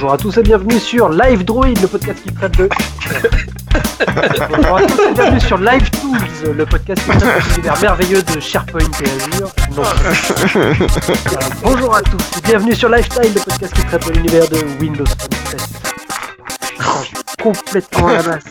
Bonjour à tous et bienvenue sur Live Droid, le podcast qui traite de... Bonjour à tous et bienvenue sur Live Tools, le podcast qui traite de l'univers merveilleux de SharePoint et Azure. Non. Voilà. Bonjour à tous et bienvenue sur Lifestyle, le podcast qui traite de l'univers de Windows Phone 7. Je suis complètement à la masse.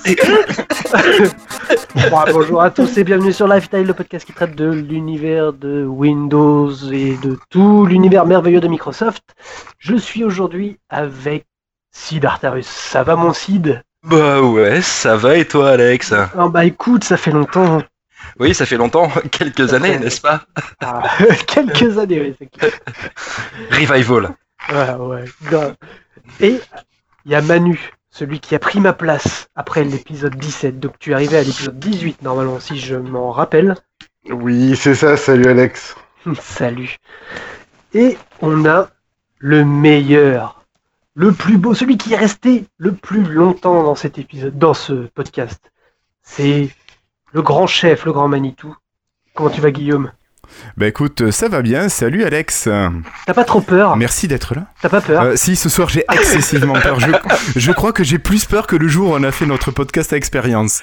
Bonjour à tous et bienvenue sur Lifestyle, le podcast qui traite de l'univers de Windows et de tout l'univers merveilleux de Microsoft. Je suis aujourd'hui avec Sid Artarus. Ça va mon Sid ? Bah ouais, ça va et toi Alex ? Oh bah écoute, ça fait longtemps. Oui, ça fait longtemps, quelques années, n'est-ce pas ? Quelques années, oui, c'est clair. Revival. Ouais, grave. Et il y a Manu, celui qui a pris ma place après l'épisode 17. Donc tu es arrivé à l'épisode 18 normalement, si je m'en rappelle. Oui, c'est ça, salut Alex. Salut. Et on a le meilleur, le plus beau, celui qui est resté le plus longtemps dans cet épisode, dans ce podcast. C'est le grand chef, le grand Manitou. Comment tu vas Guillaume ? Bah écoute, ça va bien, salut Alex. T'as pas trop peur ? Merci d'être là. T'as pas peur ? Si, ce soir j'ai excessivement peur. Je crois que j'ai plus peur que le jour où on a fait notre podcast à expérience.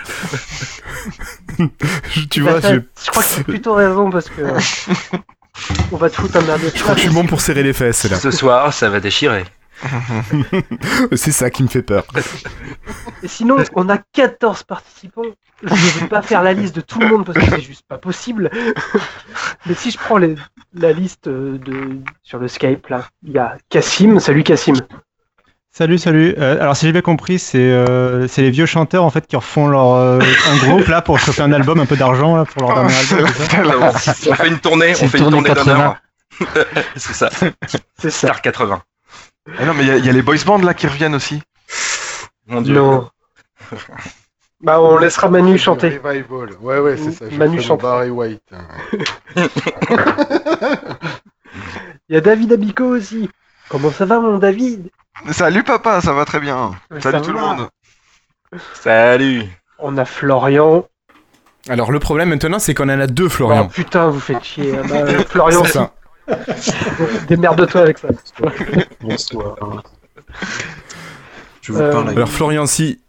Tu vois, je crois que tu as plutôt raison parce que on va te foutre un merdier. Je crois que je suis bon pour serrer les fesses là. Ce soir, ça va déchirer. C'est ça qui me fait peur. Et sinon, on a 14 participants. Je ne vais pas faire la liste de tout le monde parce que c'est juste pas possible. Mais si je prends la liste sur le Skype, là, il y a Cassim. Salut Cassim. Salut. Alors si j'ai bien compris, c'est les vieux chanteurs en fait qui refont un groupe là pour choper un album, un peu d'argent là pour leur dernier album. On fait une tournée, d'honneur. C'est ça. C'est ça. Star 80. Ah non, mais il y a les boys bands là qui reviennent aussi. Mon Dieu. Non. Bah on laissera Manu chanter. Revival. Ouais, c'est ça. Manu chante. Barry White. Il y a David Abico aussi. Comment ça va mon David ? Salut papa, ça va très bien. Ouais, salut tout le monde. Salut. On a Florian. Alors le problème maintenant c'est qu'on en a deux Florian. Oh putain, vous faites chier. Florian, c'est ça. Démerde-toi avec ça. Bonsoir. Je vous parle. Alors Florian si.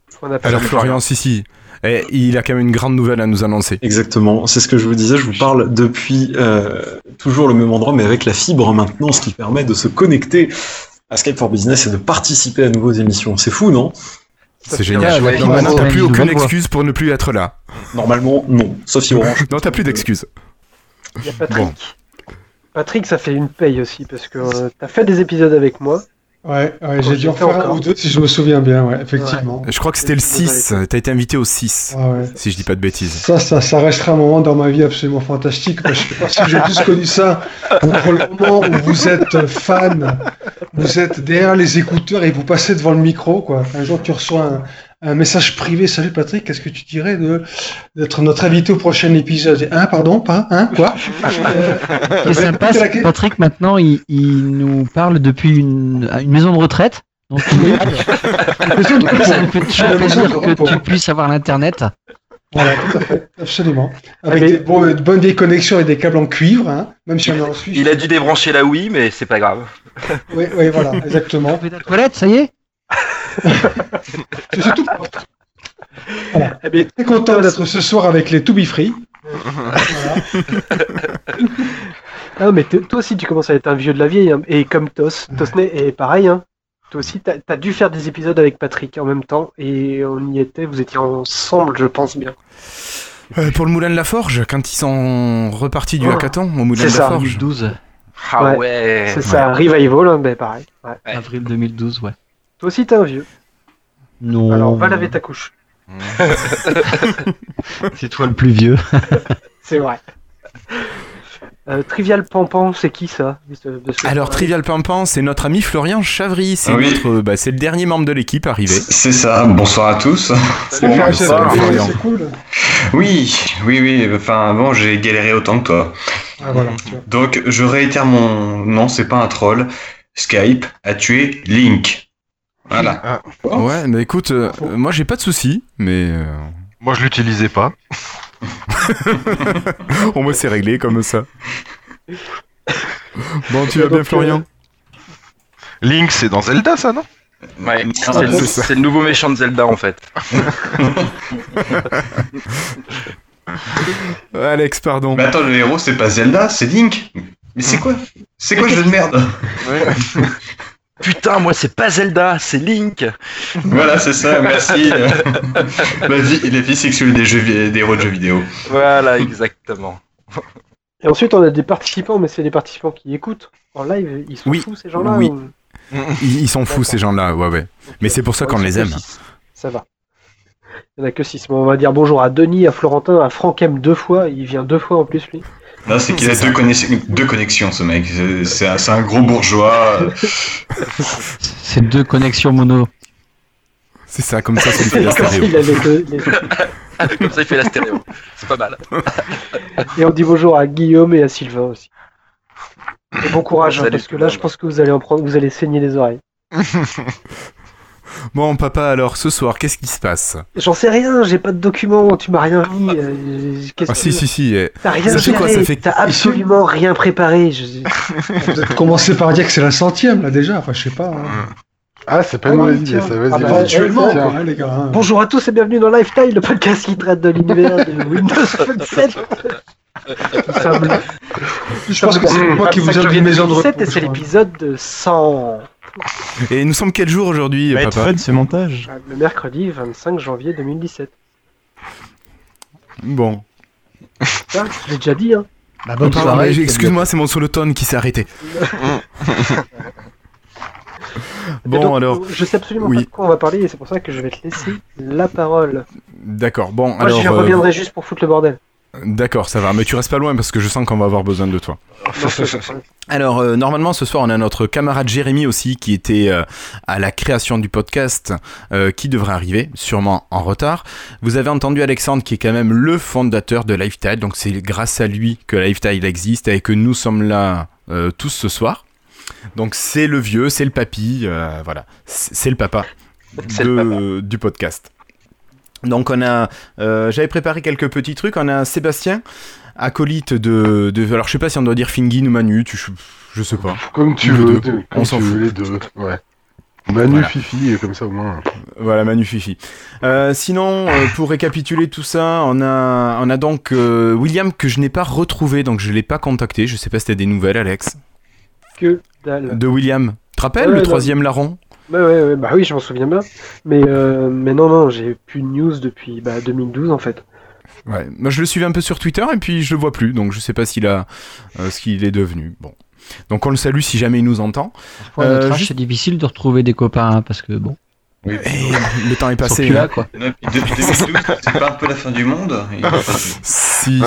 Et il a quand même une grande nouvelle à nous annoncer. Exactement, c'est ce que je vous disais, je vous parle depuis toujours le même endroit, mais avec la fibre maintenant, ce qui permet de se connecter à Skype for Business et de participer à nouveaux émissions. C'est fou, non ? C'est génial. Donc maintenant, t'as plus aucune excuse pour ne plus être là. Normalement, non, sauf si Orange. Non, t'as plus d'excuses. Il y a Patrick. Bon. Patrick, ça fait une paye aussi, parce que t'as fait des épisodes avec moi. Ouais, j'ai dû en faire un ou deux si je me souviens bien, ouais, effectivement. Ouais. Je crois que c'était le 6, t'as été invité au 6, si je dis pas de bêtises. Ça restera un moment dans ma vie absolument fantastique, parce que je sais pas si j'ai juste connu ça entre le moment où vous êtes fan, vous êtes derrière les écouteurs et vous passez devant le micro, quoi. Un jour tu reçois un message privé, salut Patrick, qu'est-ce que tu dirais d'être notre invité au prochain épisode ? Pardon, quoi ? Ce qui est sympa, c'est que Patrick, maintenant, il nous parle depuis une maison de retraite. Donc, ça nous fait toujours plaisir que tu puisses avoir l'internet. Voilà, tout à fait, absolument. Avec des bonnes vieilles connexions et des câbles en cuivre, même si on est en Suisse. Il a dû débrancher la Wii, mais c'est pas grave. Oui, voilà, exactement. Tu fais ta toilette, ça y est ? C'est surtout. Voilà. Très content d'être ce soir avec les To Be Free. Ah, mais toi aussi, tu commences à être un vieux de la vieille, hein. Et comme Tosney est pareil, hein. Toi aussi, t'as dû faire des épisodes avec Patrick en même temps, et on y était, vous étiez ensemble, je pense bien. Pour le Moulin de la Forge, quand ils sont repartis du hackathon au Moulin de la Forge. 2012. Ah ouais. C'est ça, Revival, hein, pareil. Ouais. Avril 2012, ouais. Toi aussi, t'es un vieux. Non. Alors, va laver ta couche. C'est toi le plus vieux. C'est vrai. Trivial Pampan, c'est qui ça ? Alors Trivial Pampan, c'est notre ami Florian Chavry, c'est c'est le dernier membre de l'équipe arrivé. C'est ça, bonsoir à tous. Salut Florian. C'est cool. Oui, enfin bon, j'ai galéré autant que toi. Voilà. Donc je réitère mon nom, c'est pas un troll. Skype a tué Link. Voilà. Ouais, mais écoute, moi j'ai pas de soucis, mais... Moi je l'utilisais pas. Au moins c'est réglé comme ça. Bon, tu vas bien Florian ? Link, c'est dans Zelda ça, non ? Ouais, c'est le nouveau méchant de Zelda en fait. Alex, pardon. Mais attends, le héros c'est pas Zelda, c'est Link. Mais c'est quoi ce jeu de merde? Putain, moi c'est pas Zelda, c'est Link. Voilà, c'est ça, merci. Vas-y, les filles sexuelles des héros de jeux vidéo. Voilà, exactement. Et ensuite, on a des participants, mais c'est des participants qui écoutent en live. Ils sont fous, ces gens-là Oui. ou... Ils sont fous, ces gens-là, ouais. Mais c'est pour ça qu'on les aime. 6. Ça va. Il n'y en a que 6. Mais on va dire bonjour à Denis, à Florentin, à Franck M 2 fois. Il vient 2 fois en plus, lui. Non, c'est qu'il a deux connexions, ce mec. C'est un gros bourgeois. C'est 2 connexions mono. C'est ça, comme ça fait la stéréo. Comme ça, il fait la stéréo. C'est pas mal. Et on dit bonjour à Guillaume et à Sylvain aussi. Et bon courage, parce que là, je pense que vous allez saigner les oreilles. Bon, papa, alors, ce soir, qu'est-ce qui se passe? J'en sais rien, j'ai pas de documents, tu m'as rien mis. Si. T'as rien ça fait quoi, ça fait... T'as absolument rien préparé. Peut-être commencer par dire que c'est la 100e, là, déjà. Enfin, je sais pas. Ah, c'est pas une mauvaise idée, ça, vas-y. Actuellement, quoi, les gars. Bonjour à tous et bienvenue dans Lifetime, le podcast qui traite de l'univers de Windows Phone 7. Je pense que c'est moi qui vous ai dit maison de repos. Et c'est l'épisode 100. Et nous sommes quel jour aujourd'hui, papa? Fun, ce montage. Le mercredi 25 janvier 2017. Bon. Ça, je l'ai déjà dit, hein. Bah, bonne soirée. Excuse-moi, c'est mon solotone qui s'est arrêté. Bon, donc, alors. Je sais absolument pas de quoi on va parler et c'est pour ça que je vais te laisser la parole. D'accord, bon, moi, alors. Je reviendrai juste pour foutre le bordel. D'accord, ça va, mais tu restes pas loin parce que je sens qu'on va avoir besoin de toi. Alors, normalement, ce soir, on a notre camarade Jérémy aussi qui était à la création du podcast qui devrait arriver, sûrement en retard. Vous avez entendu Alexandre qui est quand même le fondateur de Lifetile, donc c'est grâce à lui que Lifetile existe et que nous sommes là tous ce soir. Donc c'est le vieux, c'est le papy, voilà, c'est le papa du podcast. Donc on a, j'avais préparé quelques petits trucs. On a Sébastien, acolyte de alors je sais pas si on doit dire Fingin ou Manu, je sais pas. Comme tu veux, on s'en fout. Les deux, ouais. Manu voilà. Fifi, comme ça au moins. Voilà, Manu Fifi. Sinon, pour récapituler tout ça, on a donc William que je n'ai pas retrouvé, donc je l'ai pas contacté. Je sais pas si t'as des nouvelles, Alex. Que dalle. De William. Tu te rappelles le troisième larron? Ouais, bah oui, je m'en souviens bien. Mais non, j'ai plus de news depuis 2012 en fait. Ouais, moi je le suivais un peu sur Twitter et puis je le vois plus, donc je sais pas s'il a ce qu'il est devenu. Bon, donc on le salue si jamais il nous entend. Pour notre âge, c'est difficile de retrouver des copains hein, parce que bon. Oui, le temps est passé. Plus là, quoi. Depuis 2012, c'est pas un peu la fin du monde? Si.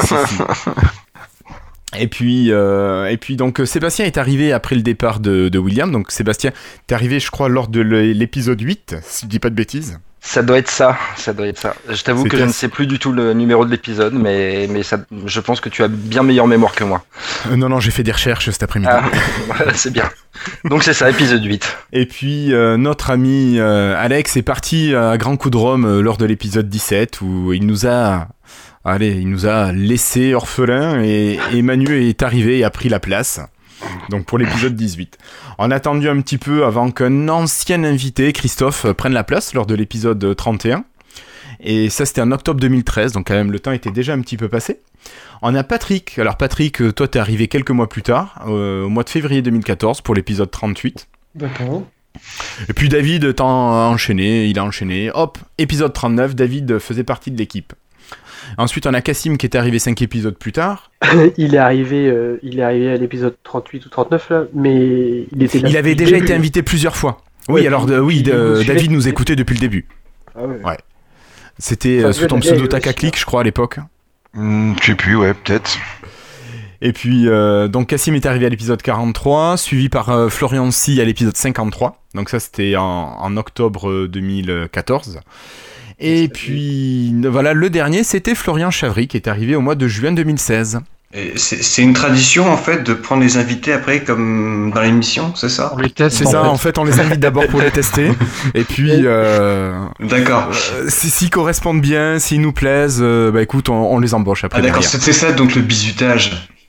Et puis donc Sébastien est arrivé après le départ de William. Donc Sébastien, t'es arrivé je crois lors de l'épisode 8, si je dis pas de bêtises. Ça doit être ça. Je t'avoue que je ne sais plus du tout le numéro de l'épisode, mais ça, je pense que tu as bien meilleure mémoire que moi. Non, j'ai fait des recherches cet après-midi. Voilà, c'est bien. Donc c'est ça, épisode 8. Et puis notre ami Alex est parti à grand coup de rhum lors de l'épisode 17 où il nous a laissé orphelins et Manu est arrivé et a pris la place. Donc pour l'épisode 18. On a attendu un petit peu avant qu'un ancien invité, Christophe, prenne la place lors de l'épisode 31. Et ça c'était en octobre 2013, donc quand même le temps était déjà un petit peu passé. On a Patrick. Alors Patrick, toi t'es arrivé quelques mois plus tard, au mois de février 2014 pour l'épisode 38. D'accord. Et puis David il a enchaîné. Hop, épisode 39, David faisait partie de l'équipe. Ensuite, on a Cassim qui est arrivé 5 épisodes plus tard. Il est arrivé à l'épisode 38 ou 39 là, mais il avait déjà été invité plusieurs fois. Oui, alors David nous écoutait depuis le début. Ah ouais. C'était sous ton pseudo Takaclick, je crois à l'époque. Je sais plus, ouais, peut-être. Et puis donc Cassim est arrivé à l'épisode 43, suivi par Florian Si à l'épisode 53. Donc ça c'était en octobre 2014. Et puis, voilà, le dernier, c'était Florian Chavry, qui est arrivé au mois de juin 2016. Et c'est une tradition, en fait, de prendre les invités après, comme dans l'émission, c'est ça? On les teste. C'est ça, en fait, on les invite d'abord pour les tester. Et puis, d'accord. S'ils correspondent bien, s'ils nous plaisent, écoute, on les embauche après. Ah d'accord, c'était ça, donc le bizutage.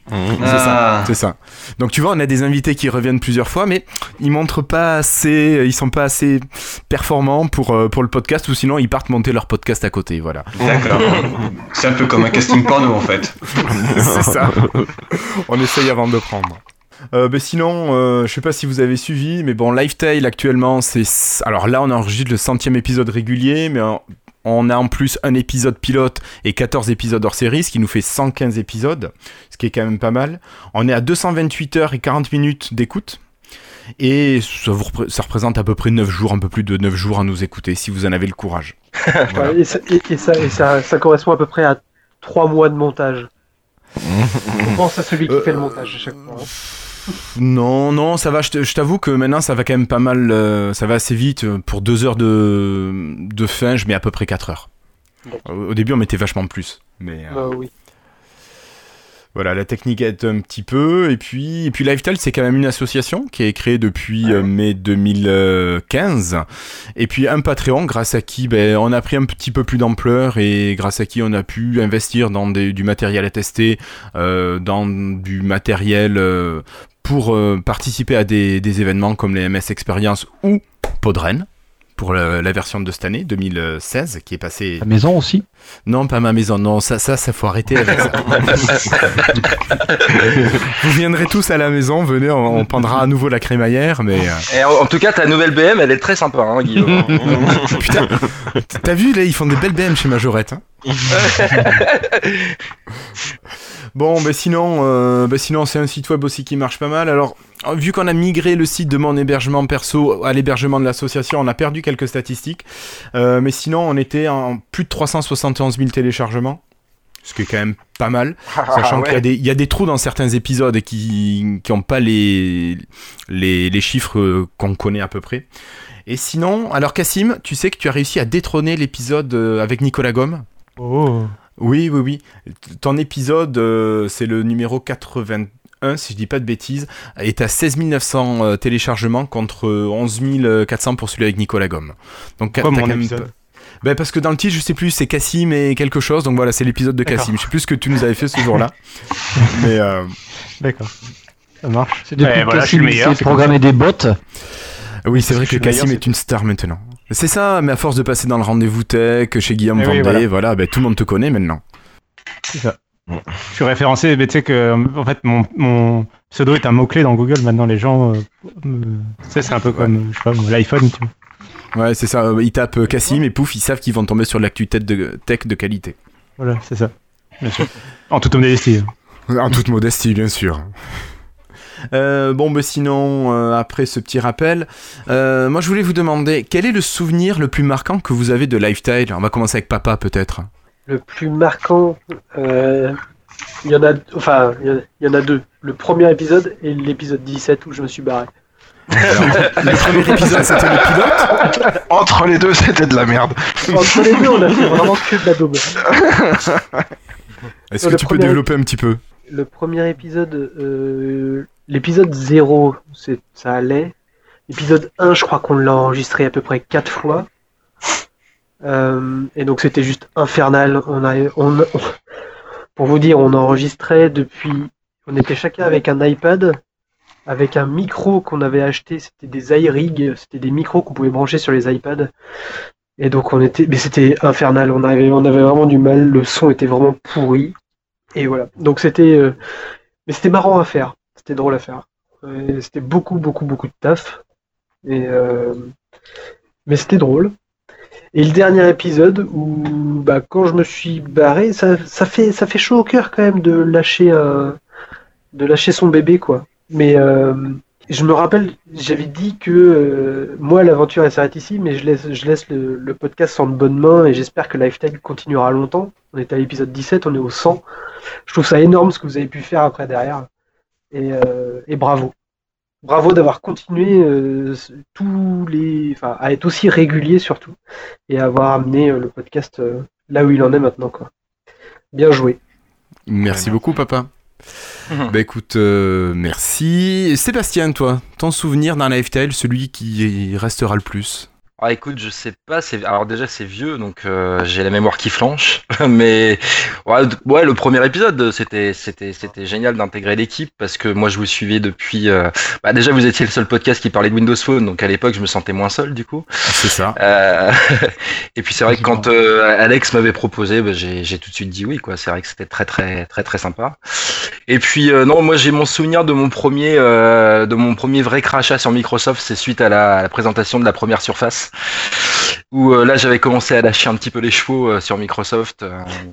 C'est ça. Donc tu vois, on a des invités qui reviennent plusieurs fois, mais ils sont pas assez performants pour le podcast, ou sinon ils partent monter leur podcast à côté, voilà. D'accord. C'est un peu comme un casting porno en fait. C'est ça. On essaye avant de prendre. Sinon, je sais pas si vous avez suivi, mais bon, Lifetale actuellement, alors là on enregistre le 100e épisode régulier, mais on a en plus un épisode pilote et 14 épisodes hors série, ce qui nous fait 115 épisodes, ce qui est quand même pas mal. On est à 228 heures et 40 minutes d'écoute. Et ça représente à peu près 9 jours, un peu plus de 9 jours à nous écouter, si vous en avez le courage. Voilà. Et ça correspond à peu près à 3 mois de montage. On pense à celui qui fait le montage à chaque fois. Non, ça va, je t'avoue que maintenant ça va quand même pas mal, ça va assez vite. Pour 2 heures de fin, je mets à peu près 4 heures. Au début on mettait vachement plus. Mais, oui. Voilà, la technique aide un petit peu. Et puis Lifetale, c'est quand même une association qui est créée depuis mai 2015. Et puis un Patreon, grâce à qui on a pris un petit peu plus d'ampleur et grâce à qui on a pu investir dans du matériel à tester, dans du matériel pour participer à des événements comme les MS Experience ou Podren. Pour la version de cette année, 2016, qui est passée... Ta maison aussi ? Non, pas ma maison, non, ça faut arrêter avec ça. Vous viendrez tous à la maison, venez, on prendra à nouveau la crémaillère, mais... Et en tout cas, ta nouvelle BM, elle est très sympa, hein, Guillaume. Putain, t'as vu, là, ils font des belles BM chez Majorette, hein. Bon, sinon, c'est un site web aussi qui marche pas mal. Alors, vu qu'on a migré le site de mon hébergement perso à l'hébergement de l'association, on a perdu quelques statistiques. Mais sinon, on était en plus de 371 000 téléchargements, ce qui est quand même pas mal, sachant qu'il y a des trous dans certains épisodes qui n'ont pas les chiffres qu'on connaît à peu près. Et sinon, alors Cassim, tu sais que tu as réussi à détrôner l'épisode avec Nicolas Gomme. Oh. Oui. Ton épisode, c'est le numéro 81, si je dis pas de bêtises, est à 16 900 téléchargements contre 11 400 pour celui avec Nicolas Gomme. Donc, pourquoi mon épisode ? Parce que dans le titre, je sais plus, c'est Cassim et quelque chose, donc voilà, c'est l'épisode de Cassim. Je sais plus ce que tu nous avais fait ce jour-là. Mais D'accord, ça marche. C'est depuis que Cassim s'est programmé des bots. Oui, c'est vrai que Cassim est une star maintenant. C'est ça, mais à force de passer dans le rendez-vous tech, chez Guillaume Vendée, voilà, tout le monde te connaît maintenant. C'est ça. Je suis référencé, mais tu sais que en fait mon pseudo est un mot-clé dans Google. Maintenant, les gens, c'est un peu comme, je sais pas, l'iPhone, tu vois. Ouais, c'est ça. Ils tapent Cassim et pouf, ils savent qu'ils vont tomber sur l'actu tech de qualité. Voilà, c'est ça. Bien sûr. En toute modestie. En toute modestie, bien sûr. Sinon, après ce petit rappel, moi je voulais vous demander, quel est le souvenir le plus marquant que vous avez de Lifetale ? On va commencer avec papa, peut-être. Le plus marquant, il y en a deux. Le premier épisode et l'épisode 17 où je me suis barré. Alors, le premier épisode, c'était le pilote. Entre les deux, c'était de la merde. Entre les deux, on a fait vraiment que de la daube. Est-ce que tu peux développer un petit peu ? Le premier épisode, l'épisode 0, ça allait. L'épisode 1, je crois qu'on l'a enregistré à peu près 4 fois. Et donc c'était juste infernal. Pour vous dire, on enregistrait depuis... On était chacun avec un iPad, avec un micro qu'on avait acheté. C'était des iRig, c'était des micros qu'on pouvait brancher sur les iPads. Et donc mais c'était infernal. On avait vraiment du mal. Le son était vraiment pourri. Et voilà. Donc mais c'était marrant à faire. C'était drôle à faire. C'était beaucoup de taf. Mais c'était drôle. Et le dernier épisode où, quand je me suis barré, ça fait chaud au cœur quand même de lâcher son bébé, quoi. Mais je me rappelle, j'avais dit que moi l'aventure elle s'arrête ici, mais je laisse le podcast en de bonnes mains et j'espère que Lifetale continuera longtemps. On est à l'épisode 17, on est au 100. Je trouve ça énorme ce que vous avez pu faire après derrière. Et bravo. Bravo d'avoir continué à être aussi régulier surtout et avoir amené le podcast là où il en est maintenant, quoi. Bien joué. Merci beaucoup, papa. Écoute, merci. Sébastien, toi, ton souvenir dans Lifetale, celui qui restera le plus? Ah, écoute, je sais pas. Alors déjà, c'est vieux, donc j'ai la mémoire qui flanche. Mais ouais, le premier épisode, c'était génial d'intégrer l'équipe parce que moi, je vous suivais depuis. Déjà, vous étiez le seul podcast qui parlait de Windows Phone, donc à l'époque, je me sentais moins seul du coup. C'est ça. Et puis c'est vrai que quand Alex m'avait proposé, j'ai tout de suite dit oui, quoi. C'est vrai que c'était très très très très sympa. Et puis non, moi j'ai mon souvenir de mon premier vrai crachat sur Microsoft, c'est suite à la présentation de la première Surface. Où là j'avais commencé à lâcher un petit peu les chevaux sur Microsoft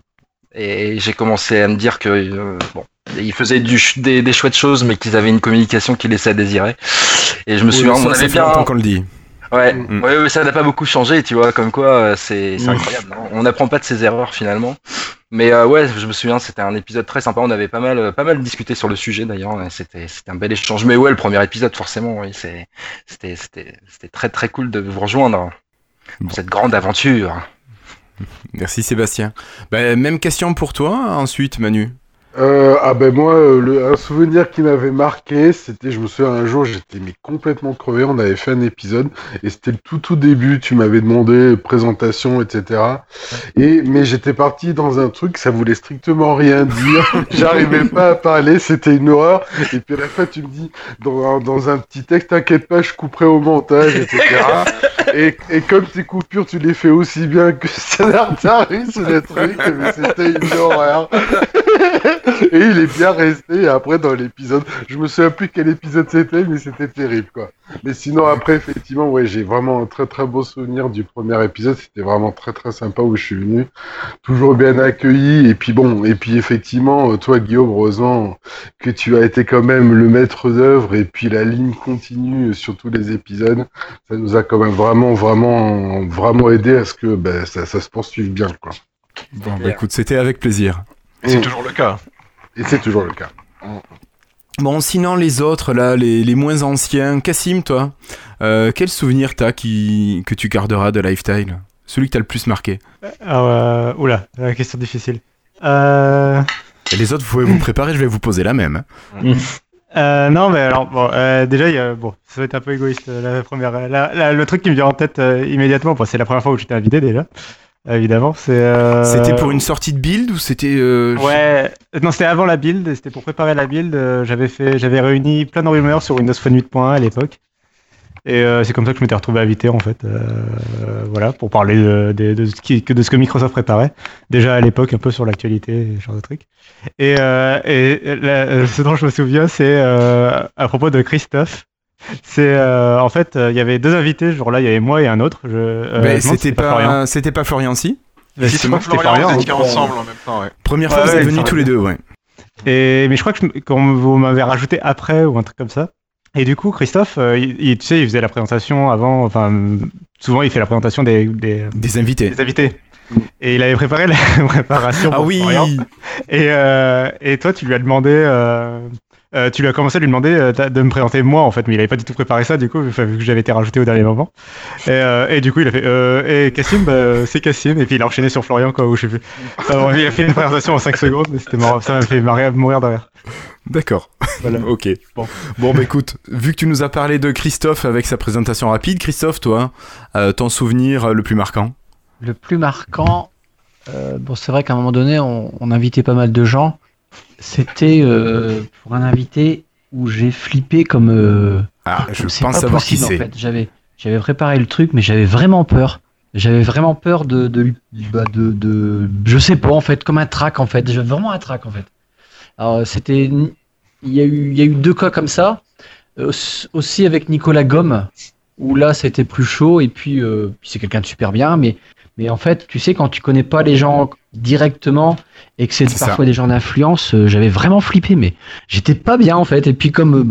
et j'ai commencé à me dire que ils faisaient des chouettes choses mais qu'ils avaient une communication qui laissait à désirer. Et je me souviens, on avait bien longtemps qu'on le dit. Ouais, ça n'a pas beaucoup changé, tu vois, comme quoi c'est incroyable. Hein. On n'apprend pas de ses erreurs finalement. Mais je me souviens, c'était un épisode très sympa. On avait pas mal discuté sur le sujet d'ailleurs. C'était un bel échange. Mais ouais, le premier épisode forcément, oui, c'était très très cool de vous rejoindre pour cette grande aventure. Merci Sébastien. Même question pour toi ensuite, Manu. Moi, un souvenir qui m'avait marqué, c'était, je me souviens, un jour, j'étais complètement crevé, on avait fait un épisode, et c'était le tout début, tu m'avais demandé présentation, etc. Mais j'étais parti dans un truc, ça voulait strictement rien dire, j'arrivais pas à parler, c'était une horreur, et puis à la fin, tu me dis, dans un petit texte, t'inquiète pas, je couperai au montage, etc. Et comme tes coupures, tu les fais aussi bien que scénariste, le truc, mais c'était une horreur. Et il est bien resté après dans l'épisode. Je me souviens plus quel épisode c'était, mais c'était terrible, quoi. Mais sinon, après, effectivement, ouais, j'ai vraiment un très très beau souvenir du premier épisode. C'était vraiment très très sympa où je suis venu. Toujours bien accueilli. Et puis effectivement, toi, Guillaume, heureusement que tu as été quand même le maître d'œuvre. Et puis la ligne continue sur tous les épisodes. Ça nous a quand même vraiment aidé à ce que ça se poursuive bien, quoi. Bon, écoute, c'était avec plaisir. Et c'est toujours le cas. Et c'est toujours le cas. Bon, sinon les autres, là, les moins anciens. Cassim, toi, quel souvenir t'as que tu garderas de Lifetime? Celui que t'as le plus marqué? Oula, question difficile. Et les autres, vous pouvez vous préparer, je vais vous poser la même. Non, mais alors, déjà, ça va être un peu égoïste. La première, le truc qui me vient en tête immédiatement, c'est la première fois où j'étais invité déjà. Évidemment, c'était pour une sortie de build ou c'était Ouais, non, c'était avant la build, c'était pour préparer la build. J'avais réuni plein de rumeurs sur Windows Phone 8.1 à l'époque, et c'est comme ça que je m'étais retrouvé invité en fait, voilà, pour parler de ce que Microsoft préparait déjà à l'époque, un peu sur l'actualité, ce genre de trucs. Et ce dont je me souviens, c'est à propos de Christophe. C'est en fait il y avait deux invités ce jour-là, il y avait moi et un autre. C'était pas Florian si. Justement, c'était Florian. Vous étiez ensemble en même temps. Ouais. Première fois vous êtes venus tous les deux, ouais. Mais je crois que quand vous m'avez rajouté après ou un truc comme ça. Et du coup, Christophe, il faisait la présentation avant. Enfin, souvent il fait la présentation des invités. Des invités. Et il avait préparé la préparation. Ah oui. Florian. Et toi, tu lui as demandé. Tu lui as commencé à lui demander de me présenter moi en fait, mais il avait pas du tout préparé ça du coup vu que j'avais été rajouté au dernier moment. Et du coup il a fait et Cassim, c'est Cassim, et puis il a enchaîné sur Florian quoi, ou je sais plus. Il a fait une présentation en 5 secondes, mais c'était marrant, ça m'a fait mourir de rire. D'accord. Voilà. Ok. Bon, écoute, vu que tu nous as parlé de Christophe avec sa présentation rapide, Christophe, toi, ton souvenir le plus marquant? Le plus marquant, c'est vrai qu'à un moment donné on invitait pas mal de gens. C'était pour un invité où j'ai flippé comme. Je pense savoir qui c'est. En fait. J'avais préparé le truc, mais j'avais vraiment peur. J'avais vraiment peur de je sais pas en fait, comme un trac en fait. J'avais vraiment un trac en fait. Alors il y a eu deux cas comme ça. Aussi avec Nicolas Gomme, où là c'était plus chaud et puis c'est quelqu'un de super bien, mais en fait tu sais quand tu connais pas les gens directement et que c'est parfois des gens d'influence, j'avais vraiment flippé, mais j'étais pas bien en fait. Et puis comme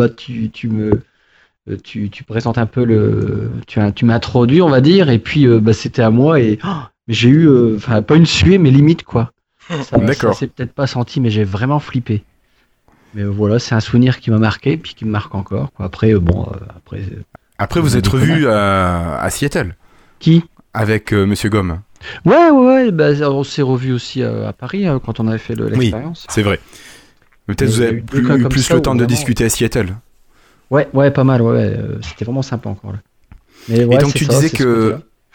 tu présentes un peu tu m'as introduit on va dire, et puis c'était à moi et j'ai eu pas une suée mais limite quoi. D'accord. Ça s'est peut-être pas senti, mais j'ai vraiment flippé. Mais voilà, c'est un souvenir qui m'a marqué puis qui me marque encore quoi. Après vous êtes revus à Seattle. Qui? Avec Monsieur Gomme. Ouais, on s'est revus aussi à Paris quand on avait fait l'expérience. Oui, c'est vrai. Mais peut-être vous avez eu plus le temps de discuter à Seattle. Ouais, pas mal, ouais. C'était vraiment sympa encore là. Mais et donc tu disais que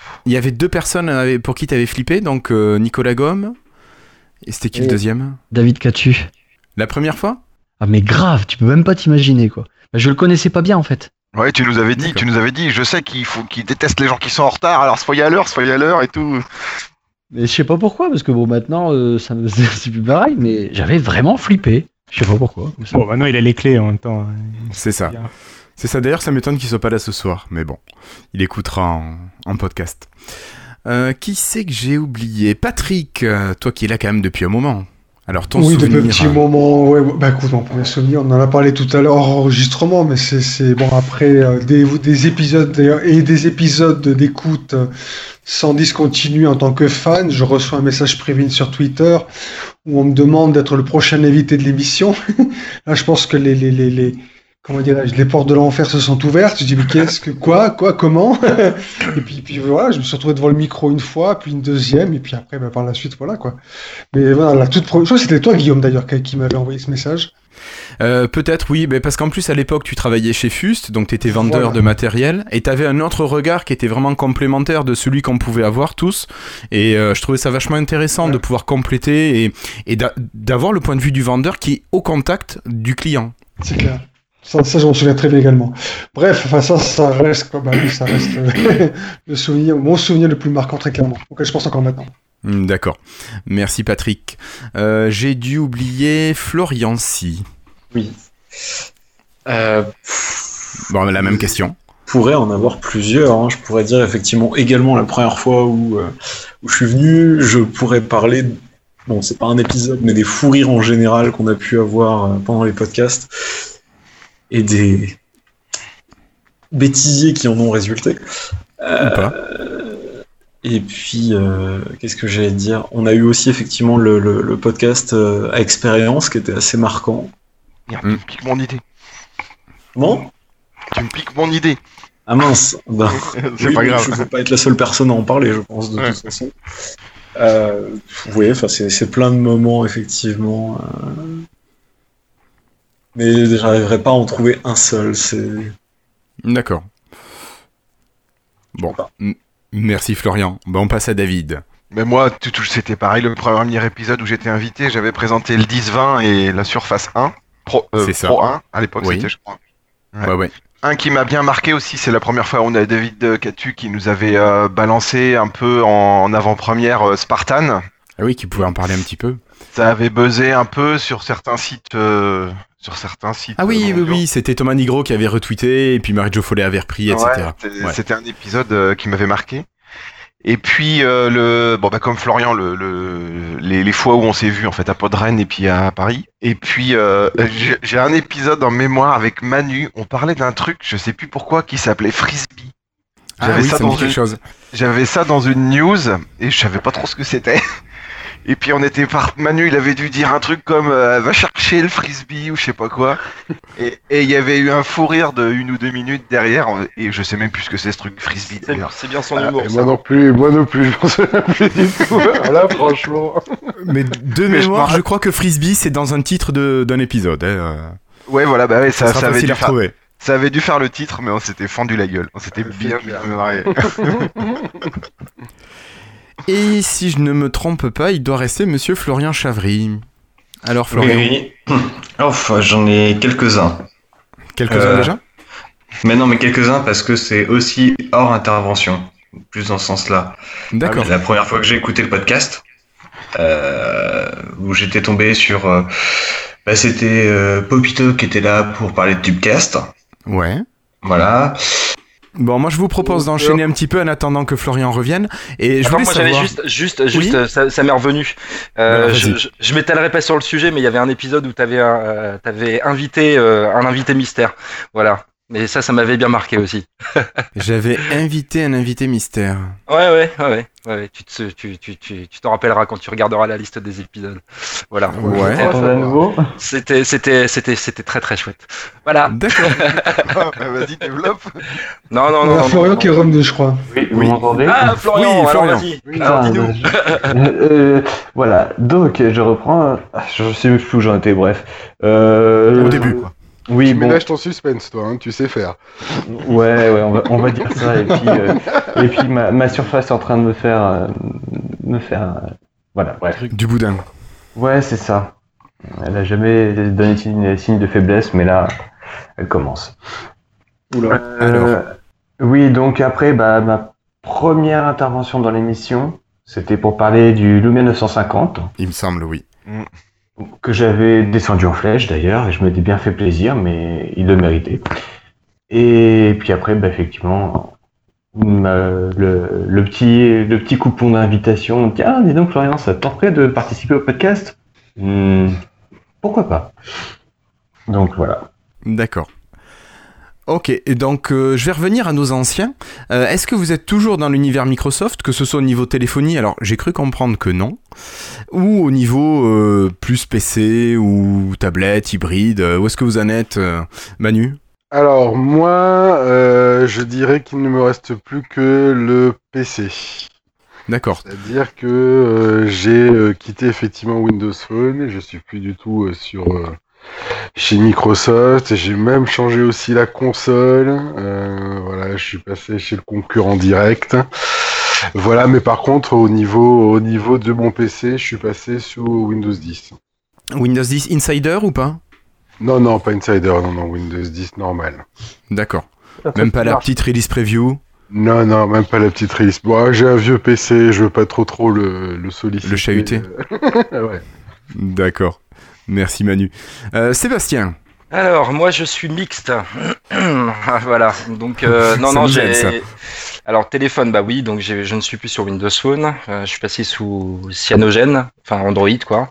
Il y avait 2 personnes pour qui t'avais flippé, donc Nicolas Gomme, et c'était qui le deuxième ? David Catu. La première fois ? Ah mais grave, tu peux même pas t'imaginer quoi. Bah, je le connaissais pas bien en fait. Ouais, tu nous avais dit, je sais qu'il déteste les gens qui sont en retard, alors soyez à l'heure et tout. Mais je sais pas pourquoi, parce que bon maintenant c'est plus pareil, mais j'avais vraiment flippé. Je sais pas pourquoi. Bon, maintenant il a les clés en même temps. C'est ça. C'est ça, d'ailleurs ça m'étonne qu'il soit pas là ce soir, mais bon, il écoutera en podcast. Qui c'est que j'ai oublié ? Patrick, toi qui es là quand même depuis un moment. Alors ton souvenir... Oui, depuis un petit moment, ouais. Bah écoute, mon premier souvenir, on en a parlé tout à l'heure hors enregistrement, mais c'est bon, après des épisodes et des épisodes d'écoute sans discontinuer en tant que fan, je reçois un message privé sur Twitter où on me demande d'être le prochain invité de l'émission. Là, je pense que comment dirais-je, les portes de l'enfer se sont ouvertes. Je dis mais comment et puis voilà, je me suis retrouvé devant le micro une fois, puis une deuxième, et puis après par la suite voilà quoi. Mais voilà, la toute première chose, c'était toi Guillaume d'ailleurs qui m'avait envoyé ce message. Peut-être oui, mais parce qu'en plus à l'époque tu travaillais chez Fust, donc tu étais vendeur de matériel, et tu avais un autre regard qui était vraiment complémentaire de celui qu'on pouvait avoir tous, et je trouvais ça vachement intéressant de pouvoir compléter et d'avoir le point de vue du vendeur qui est au contact du client. C'est clair. Ça, je m'en souviens très bien également. Bref, enfin ça reste quoi. Bah oui, ça reste mon souvenir le plus marquant très clairement. Auquel je pense encore maintenant. D'accord. Merci Patrick. J'ai dû oublier Florian Si. Oui. Bon, la même question. Je pourrais en avoir plusieurs. Hein. Je pourrais dire effectivement également la première fois où je suis venu. Je pourrais parler. Bon, c'est pas un épisode, mais des fous rires en général qu'on a pu avoir pendant les podcasts. Et des bêtisiers qui en ont résulté. Et puis, qu'est-ce que j'allais dire ? On a eu aussi effectivement le podcast à expérience qui était assez marquant. Merde, tu me piques mon idée. Comment ? Tu me piques mon idée. Ah mince, ben, c'est pas grave. Je ne veux pas être la seule personne à en parler, je pense, de toute façon. Oui, enfin, c'est plein de moments, effectivement. Mais j'arriverai pas à en trouver un seul. D'accord. Bon, merci Florian. Bon, on passe à David. Mais moi, c'était pareil, le premier épisode où j'étais invité, j'avais présenté le 10-20 et la Surface 1. C'est ça. Pro 1, à l'époque, c'était, je crois. Ouais. Un qui m'a bien marqué aussi, c'est la première fois où on a David Catu qui nous avait balancé un peu en avant-première Spartan. Ah oui, qui pouvait en parler un petit peu. Ça avait buzzé un peu sur certains sites. Ah oui, c'était Thomas Nigro qui avait retweeté, et puis Marie-Jo Follet avait repris, etc. C'était un épisode qui m'avait marqué. Et puis, comme Florian, les fois où on s'est vu en fait à Podren et puis à Paris. Et puis, j'ai un épisode en mémoire avec Manu, on parlait d'un truc, je sais plus pourquoi, qui s'appelait Frisbee. J'avais ça dans une news, et je savais pas trop ce que c'était. Et puis Manu, il avait dû dire un truc comme va chercher le frisbee ou je sais pas quoi. Et il y avait eu un fou rire de 1 ou 2 minutes derrière. Et je sais même plus ce que c'est ce truc frisbee d'ailleurs. C'est bien son humour. Moi non plus, je m'en souviens plus du tout. Voilà, franchement. Mais de mémoire, je crois que frisbee c'est dans un titre d'un épisode. Ouais, voilà, bah ouais, ça avait dû faire le titre, mais on s'était fendu la gueule. On s'était bien marré. Et si je ne me trompe pas, il doit rester Monsieur Florian Chavry. Alors Florian. Oui. Enfin, j'en ai quelques-uns. Quelques-uns déjà ? Mais non, mais quelques-uns parce que c'est aussi hors intervention, plus dans ce sens-là. D'accord. La première fois que j'ai écouté le podcast, où j'étais tombé sur... c'était Popito qui était là pour parler de Tubecast. Ouais. Voilà. Bon, moi je vous propose d'enchaîner un petit peu en attendant que Florian revienne. Et j'avais juste, oui ça m'est revenu. Je m'étalerai pas sur le sujet, mais il y avait un épisode où t'avais invité un invité mystère. Voilà. Mais ça m'avait bien marqué aussi. J'avais invité un invité mystère. Ouais. Tu t'en rappelleras quand tu regarderas la liste des épisodes. Voilà. Ouais. C'était très très chouette. Voilà. D'accord. Vas-y, développe. Non. Florian qui est revenu, je crois. Oui, vous m'entendez ? Ah, Florian, alors vas-y. Oui, alors, dis-nous. Voilà. Donc, je reprends. Je sais plus où j'en étais, bref. Au début, quoi. Oui, Tu bon. ménages ton suspense, toi, hein, tu sais faire. Ouais, on va dire ça. Et puis ma surface est en train de me faire, voilà, bref. Du boudin. Ouais, c'est ça. Elle a jamais donné signe de faiblesse, mais là, elle commence. Oula. Alors. Oui, donc après, ma première intervention dans l'émission, c'était pour parler du Lumia 950, Il me semble, oui. que j'avais descendu en flèche d'ailleurs, et je m'étais bien fait plaisir, mais il le méritait. Et puis après, effectivement, le petit coupon d'invitation, on dit, ah, dis donc Florian, ça te tenterait de participer au podcast? Pourquoi pas? Donc voilà. D'accord. Ok, et donc je vais revenir à nos anciens. Est-ce que vous êtes toujours dans l'univers Microsoft, que ce soit au niveau téléphonie? Alors j'ai cru comprendre que non. Ou au niveau plus PC ou tablette, hybride. Où est-ce que vous en êtes, Manu? Alors, moi, je dirais qu'il ne me reste plus que le PC. D'accord. C'est-à-dire que j'ai quitté effectivement Windows Phone, je suis plus du tout chez Microsoft, et j'ai même changé aussi la console. Voilà, je suis passé chez le concurrent direct. Voilà, mais par contre, au niveau de mon PC, je suis passé sous Windows 10. Windows 10 Insider ou pas? Non, pas Insider, non, Windows 10 normal. D'accord. Même pas la petite release preview? Non, même pas la petite release. Bon, j'ai un vieux PC, je veux pas trop le solliciter. Le chahuter. Ouais. D'accord. Merci Manu. Sébastien. Alors, moi, je suis mixte. Voilà. Donc, non, gêne, ça. Alors, téléphone, bah oui, donc je ne suis plus sur Windows Phone. Je suis passé sous Cyanogen, enfin Android, quoi.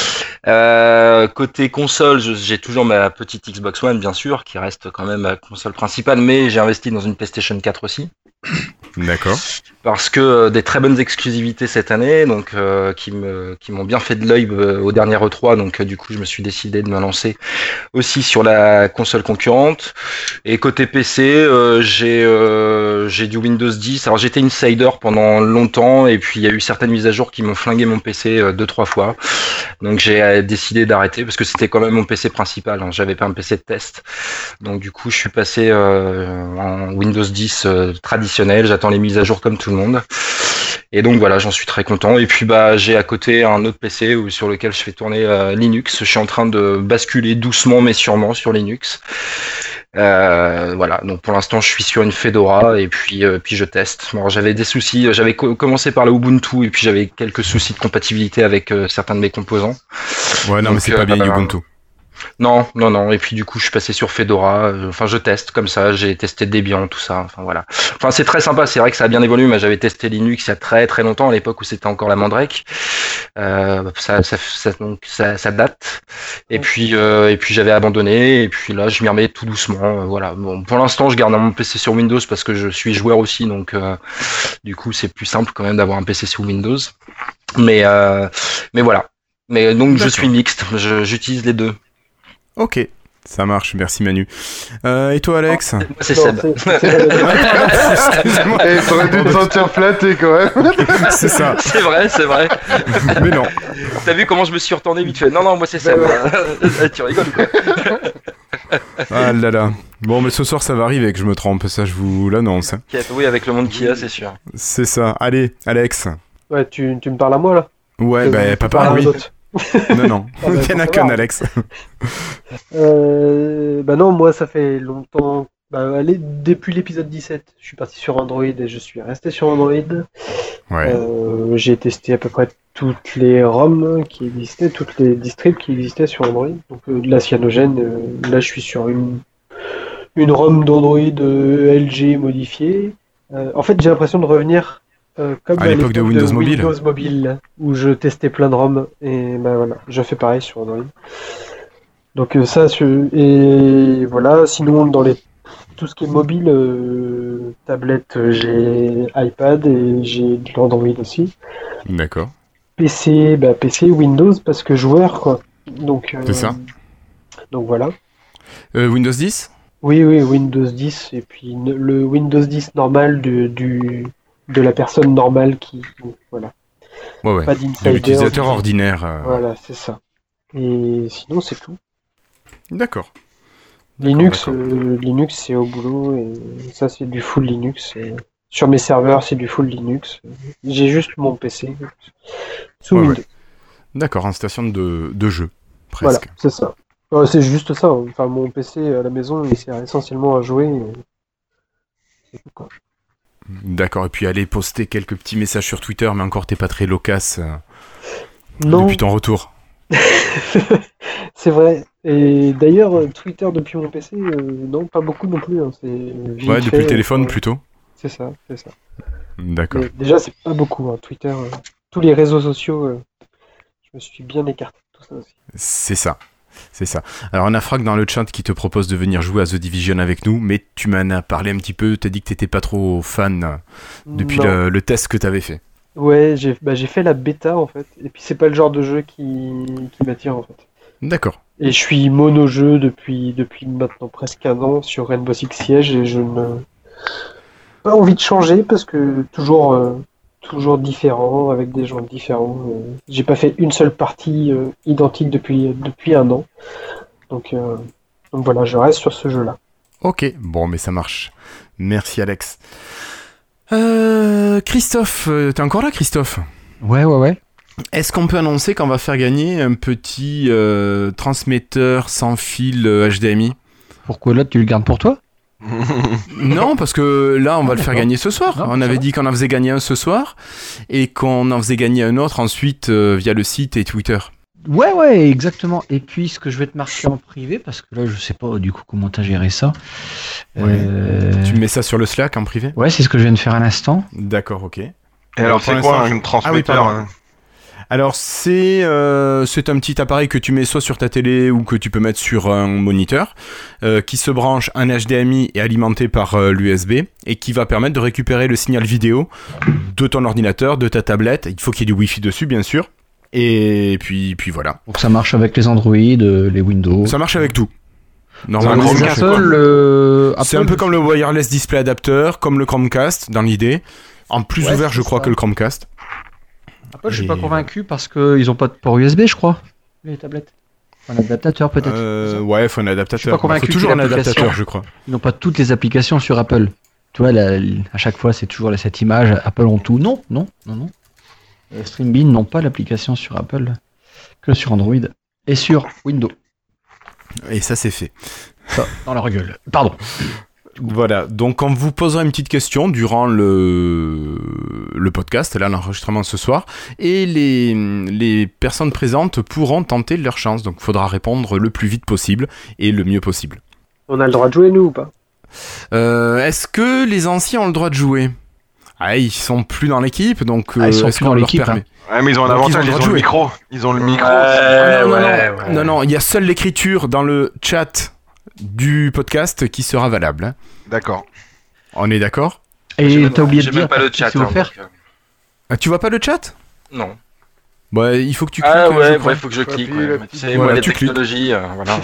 Côté console, j'ai toujours ma petite Xbox One, bien sûr, qui reste quand même ma console principale, mais j'ai investi dans une PlayStation 4 aussi. D'accord. Parce que des très bonnes exclusivités cette année, donc qui m'ont bien fait de l'œil au dernier E3, donc du coup je me suis décidé de me lancer aussi sur la console concurrente. Et côté PC, j'ai du Windows 10. Alors j'étais insider pendant longtemps, et puis il y a eu certaines mises à jour qui m'ont flingué mon PC 2-3 fois. Donc j'ai décidé d'arrêter parce que c'était quand même mon PC principal, hein. J'avais pas un PC de test. Donc du coup je suis passé en Windows 10 traditionnel. J'attends les mises à jour comme tout le monde. Et donc voilà, j'en suis très content. Et puis j'ai à côté un autre PC sur lequel je fais tourner Linux. Je suis en train de basculer doucement mais sûrement sur Linux. Voilà, donc pour l'instant je suis sur une Fedora et puis je teste. Alors j'avais des soucis, j'avais commencé par le Ubuntu et puis j'avais quelques soucis de compatibilité avec certains de mes composants. Ouais, non, mais c'est pas bien Ubuntu. Non, et puis du coup je suis passé sur Fedora, enfin je teste comme ça, j'ai testé Debian, tout ça, enfin voilà. Enfin c'est très sympa, c'est vrai que ça a bien évolué, mais j'avais testé Linux il y a très très longtemps, à l'époque où c'était encore la Mandrake. Ça date. Et puis j'avais abandonné, et puis là je m'y remets tout doucement, voilà. Bon, pour l'instant je garde mon PC sur Windows parce que je suis joueur aussi, donc du coup c'est plus simple quand même d'avoir un PC sous Windows. Mais voilà. Mais donc je suis mixte, j'utilise les deux. Ok, ça marche, merci Manu. Et toi Alex? Moi c'est Seb. Excuse-moi. T'aurais dû te sentir flatté quand même. C'est ça. C'est vrai. Mais non. T'as vu comment je me suis retourné vite fait? Non, moi c'est Seb. Tu rigoles quoi? Ah là là. Bon, mais ce soir ça va arriver que je me trompe, ça je vous l'annonce. Oui, avec le monde qu'il y a, c'est sûr. C'est ça. Allez, Alex. Ouais, tu me parles à moi là? Ouais, papa, oui. Non, Ah, il y en a qu'un Alex. Non, moi ça fait longtemps. Depuis l'épisode 17, je suis parti sur Android et je suis resté sur Android. Ouais. J'ai testé à peu près toutes les ROM qui existaient, toutes les distribs qui existaient sur Android. Donc de la Cyanogen, là je suis sur une ROM d'Android LG modifiée. En fait, j'ai l'impression de revenir comme à l'époque de Windows Mobile, où je testais plein de ROM et voilà, je fais pareil sur Android. Donc et voilà. Sinon dans tout ce qui est mobile, tablette, j'ai iPad et j'ai de l'Android aussi. D'accord. PC, Windows parce que joueur quoi. Donc c'est ça. Donc voilà. Windows 10? Oui, Windows 10 et puis le Windows 10 normal de la personne normale qui voilà. Ouais. Pas d'insider. De l'utilisateur ordinaire. Voilà, c'est ça. Et sinon c'est tout. D'accord. Linux, c'est au boulot et ça c'est du full Linux. Sur mes serveurs, c'est du full Linux. J'ai juste mon PC sous Windows. Ouais. D'accord, en station de jeu, presque. Voilà, c'est ça. C'est juste ça. Enfin, mon PC à la maison, il sert essentiellement à jouer. C'est tout, quoi. D'accord, et puis aller poster quelques petits messages sur Twitter, mais encore t'es pas très loquace Non. depuis ton retour. C'est vrai. Et d'ailleurs, Twitter depuis mon PC, non, pas beaucoup non plus. Hein. C'est vite Ouais, depuis fait, le téléphone plutôt. C'est ça. D'accord. Mais déjà, c'est pas beaucoup. Hein. Twitter, tous les réseaux sociaux, je me suis bien écarté de tout ça aussi. C'est ça. Alors on a Frag dans le chat qui te propose de venir jouer à The Division avec nous, mais tu m'en as parlé un petit peu, t'as dit que t'étais pas trop fan depuis le test que t'avais fait. Ouais, j'ai fait la bêta en fait, et puis c'est pas le genre de jeu qui m'attire en fait. D'accord. Et je suis mono-jeu depuis maintenant presque 1 an sur Rainbow Six Siege et je n'ai pas envie de changer parce que toujours différent, avec des gens différents. J'ai pas fait une seule partie identique depuis 1 an. Donc voilà, je reste sur ce jeu-là. Ok, bon, mais ça marche. Merci Alex. Christophe, t'es encore là, Christophe ? Ouais. Est-ce qu'on peut annoncer qu'on va faire gagner un petit transmetteur sans fil HDMI ? Pourquoi là, tu le gardes pour toi ? Non, parce que là, on va le faire gagner ce soir. Non, on avait dit qu'on en faisait gagner un ce soir et qu'on en faisait gagner un autre ensuite via le site et Twitter. Ouais, exactement. Et puis, ce que je vais te marquer en privé, parce que là, je sais pas du coup comment t'as géré ça. Tu mets ça sur le Slack en privé ? Ouais, c'est ce que je viens de faire à l'instant. D'accord, ok. Et alors, c'est quoi un transmetteur Alors, c'est un petit appareil que tu mets soit sur ta télé ou que tu peux mettre sur un moniteur qui se branche en HDMI et alimenté par l'USB et qui va permettre de récupérer le signal vidéo de ton ordinateur, de ta tablette. Il faut qu'il y ait du Wi-Fi dessus, bien sûr. Et puis voilà. Donc ça marche avec les Android, les Windows. Ça marche avec tout. Normalement, c'est un peu comme le Wireless Display Adapter, comme le Chromecast dans l'idée. En plus ouvert, je crois, que le Chromecast. Apple, je suis pas convaincu parce qu'ils ont pas de port USB, je crois, les tablettes. Un adaptateur peut-être. Ouais, il faut un adaptateur. Je suis pas convaincu. Il faut toujours un adaptateur, je crois. Ils n'ont pas toutes les applications sur Apple. Tu vois, à chaque fois, c'est toujours cette image. Apple ont tout. Non. Streambean n'ont pas l'application sur Apple, que sur Android et sur Windows. Et ça, c'est fait. Ça, dans la gueule. Pardon. Voilà, donc on vous posera une petite question durant le podcast, là l'enregistrement ce soir, et les personnes présentes pourront tenter leur chance, donc il faudra répondre le plus vite possible et le mieux possible. On a le droit de jouer nous ou pas ? Est-ce que les anciens ont le droit de jouer ? Ah, ils sont plus dans l'équipe, donc ils sont est-ce plus qu'on dans leur l'équipe, permet ? Ouais, mais ils ont un avantage, ils ont le micro. Ils ont le micro. Non, il y a seule l'écriture dans le chat du podcast qui sera valable. D'accord. On est d'accord ? Et t'as oublié de dire pas le chat, c'est offert. Ah, tu vois pas le chat ? Non. Bah, il faut que tu cliques. Ah ouais, il faut que je clique. Ouais. Tu sais, voilà, moi, les tu technologies, voilà.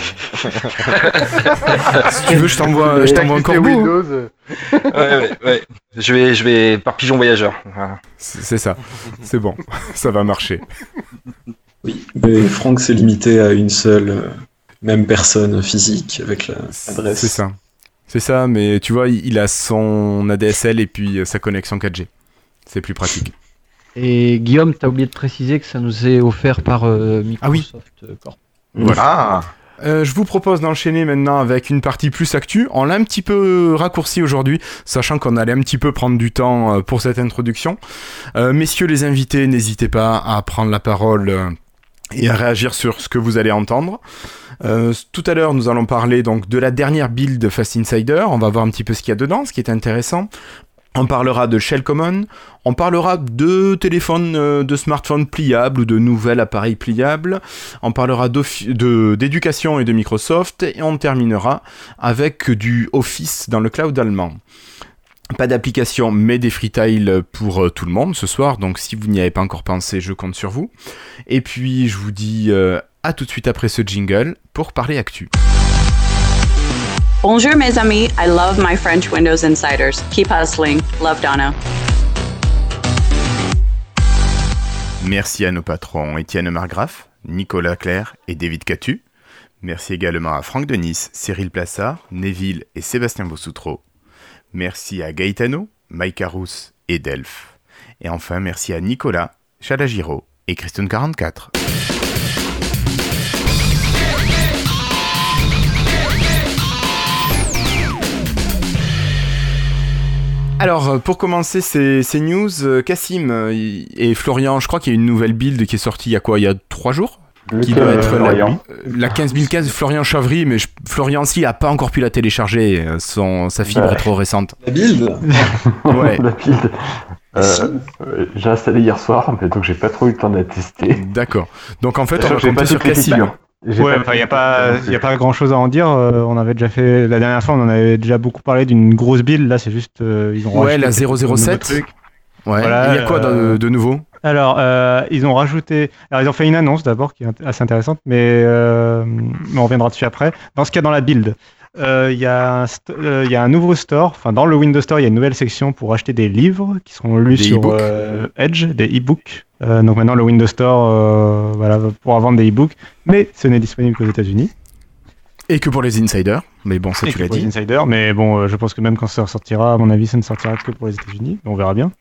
Si tu veux, je t'envoie encore Windows. Ouais. Je vais par pigeon voyageur. Voilà. C'est ça. C'est bon. Ça va marcher. Oui, mais Franck s'est limité à une seule même personne physique avec l'adresse. C'est ça, mais tu vois, il a son ADSL et puis sa connexion 4G. C'est plus pratique. Et Guillaume, t'as oublié de préciser que ça nous est offert par Microsoft Corp. Voilà. Je vous propose d'enchaîner maintenant avec une partie plus actu. On l'a un petit peu raccourci aujourd'hui, sachant qu'on allait un petit peu prendre du temps pour cette introduction. Messieurs les invités, n'hésitez pas à prendre la parole et à réagir sur ce que vous allez entendre. Tout à l'heure, nous allons parler donc de la dernière build Fast Insider. On va voir un petit peu ce qu'il y a dedans, ce qui est intéressant. On parlera de Shell Common, on parlera de téléphones, de smartphones pliables ou de nouvel appareil pliable, on parlera d'éducation et de Microsoft, et on terminera avec du Office dans le cloud allemand. Pas d'application, mais des freetiles pour tout le monde ce soir, donc si vous n'y avez pas encore pensé, je compte sur vous. Et puis je vous dis à tout de suite après ce jingle pour parler actu. Bonjour mes amis, I love my French Windows Insiders. Keep hustling. Love Donna. Merci à nos patrons Étienne Margraff, Nicolas Claire et David Catu. Merci également à Franck Denis, Cyril Plassard, Neville et Sébastien Bossoutreau. Merci à Gaetano, Mike Arous et Delph. Et enfin, merci à Nicolas, Chalagiro et Christone44. Alors, pour commencer ces news, Cassim et Florian, je crois qu'il y a une nouvelle build qui est sortie il y a 3 jours qui doit être la 15015 Florian Chavry, mais Florian aussi a pas encore pu la télécharger, sa fibre est trop récente. La build Ouais. La build. J'ai installé hier soir, mais donc j'ai pas trop eu le temps de la tester. D'accord. Donc en fait, on va compter sur Cassim. Ouais, il y a pas grand chose à en dire. On avait déjà fait la dernière fois, on en avait déjà beaucoup parlé d'une grosse build. Là, c'est juste ils ont la 007. Ouais. Voilà, il y a quoi de nouveau? Alors, ils ont rajouté. Alors, ils ont fait une annonce d'abord qui est assez intéressante, mais on reviendra dessus après. Dans ce cas, dans la build, il y a un nouveau store. Enfin, dans le Windows Store, il y a une nouvelle section pour acheter des livres qui seront lus sur Edge, des e-books. Donc maintenant, le Windows Store pourra vendre des e-books, mais ce n'est disponible qu'aux États-Unis. Et que pour les insiders, mais bon, ça tu l'as dit. Les insiders, mais bon, je pense que même quand ça sortira, à mon avis, ça ne sortira que pour les États-Unis. On verra bien.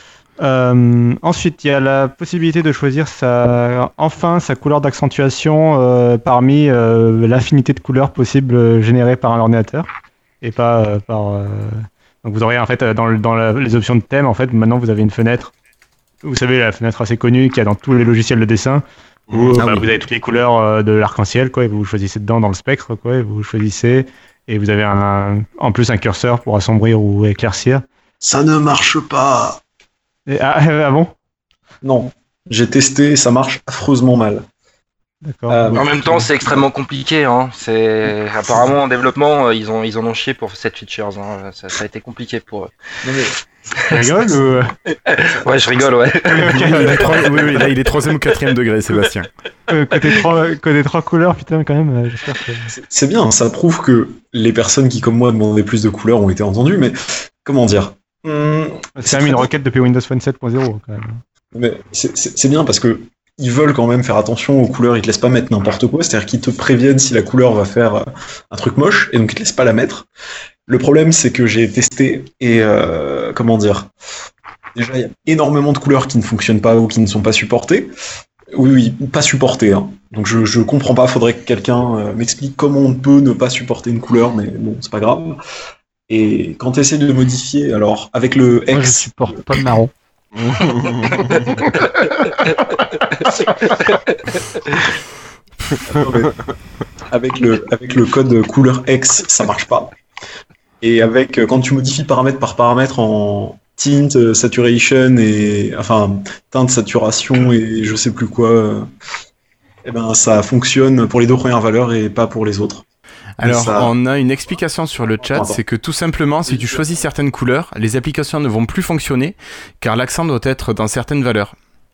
Ensuite, il y a la possibilité de choisir sa couleur d'accentuation parmi l'infinité de couleurs possibles générées par un ordinateur et pas par. Donc vous aurez en fait dans les options de thème, en fait, maintenant vous avez une fenêtre. Vous savez, la fenêtre assez connue qu'il y a dans tous les logiciels de dessin où vous avez toutes les couleurs de l'arc-en-ciel, quoi, et vous choisissez dedans dans le spectre, quoi, et vous choisissez et vous avez en plus un curseur pour assombrir ou éclaircir. Ça ne marche pas. Ah bon? Non, j'ai testé, ça marche affreusement mal. D'accord. En même temps, c'est extrêmement compliqué. Hein. Apparemment en développement, ils en ont chié pour cette features. Hein. Ça a été compliqué pour eux. Non mais... Tu rigoles ou... Ouais, je rigole, ouais. Là, il est 3e ou 4e degré, Sébastien. Côté 3 couleurs, putain, quand même, j'espère que... C'est bien, ça prouve que les personnes qui, comme moi, demandaient plus de couleurs ont été entendues, mais comment dire? C'est quand même une requête depuis Windows Phone 7.0, quand même. Mais c'est bien parce que ils veulent quand même faire attention aux couleurs, ils te laissent pas mettre n'importe quoi, c'est-à-dire qu'ils te préviennent si la couleur va faire un truc moche, et donc ils te laissent pas la mettre. Le problème, c'est que j'ai testé, et comment dire, déjà il y a énormément de couleurs qui ne fonctionnent pas ou qui ne sont pas supportées. Oui, pas supportées. Hein. Donc je comprends pas, faudrait que quelqu'un m'explique comment on peut ne pas supporter une couleur, mais bon, c'est pas grave. Et quand tu essaies de modifier, alors avec le X... Moi, je supporte pas le marron. avec le code couleur X, ça marche pas. Et quand tu modifies paramètre par paramètre en tint, saturation et enfin teinte, saturation et je sais plus quoi, et ben ça fonctionne pour les 2 premières valeurs et pas pour les autres. Alors, on a une explication sur le chat, c'est que tout simplement, si tu choisis certaines couleurs, les applications ne vont plus fonctionner, car l'accent doit être dans certaines valeurs.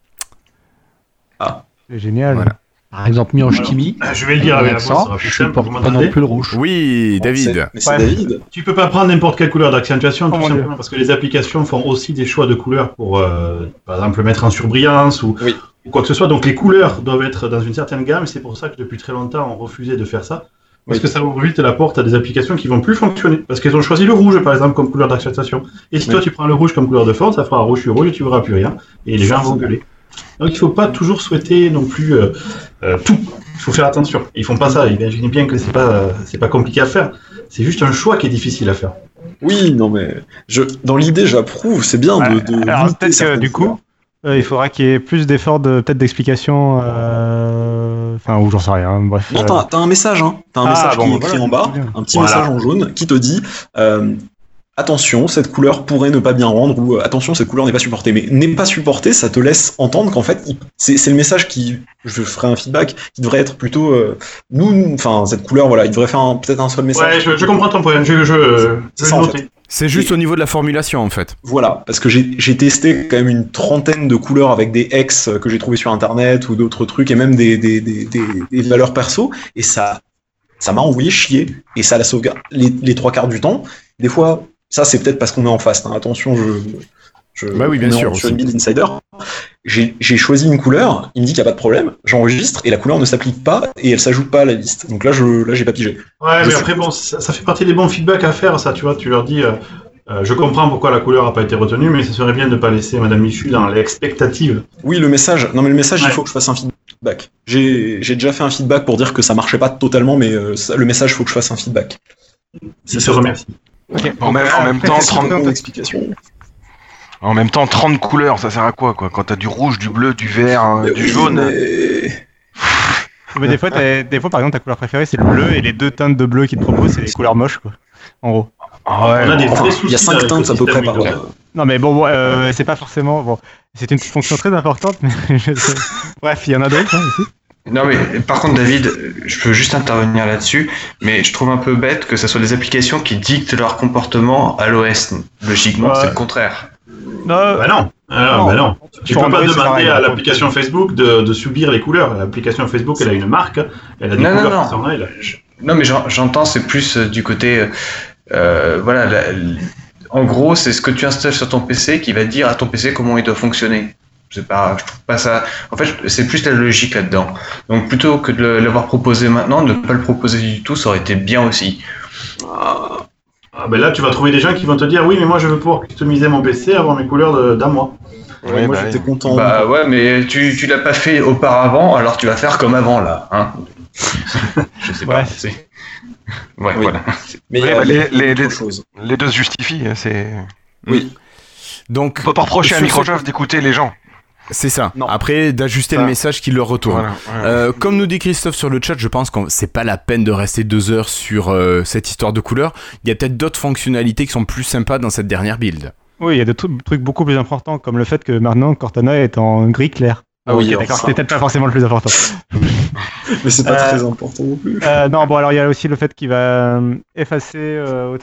Ah, c'est génial. Voilà. Par exemple, Miange Kimi. Je vais le dire avec l'accent, je supporte pas non plus le rouge. Oui, David. C'est David. Tu peux pas prendre n'importe quelle couleur d'accentuation, tout simplement parce que les applications font aussi des choix de couleurs pour, par exemple, mettre en surbrillance ou quoi que ce soit. Donc les couleurs doivent être dans une certaine gamme, et c'est pour ça que depuis très longtemps, on refusait de faire ça. Parce que ça ouvre vite la porte à des applications qui vont plus fonctionner. Parce qu'elles ont choisi le rouge, par exemple, comme couleur d'accentuation. Et si toi, tu prends le rouge comme couleur de fond, ça fera rouge sur rouge et tu verras plus rien. Et les gens vont gueuler. Donc, il faut pas toujours souhaiter non plus tout. Il faut faire attention. Ils font pas ça. Imaginez bien que c'est pas compliqué à faire. C'est juste un choix qui est difficile à faire. Oui, non, mais dans l'idée, j'approuve. C'est bien de alors, peut-être que du coup, il faudra qu'il y ait plus d'efforts peut-être d'explication, enfin, ou j'en sais rien, bref. Non, t'as un message, hein. T'as un message qui est écrit en bas, un petit message en jaune, qui te dit, attention, cette couleur pourrait ne pas bien rendre, ou attention, cette couleur n'est pas supportée. Mais n'est pas supportée, ça te laisse entendre qu'en fait, c'est le message je ferai un feedback, qui devrait être plutôt, enfin, cette couleur, voilà, il devrait faire peut-être un seul message. Ouais, je comprends ton point, je vais noter. C'est juste au niveau de la formulation, en fait. Voilà, parce que j'ai testé quand même une trentaine de couleurs avec des X que j'ai trouvé sur Internet ou d'autres trucs, et même des valeurs perso, et ça m'a envoyé chier, et ça la sauvegarde les 3 quarts du temps. Des fois, ça c'est peut-être parce qu'on est en face, hein. Attention, Bah oui, bien sûr. Sur une build Insider, j'ai choisi une couleur, il me dit qu'il n'y a pas de problème, j'enregistre et la couleur ne s'applique pas et elle s'ajoute pas à la liste. Donc là, j'ai pas pigé. Ouais, mais après, bon, ça fait partie des bons feedbacks à faire, ça, tu vois. Tu leur dis, je comprends pourquoi la couleur n'a pas été retenue, mais ce serait bien de ne pas laisser Madame Michu dans l'expectative. Oui, le message, il faut que je fasse un feedback. J'ai déjà fait un feedback pour dire que ça marchait pas totalement, mais le message, il faut que je fasse un feedback. Je te remercie. Okay. En même temps, 30 explications. En même temps, 30 couleurs, ça sert à quoi quand t'as du rouge, du bleu, du vert, du jaune. Mais des fois, par exemple, ta couleur préférée, c'est le bleu, et les 2 teintes de bleu qu'ils te proposent, c'est les couleurs moches, quoi. En gros. Ouais, on a des vrais soucis. Il y a 5 teintes à peu près par Non, mais bon, c'est pas forcément. Bon, c'est une fonction très importante, mais bref, il y en a d'autres, hein, ici. Non mais par contre David, je peux juste intervenir là-dessus, mais je trouve un peu bête que ce soit des applications qui dictent leur comportement à l'OS. Logiquement, c'est le contraire. Bah non. Tu peux pas demander à l'application Facebook de subir les couleurs. L'application Facebook, elle a une marque, elle a des couleurs qui sont là. Non mais j'entends, c'est plus du côté... voilà, en gros, c'est ce que tu installes sur ton PC qui va dire à ton PC comment il doit fonctionner. Je trouve pas ça. En fait, c'est plus la logique là-dedans. Donc, plutôt que de l'avoir proposé maintenant, ne pas le proposer du tout, ça aurait été bien aussi. Ben là, tu vas trouver des gens qui vont te dire oui, mais moi, je veux pouvoir customiser mon PC, avoir mes couleurs d'un mois. Ouais, moi, j'étais content. Bah ouais, mais tu l'as pas fait auparavant, alors tu vas faire comme avant là, hein. Je sais pas. Ouais, oui. Voilà. Mais les deux se justifient. C'est. Oui. Donc. On peut pas reprocher à Microsoft d'écouter les gens. C'est ça. Non. Après, d'ajuster le message qui leur retourne. Voilà. Comme nous dit Christophe sur le chat, je pense que c'est pas la peine de rester 2 heures sur cette histoire de couleurs. Il y a peut-être d'autres fonctionnalités qui sont plus sympas dans cette dernière build. Oui, il y a des trucs beaucoup plus importants, comme le fait que maintenant Cortana est en gris clair. Ah oui, d'accord, c'était peut-être pas forcément le plus important. Mais c'est pas très important non plus. Non, bon, alors il y a aussi le fait qu'il va effacer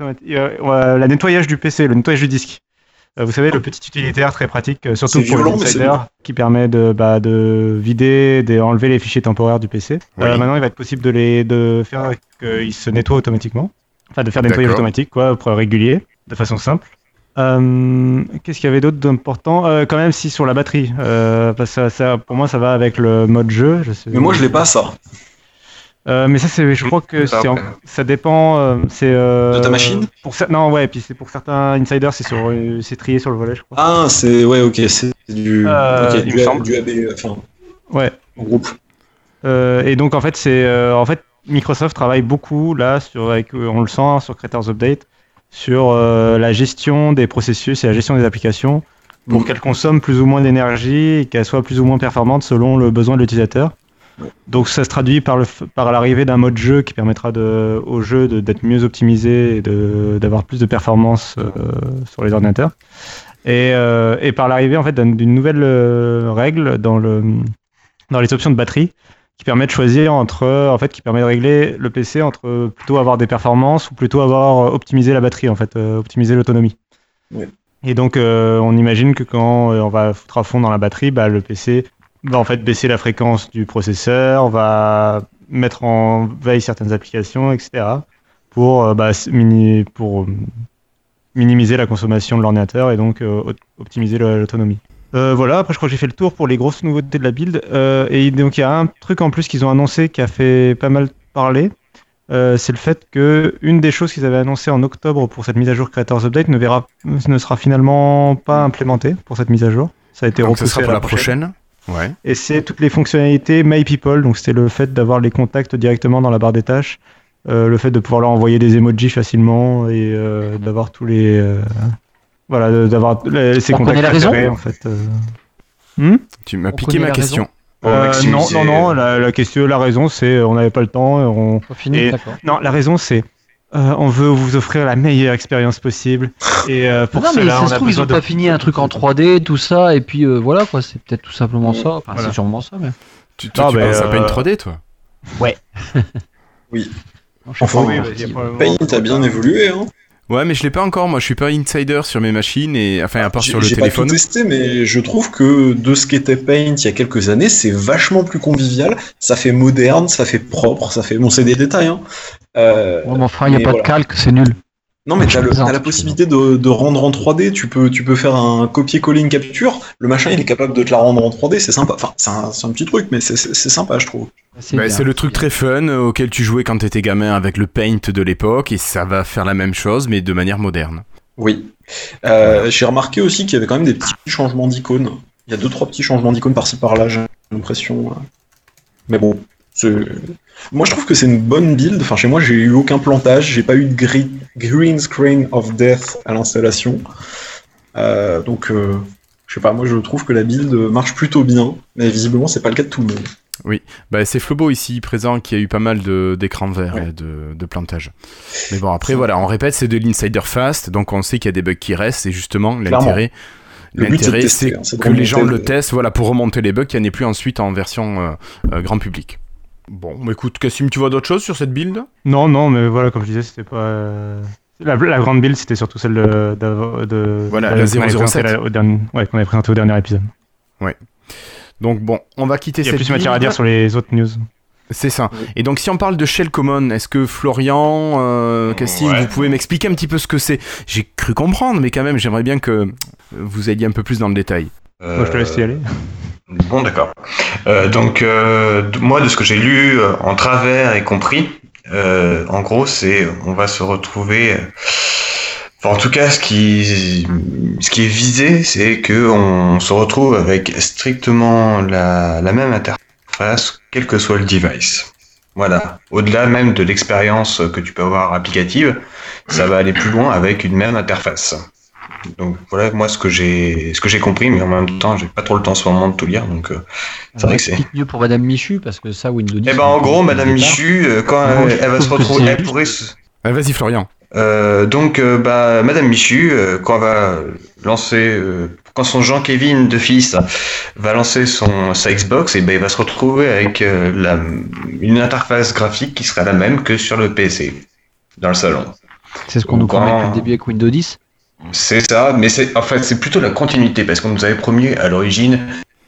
le nettoyage du PC, le nettoyage du disque. Vous savez, le petit utilitaire très pratique, surtout pour les insiders, qui permet de vider, d'enlever les fichiers temporaires du PC. Oui. Maintenant, il va être possible de faire qu'il se nettoie automatiquement. Enfin, de faire des nettoyages automatiques, quoi, réguliers, de façon simple. Qu'est-ce qu'il y avait d'autre d'important quand même, si sur la batterie, parce que ça, pour moi, ça va avec le mode jeu. Mais moi, je l'ai pas, ça. Mais ça, je crois que ça dépend. De ta machine non, ouais, puis c'est pour certains insiders, c'est trié sur le volet, je crois. Ah, ok, c'est du AB, enfin. Ouais. En groupe. Et donc, en fait, Microsoft travaille beaucoup là on le sent sur Creators Update, sur la gestion des processus et la gestion des applications pour qu'elles consomment plus ou moins d'énergie et qu'elles soient plus ou moins performantes selon le besoin de l'utilisateur. Donc ça se traduit par l'arrivée d'un mode jeu qui permettra au jeu d'être mieux optimisé et d'avoir plus de performance sur les ordinateurs. Et par l'arrivée en fait d'une nouvelle règle dans les options de batterie qui permet de choisir qui permet de régler le PC entre plutôt avoir des performances ou plutôt avoir optimisé la batterie, en fait, optimiser l'autonomie. Oui. Et donc on imagine que quand on va foutre à fond dans la batterie, le PC va en fait baisser la fréquence du processeur, va mettre en veille certaines applications, etc. pour minimiser la consommation de l'ordinateur et donc optimiser l'autonomie. Voilà, après je crois que j'ai fait le tour pour les grosses nouveautés de la build. Et donc il y a un truc en plus qu'ils ont annoncé qui a fait pas mal parler. C'est le fait que une des choses qu'ils avaient annoncé en octobre pour cette mise à jour Creators Update ne sera finalement pas implémentée pour cette mise à jour. Ça a été repoussé ça sera pour la prochaine. Ouais. Et c'est toutes les fonctionnalités My People, donc c'était le fait d'avoir les contacts directement dans la barre des tâches, le fait de pouvoir leur envoyer des emojis facilement et d'avoir tous les d'avoir ces contacts préférés en fait. Tu m'as piqué ma question. Non, la raison c'est on n'avait pas le temps. Non, la raison c'est on veut vous offrir la meilleure expérience possible et pour non, cela mais ça se trouve ils ont pas fini un truc en 3D tout ça et puis voilà quoi, c'est peut-être tout simplement ça. Enfin, c'est sûrement ça mais. Tu penses à Paint 3D toi? Ouais. Oui. Enfin, Paint a bien évolué hein. Ouais, mais je l'ai pas encore. Moi, je suis pas insider sur mes machines et à part sur le téléphone. J'ai pas tout testé, mais je trouve que de ce qu'était Paint il y a quelques années, c'est vachement plus convivial. Ça fait moderne, ça fait propre, ça fait. Bon, c'est des détails. Hein. Enfin, il y a pas de calque, c'est nul. Non, mais t'as la possibilité de rendre en 3D. Tu peux faire un copier-coller, une capture. Le machin, il est capable de te la rendre en 3D. C'est sympa. Enfin, c'est un petit truc, mais c'est sympa, je trouve. C'est le truc très fun auquel tu jouais quand t'étais gamin avec le Paint de l'époque, et ça va faire la même chose, mais de manière moderne. Oui. J'ai remarqué aussi qu'il y avait quand même des petits changements d'icônes. Il y a 2-3 petits changements d'icônes par-ci par-là, j'ai l'impression. Mais bon, moi je trouve que c'est une bonne build. Enfin, chez moi, j'ai eu aucun plantage, j'ai pas eu de green screen of death à l'installation. Donc, je sais pas, moi je trouve que la build marche plutôt bien, mais visiblement, c'est pas le cas de tout le monde. Oui, c'est Flobo ici présent qui a eu pas mal d'écrans verts et de plantage. Mais bon, après, voilà, on répète, c'est de l'insider fast, donc on sait qu'il y a des bugs qui restent, et justement, l'intérêt, c'est que les gens le testent, voilà, pour remonter les bugs, qu'il n'y en ait plus ensuite en version grand public. Bon, écoute, Cassim, tu vois d'autres choses sur cette build ? Non, mais voilà, comme je disais, c'était pas... La grande build, c'était surtout celle de voilà, la 007. Qu'on avait présenté au dernier épisode. Ouais. Donc bon, on va quitter cette build. Il y a plus matière à dire sur les autres news. C'est ça. Oui. Et donc si on parle de Shell Common, est-ce que Florian, Cassim, vous pouvez m'expliquer un petit peu ce que c'est ? J'ai cru comprendre, mais quand même, j'aimerais bien que vous alliez un peu plus dans le détail. Moi, je te laisse y aller. Bon, d'accord. Donc, moi, de ce que j'ai lu en travers et compris, en gros, on va se retrouver... Enfin, en tout cas, ce qui est visé, c'est que on se retrouve avec strictement la même interface, quel que soit le device. Voilà. Au-delà même de l'expérience que tu peux avoir applicative, ça va aller plus loin avec une même interface. Donc voilà, moi ce que j'ai compris, mais en même temps, j'ai pas trop le temps en ce moment de tout lire, donc c'est vrai que c'est mieux pour Madame Michu, parce que ça, Windows 10. Eh ben en gros, Madame Michu, quand elle va se retrouver, elle pourrait. Vas-y, Florian. Madame Michu, quand elle va lancer, quand son Jean-Kévin de fils va lancer sa Xbox, et ben il va se retrouver avec une interface graphique qui sera la même que sur le PC dans le salon. C'est ce qu'on nous promet depuis le début avec Windows 10. C'est ça, mais c'est plutôt la continuité, parce qu'on nous avait promis à l'origine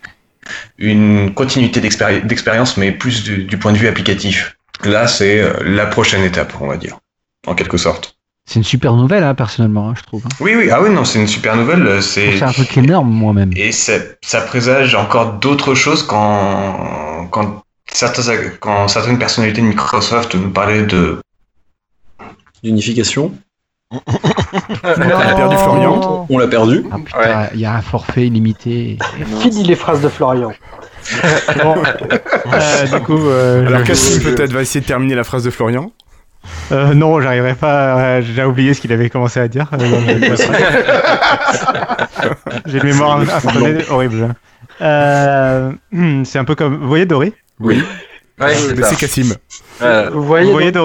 une continuité d'expérience, mais plus du point de vue applicatif. Là, c'est la prochaine étape, on va dire, en quelque sorte. C'est une super nouvelle, personnellement, je trouve. Oui, non, c'est une super nouvelle. C'est un truc énorme, moi-même. Et ça présage encore d'autres choses quand certaines personnalités de Microsoft nous parlaient d'unification. On a perdu Florian. On l'a perdu. Ah, putain, il y a un forfait illimité. Fini les phrases de Florian. Du coup, alors Cassim peut-être va essayer de terminer la phrase de Florian. Non, j'arriverai pas. J'ai oublié ce qu'il avait commencé à dire. J'ai une mémoire instantanée horrible. C'est un peu comme. Vous voyez Dory ? Oui. Ouais, c'est Cassim. Vous voyez Dory ?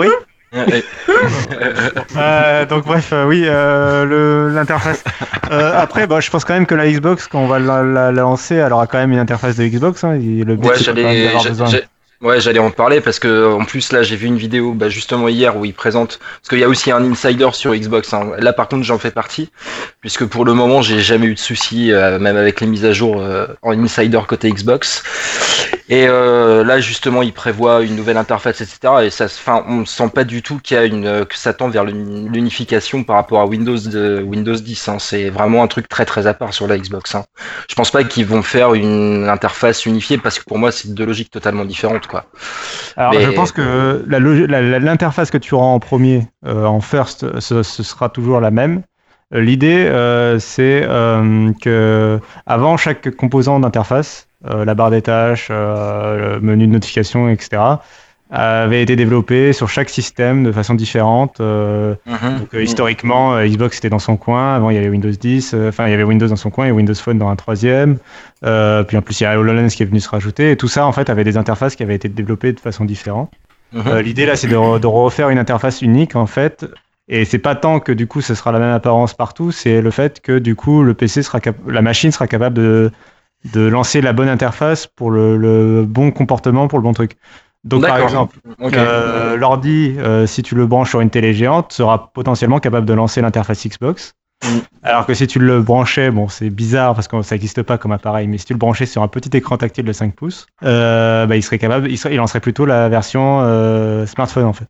Donc bref, oui, l'interface. Après, je pense quand même que la Xbox, quand on va la lancer, elle aura quand même une interface de Xbox. Le but, c'est d'avoir besoin. Ouais, j'allais en parler parce que en plus là j'ai vu une vidéo justement hier où ils présentent, parce qu'il y a aussi un insider sur Xbox. Là par contre j'en fais partie, puisque pour le moment j'ai jamais eu de soucis, même avec les mises à jour en insider côté Xbox. Et là justement ils prévoient une nouvelle interface, etc. Et on sent pas du tout qu'il y a que ça tend vers l'unification par rapport à Windows 10. C'est vraiment un truc très très à part sur la Xbox. Je pense pas qu'ils vont faire une interface unifiée, parce que pour moi c'est deux logiques totalement différentes. Alors je pense que l'interface que tu auras en premier, en first, ce sera toujours la même. L'idée, c'est que avant chaque composant d'interface, la barre des tâches, le menu de notification, etc., avait été développé sur chaque système de façon différente. Donc historiquement, Xbox était dans son coin. Avant, il y avait Windows 10. Il y avait Windows dans son coin et Windows Phone dans un troisième. Puis en plus, il y a HoloLens qui est venu se rajouter. Et tout ça, en fait, avait des interfaces qui avaient été développées de façon différente. L'idée là, c'est de refaire une interface unique, en fait. Et c'est pas tant que du coup, ce sera la même apparence partout. C'est le fait que du coup, la machine sera capable de lancer la bonne interface pour le bon comportement, pour le bon truc. Donc par exemple, l'ordi, si tu le branches sur une télé géante, sera potentiellement capable de lancer l'interface Xbox. Alors que si tu le branchais, c'est bizarre parce que ça n'existe pas comme appareil, mais si tu le branchais sur un petit écran tactile de 5 pouces, il serait capable, il lancerait plutôt la version smartphone en fait.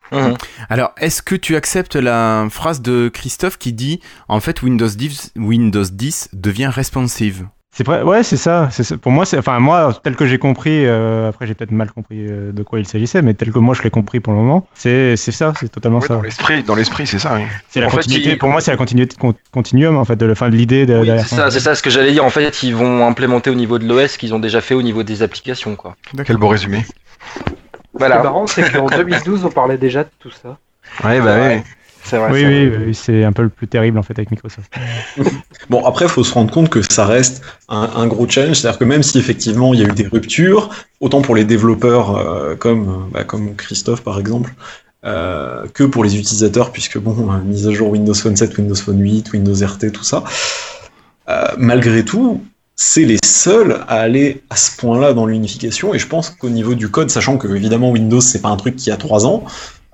Alors, est-ce que tu acceptes la phrase de Christophe qui dit en fait Windows 10 devient responsive? C'est vrai, ouais, c'est ça. Pour moi, moi, tel que j'ai compris, après j'ai peut-être mal compris de quoi il s'agissait, mais tel que moi je l'ai compris pour le moment, c'est ça, c'est totalement ça. Dans l'esprit, c'est ça. Oui. C'est la continuité. Pour moi, c'est la continuité continuum en fait de l'idée derrière. C'est ça ce que j'allais dire. En fait, ils vont implémenter au niveau de l'OS ce qu'ils ont déjà fait au niveau des applications, quoi. Quel beau résumé. Voilà. Ce qui est marrant, c'est qu'en 2012, on parlait déjà de tout ça. Ouais, bah oui. C'est vrai, oui, c'est un peu le plus terrible en fait avec Microsoft. Bon, après, il faut se rendre compte que ça reste un gros challenge, c'est-à-dire que même si effectivement il y a eu des ruptures, autant pour les développeurs comme Christophe par exemple, que pour les utilisateurs, puisque mise à jour Windows Phone 7, Windows Phone 8, Windows RT, tout ça, malgré tout, c'est les seuls à aller à ce point-là dans l'unification, et je pense qu'au niveau du code, sachant que évidemment Windows c'est pas un truc qui a 3 ans,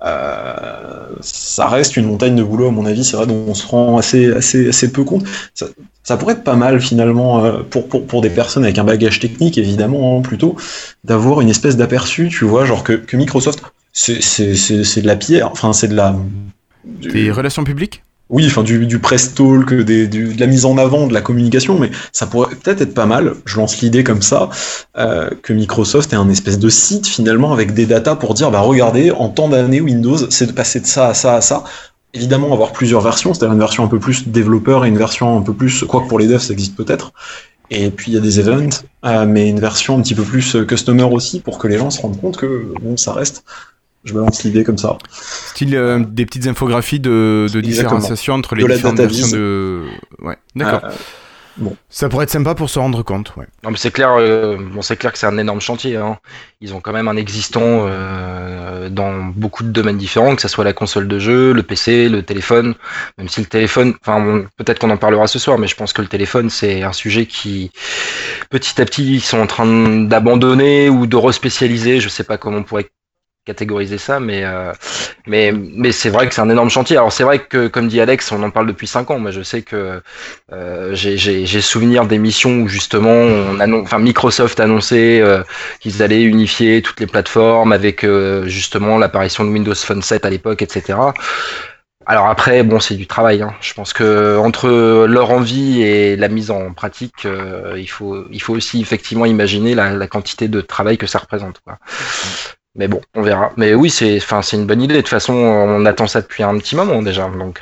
ça reste une montagne de boulot à mon avis, c'est vrai, dont on se rend assez peu compte. Ça pourrait être pas mal finalement pour des personnes avec un bagage technique évidemment plutôt d'avoir une espèce d'aperçu, tu vois, genre que Microsoft c'est de la pierre, enfin c'est de la des relations publiques. Oui, enfin du press talk, de la mise en avant, de la communication, mais ça pourrait peut-être être pas mal, je lance l'idée comme ça, que Microsoft ait un espèce de site finalement avec des datas pour dire, bah regardez, en tant d'années Windows, c'est de passer de ça à ça à ça. Évidemment, avoir plusieurs versions, c'est-à-dire une version un peu plus développeur et une version un peu plus, quoique pour les devs ça existe peut-être, et puis il y a des events, mais une version un petit peu plus customer aussi, pour que les gens se rendent compte que bon, ça reste... Je balance l'idée comme ça. Style des petites infographies de différenciation entre les différentes versions de... Ouais, d'accord. Bon. Ça pourrait être sympa pour se rendre compte. Ouais. Non, mais c'est clair, c'est clair que c'est un énorme chantier. Hein. Ils ont quand même un existant dans beaucoup de domaines différents, que ce soit la console de jeu, le PC, le téléphone. Même si le téléphone, peut-être qu'on en parlera ce soir, mais je pense que le téléphone, c'est un sujet qui, petit à petit, ils sont en train d'abandonner ou de respécialiser. Je sais pas comment on pourrait catégoriser ça, mais c'est vrai que c'est un énorme chantier. Alors c'est vrai que, comme dit Alex, on en parle depuis 5 ans. Moi, je sais que j'ai souvenir d'émissions où justement Microsoft annonçait qu'ils allaient unifier toutes les plateformes avec justement l'apparition de Windows Phone 7 à l'époque, etc. Alors après, c'est du travail. Hein. Je pense que entre leur envie et la mise en pratique, il faut aussi effectivement imaginer la quantité de travail que ça représente, quoi. Mais bon, on verra. Mais oui, c'est une bonne idée. De toute façon, on attend ça depuis un petit moment déjà. Donc,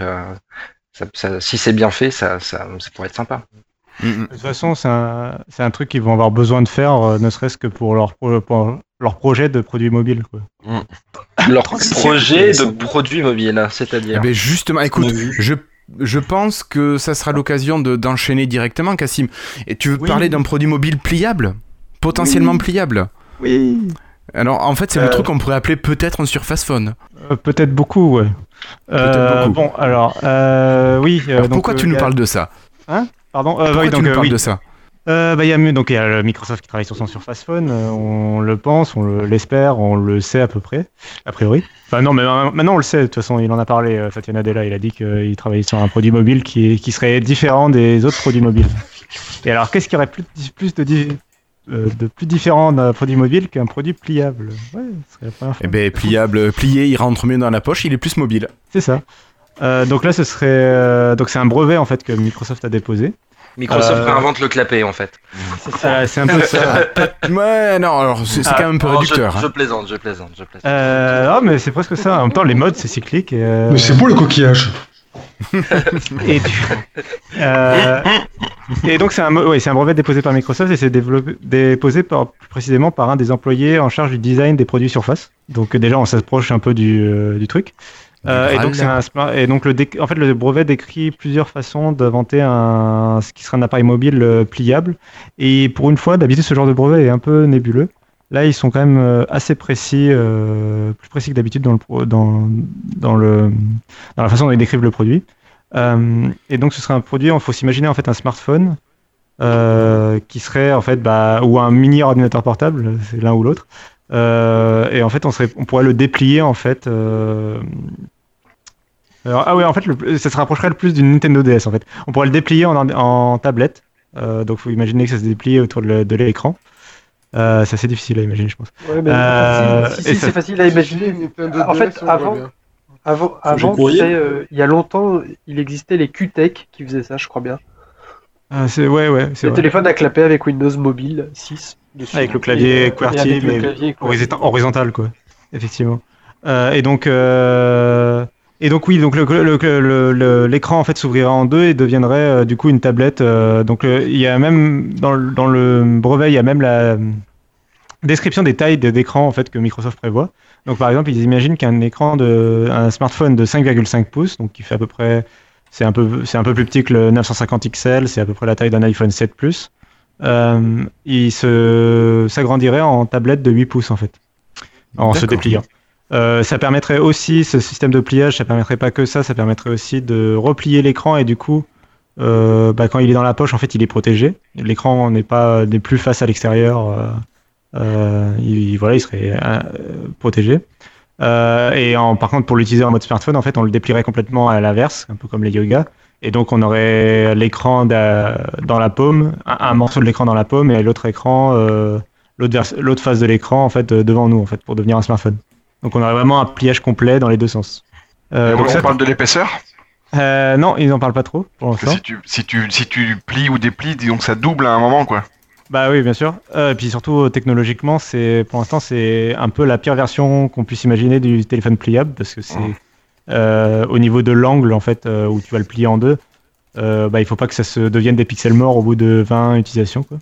si c'est bien fait, ça pourrait être sympa. De toute façon, c'est un truc qu'ils vont avoir besoin de faire, ne serait-ce que pour leur projet de produit mobile, quoi. Leur projet de produit mobile, c'est-à-dire. Eh ben justement, écoute, je pense que ça sera l'occasion d'enchaîner directement, Cassim. Et tu veux parler d'un produit mobile pliable, potentiellement pliable. Oui. Alors, en fait, c'est le truc qu'on pourrait appeler peut-être un Surface Phone. Peut-être beaucoup, ouais. Peut-être beaucoup. Bon, alors, oui. Alors, pourquoi tu nous parles de ça? Hein? Pardon. Pourquoi tu nous parles de ça? Il y a le Microsoft qui travaille sur son Surface Phone. On le pense, on l'espère, on le sait à peu près, a priori. Enfin non, mais maintenant on le sait. De toute façon, il en a parlé. Satya Nadella, il a dit qu'il travaillait sur un produit mobile qui serait différent des autres produits mobiles. Et alors, qu'est-ce qui aurait plus différent d'un produit mobile qu'un produit pliable? Ouais, ce serait la première fois. Eh ben, plié, il rentre mieux dans la poche, il est plus mobile. C'est ça. Donc là, ce serait donc c'est un brevet en fait que Microsoft a déposé. Microsoft réinvente le clapet en fait. C'est un peu ça. Ouais, non, alors c'est quand même un peu réducteur. Je plaisante. Non, mais c'est presque ça. En même temps, les modes c'est cyclique. Mais c'est beau le coquillage. Et donc c'est un brevet déposé par Microsoft et c'est déposé plus précisément par un des employés en charge du design des produits Surface. Donc déjà on s'approche un peu du truc. Et donc le brevet décrit plusieurs façons d'inventer ce qui serait un appareil mobile pliable. Et pour une fois, d'habitude ce genre de brevet est un peu nébuleux. Là, ils sont quand même assez précis, plus précis que d'habitude dans la façon dont ils décrivent le produit. Et donc, ce serait un produit, il faut s'imaginer en fait un smartphone qui serait en fait ou un mini ordinateur portable, c'est l'un ou l'autre. Et en fait, on pourrait le déplier en fait. En fait, ça se rapprocherait le plus d'une Nintendo DS en fait. On pourrait le déplier en tablette. Donc, faut imaginer que ça se déplie autour de l'écran. C'est assez difficile à imaginer, je pense. Ouais, mais c'est facile à imaginer. En fait, avant, il y a longtemps, il existait les Q-Tech qui faisaient ça, je crois bien. C'est vrai. Téléphone à clapper avec Windows Mobile 6 dessus. Avec le clavier QWERTY, mais horizontal, quoi. Effectivement. Et donc oui, donc l'écran en fait s'ouvrira en deux et deviendrait du coup une tablette. Donc il y a même dans le brevet, il y a même la description des tailles d'écran en fait que Microsoft prévoit. Donc par exemple, ils imaginent qu'un écran un smartphone de 5,5 pouces, donc qui fait à peu près, c'est un peu plus petit que le 950 XL, c'est à peu près la taille d'un iPhone 7 Plus. Il s'agrandirait en tablette de 8 pouces en fait, en se dépliant. Ça permettrait aussi, ce système de pliage, ça permettrait pas que ça permettrait aussi de replier l'écran et du coup, quand il est dans la poche, en fait, il est protégé. L'écran n'est plus face à l'extérieur. Il serait protégé. Par contre, pour l'utiliser en mode smartphone, en fait, on le déplierait complètement à l'inverse, un peu comme les Yoga. Et donc, on aurait l'écran dans la paume, un morceau de l'écran dans la paume et l'autre écran, l'autre face de l'écran, en fait, devant nous, en fait, pour devenir un smartphone. Donc on aurait vraiment un pliage complet dans les deux sens. Donc on parle de l'épaisseur ? Non, ils n'en parlent pas trop pour l'instant. Si tu plies ou déplies, disons que ça double à un moment, quoi. Bah oui, bien sûr. Et puis surtout technologiquement, pour l'instant c'est un peu la pire version qu'on puisse imaginer du téléphone pliable parce que c'est au niveau de l'angle en fait où tu vas le plier en deux. Il faut pas que ça se devienne des pixels morts au bout de 20 utilisations, quoi.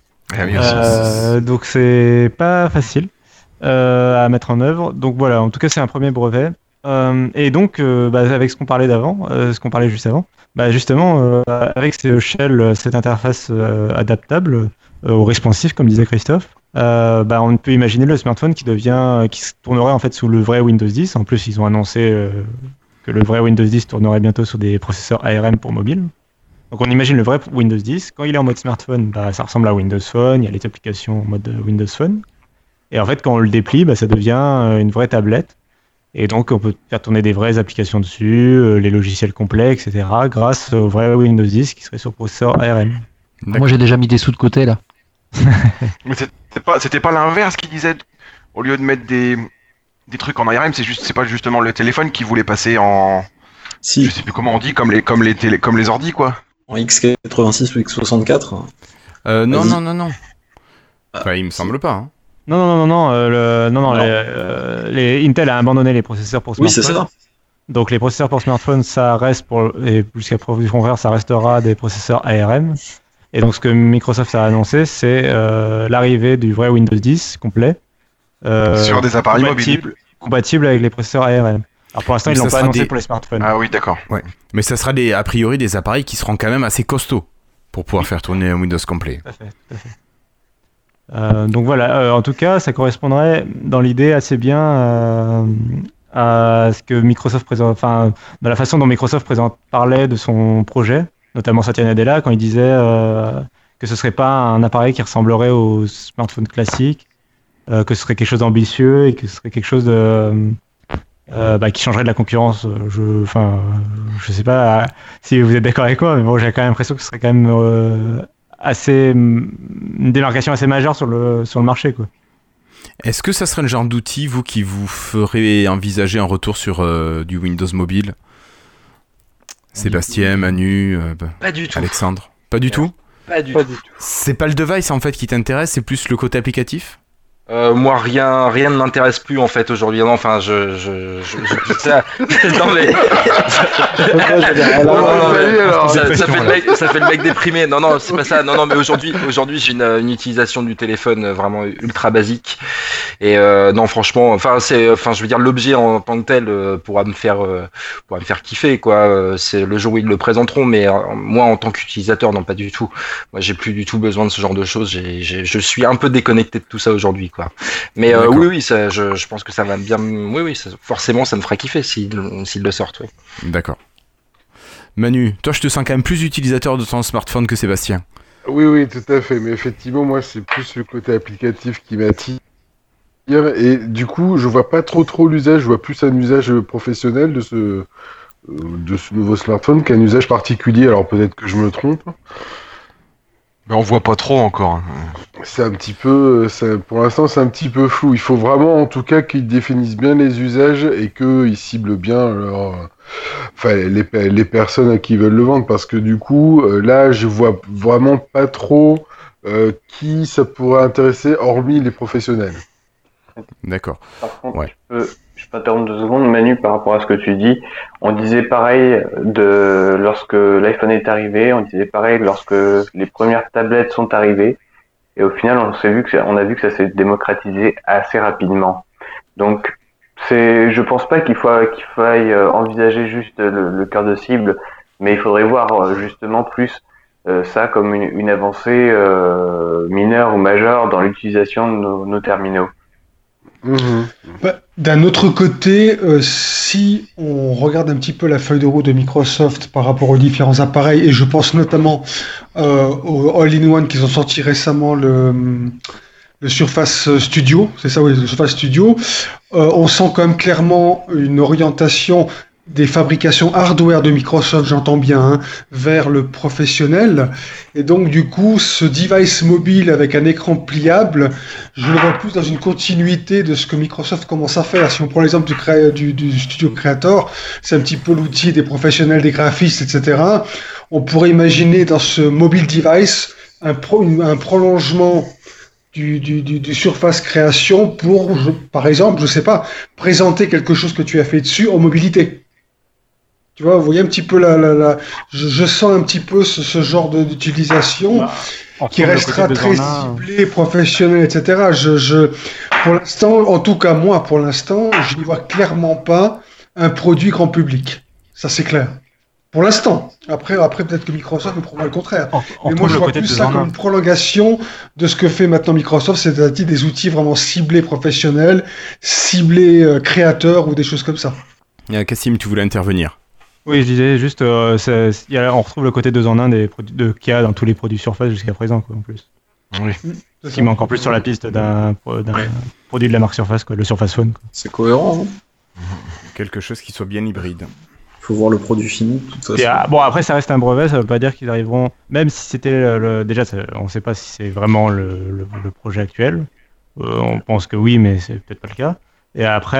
Donc c'est pas facile à mettre en œuvre. Donc voilà, en tout cas c'est un premier brevet. Et donc avec ce qu'on parlait juste avant, justement avec ce shell, cette interface adaptable au responsive comme disait Christophe, on peut imaginer le smartphone qui se tournerait en fait sous le vrai Windows 10. En plus ils ont annoncé que le vrai Windows 10 tournerait bientôt sur des processeurs ARM pour mobile. Donc on imagine le vrai Windows 10. Quand il est en mode smartphone, ça ressemble à Windows Phone, il y a les applications en mode Windows Phone. Et en fait, quand on le déplie, ça devient une vraie tablette. Et donc, on peut faire tourner des vraies applications dessus, les logiciels complets, etc., grâce au vrai Windows 10 qui serait sur processeur ARM. Moi, j'ai déjà mis des sous de côté, là. Mais c'était pas l'inverse qui disait, au lieu de mettre des trucs en ARM, c'est pas justement le téléphone qui voulait passer en... Si. Je sais plus comment on dit, comme les ordi, quoi. En x86 ou x64. Non. Il me semble pas. Hein. Non. Intel a abandonné les processeurs pour smartphone. Oui, c'est ça. Donc les processeurs pour smartphone, ça reste et jusqu'à preuve du contraire, ça restera des processeurs ARM. Et donc ce que Microsoft a annoncé, c'est l'arrivée du vrai Windows 10 complet. Sur des appareils mobiles. Compatible avec les processeurs ARM. Alors pour l'instant, ils l'ont pas annoncé pour les smartphones. Ah oui, d'accord. Ouais. Mais ça sera a priori des appareils qui seront quand même assez costauds pour pouvoir faire tourner un Windows complet. Tout à fait. Donc voilà, en tout cas, ça correspondrait dans l'idée assez bien à ce que Microsoft présente, dans la façon dont Microsoft parlait de son projet, notamment Satya Nadella, quand il disait que ce serait pas un appareil qui ressemblerait au smartphone classique, que ce serait quelque chose d'ambitieux et que ce serait quelque chose qui changerait de la concurrence. Je sais pas si vous êtes d'accord avec moi, mais bon, j'ai quand même l'impression que ce serait quand même une démarcation assez majeure sur le marché, quoi. Est-ce que ça serait le genre d'outil, vous, qui vous ferait envisager un retour sur du Windows Mobile ? Sébastien, Manu, pas du tout. Alexandre, pas du tout ? Pas du tout. C'est pas le device en fait qui t'intéresse, c'est plus le côté applicatif ? Moi, rien ne m'intéresse plus en fait aujourd'hui. Non, enfin, je ça. Non mais. Ça fait le mec déprimé. Non, c'est pas ça. Non, mais aujourd'hui, j'ai une utilisation du téléphone vraiment ultra basique. Et non, franchement, je veux dire, l'objet en tant que tel pourra me faire kiffer, quoi. C'est le jour où ils le présenteront, mais moi, en tant qu'utilisateur, non, pas du tout. Moi, j'ai plus du tout besoin de ce genre de choses. Je suis un peu déconnecté de tout ça aujourd'hui, quoi. Mais oui, ça, je pense que ça va bien. Oui, forcément, ça me fera kiffer s'ils le sortent. Oui. D'accord. Manu, toi, je te sens quand même plus utilisateur de ton smartphone que Sébastien. Oui, tout à fait. Mais effectivement, moi, c'est plus le côté applicatif qui m'attire. Et du coup, je vois pas trop l'usage. Je vois plus un usage professionnel de ce nouveau smartphone qu'un usage particulier. Alors peut-être que je me trompe. Mais on voit pas trop encore. C'est un petit peu, pour l'instant, c'est un petit peu flou. Il faut vraiment, en tout cas, qu'ils définissent bien les usages et qu'ils ciblent bien les personnes à qui ils veulent le vendre, parce que du coup, là, je vois vraiment pas trop qui ça pourrait intéresser, hormis les professionnels. D'accord. Par contre, je peux t'interrompre 2 secondes, Manu, par rapport à ce que tu dis. On disait pareil lorsque l'iPhone est arrivé, on disait pareil lorsque les premières tablettes sont arrivées. Et au final, on a vu que ça s'est démocratisé assez rapidement. Donc, je pense pas qu'il faille envisager juste le cœur de cible, mais il faudrait voir justement plus ça comme une avancée mineure ou majeure dans l'utilisation de nos terminaux. D'un autre côté, si on regarde un petit peu la feuille de route de Microsoft par rapport aux différents appareils, et je pense notamment au All-in-One qu'ils ont sorti récemment, le Surface Studio, c'est ça, oui, le Surface Studio, on sent quand même clairement une orientation des fabrications hardware de Microsoft, j'entends bien, hein, vers le professionnel. Et donc, du coup, ce device mobile avec un écran pliable, je le vois plus dans une continuité de ce que Microsoft commence à faire. Si on prend l'exemple du Studio Creator, c'est un petit peu l'outil des professionnels, des graphistes, etc. On pourrait imaginer dans ce mobile device un prolongement du Surface Création pour, par exemple, je sais pas, présenter quelque chose que tu as fait dessus en mobilité. Tu vois, vous voyez un petit peu je sens un petit peu ce genre d'utilisation qui restera très ciblé, professionnel, etc. Pour l'instant, en tout cas moi, pour l'instant, je n'y vois clairement pas un produit grand public. Ça c'est clair. Pour l'instant. Après peut-être que Microsoft me prouvera le contraire. Mais moi je vois plus ça comme une prolongation de ce que fait maintenant Microsoft, c'est-à-dire des outils vraiment ciblés professionnels, ciblés créateurs ou des choses comme ça. Cassim, tu voulais intervenir? Oui, je disais juste, on retrouve le côté 2 en 1 qu'il y a dans tous les produits Surface jusqu'à présent, quoi, en plus. Oui. Ce qui met encore plus sur la piste d'un produit de la marque Surface, quoi, le Surface Phone. C'est cohérent. Quelque chose qui soit bien hybride. Il faut voir le produit fini, de toute façon. Bon, après, ça reste un brevet, ça veut pas dire qu'ils arriveront, même si c'était déjà, on sait pas si c'est vraiment le projet actuel. On pense que oui, mais c'est peut-être pas le cas. Et après,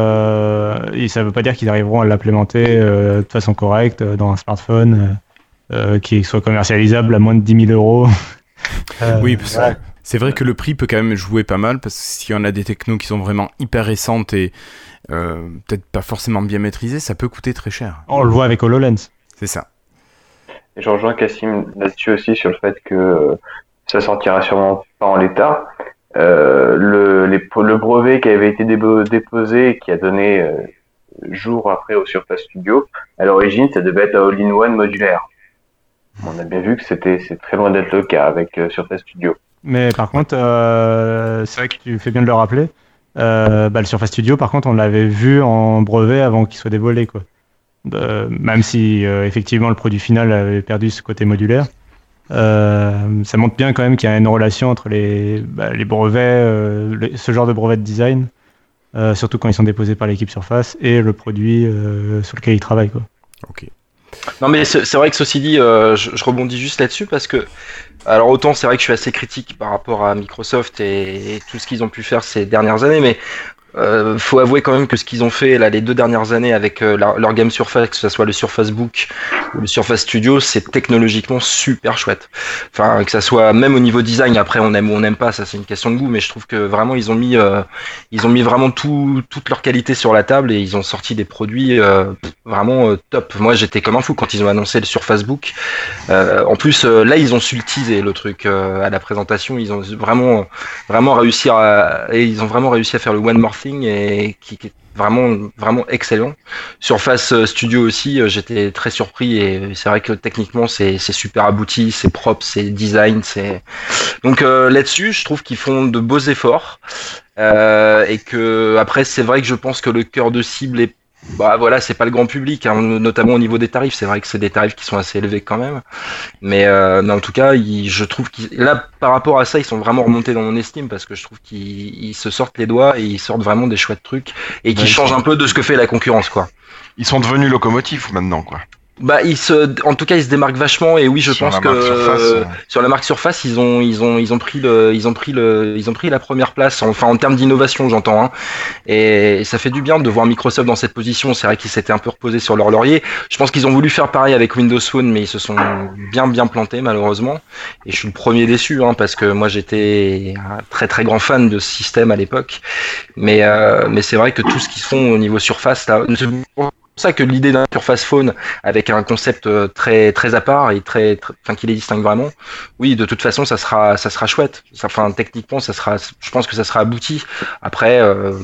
ça veut pas dire qu'ils arriveront à l'implémenter de façon correcte dans un smartphone qui soit commercialisable à moins de 10 000 euros. Oui, parce que c'est vrai que le prix peut quand même jouer pas mal, parce que si on a des technos qui sont vraiment hyper récentes et peut-être pas forcément bien maîtrisées, ça peut coûter très cher. On le voit avec HoloLens. C'est ça. Et je rejoins Cassim là-dessus aussi sur le fait que ça sortira sûrement pas en l'état. Le brevet qui avait été déposé et qui a donné jour après au Surface Studio, à l'origine, ça devait être un all-in-one modulaire. On a bien vu que c'est très loin d'être le cas avec Surface Studio. Mais par contre, c'est vrai que tu fais bien de le rappeler. Le Surface Studio, par contre, on l'avait vu en brevet avant qu'il soit dévoilé, quoi. Même si effectivement le produit final avait perdu ce côté modulaire. Ça montre bien quand même qu'il y a une relation entre les brevets, ce genre de brevet de design, surtout quand ils sont déposés par l'équipe Surface, et le produit sur lequel ils travaillent, quoi. Ok. Non mais c'est vrai que ceci dit, je rebondis juste là-dessus parce que, alors autant c'est vrai que je suis assez critique par rapport à Microsoft et tout ce qu'ils ont pu faire ces dernières années, mais faut avouer quand même que ce qu'ils ont fait là les 2 dernières années avec leur gamme Surface, que ce soit le Surface Book ou le Surface Studio, c'est technologiquement super chouette. Enfin, que ça soit même au niveau design, après on aime ou on n'aime pas, ça c'est une question de goût, mais je trouve que vraiment ils ont mis vraiment toute leur qualité sur la table et ils ont sorti des produits vraiment top. Moi j'étais comme un fou quand ils ont annoncé le Surface Book. En plus là ils ont su le teaser le truc à la présentation, ils ont vraiment réussi à faire le One More Thing et qui est vraiment excellent. Surface Studio aussi, j'étais très surpris et c'est vrai que techniquement c'est super abouti, c'est propre, c'est design, donc là-dessus je trouve qu'ils font de beaux efforts et que après c'est vrai que je pense que le cœur de cible est c'est pas le grand public, hein, notamment au niveau des tarifs. C'est vrai que c'est des tarifs qui sont assez élevés quand même, mais en tout cas, je trouve là, par rapport à ça, ils sont vraiment remontés dans mon estime parce que je trouve qu'ils se sortent les doigts et ils sortent vraiment des chouettes trucs et qui changent un peu de ce que fait la concurrence, quoi. Ils sont devenus locomotifs maintenant, quoi. En tout cas, ils se démarquent vachement et oui, je pense que sur la marque Surface, ils ont pris la première place. Enfin, en termes d'innovation, j'entends. Hein. Et ça fait du bien de voir Microsoft dans cette position. C'est vrai qu'ils s'étaient un peu reposés sur leur laurier. Je pense qu'ils ont voulu faire pareil avec Windows Phone, mais ils se sont bien plantés malheureusement. Et je suis le premier déçu, hein, parce que moi j'étais un très très grand fan de ce système à l'époque. Mais c'est vrai que tout ce qu'ils font au niveau Surface, là, c'est pour ça que l'idée d'un Surface Phone avec un concept très très à part et qui les distingue vraiment, oui, de toute façon ça sera chouette. Enfin, techniquement je pense que ça sera abouti. Après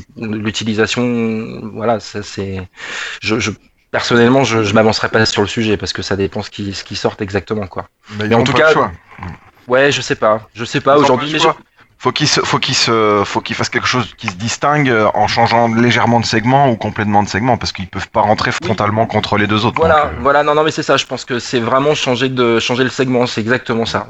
l'utilisation, voilà, ça c'est personnellement je m'avancerai pas sur le sujet parce que ça dépend ce qui sortent exactement, quoi. Mais en tout cas, ouais, je sais pas aujourd'hui, mais faut qu'il fasse quelque chose qui se distingue en changeant légèrement de segment ou complètement de segment, parce qu'ils peuvent pas rentrer frontalement contre les deux autres. Voilà, non, mais c'est ça. Je pense que c'est vraiment changer le segment. C'est exactement ça.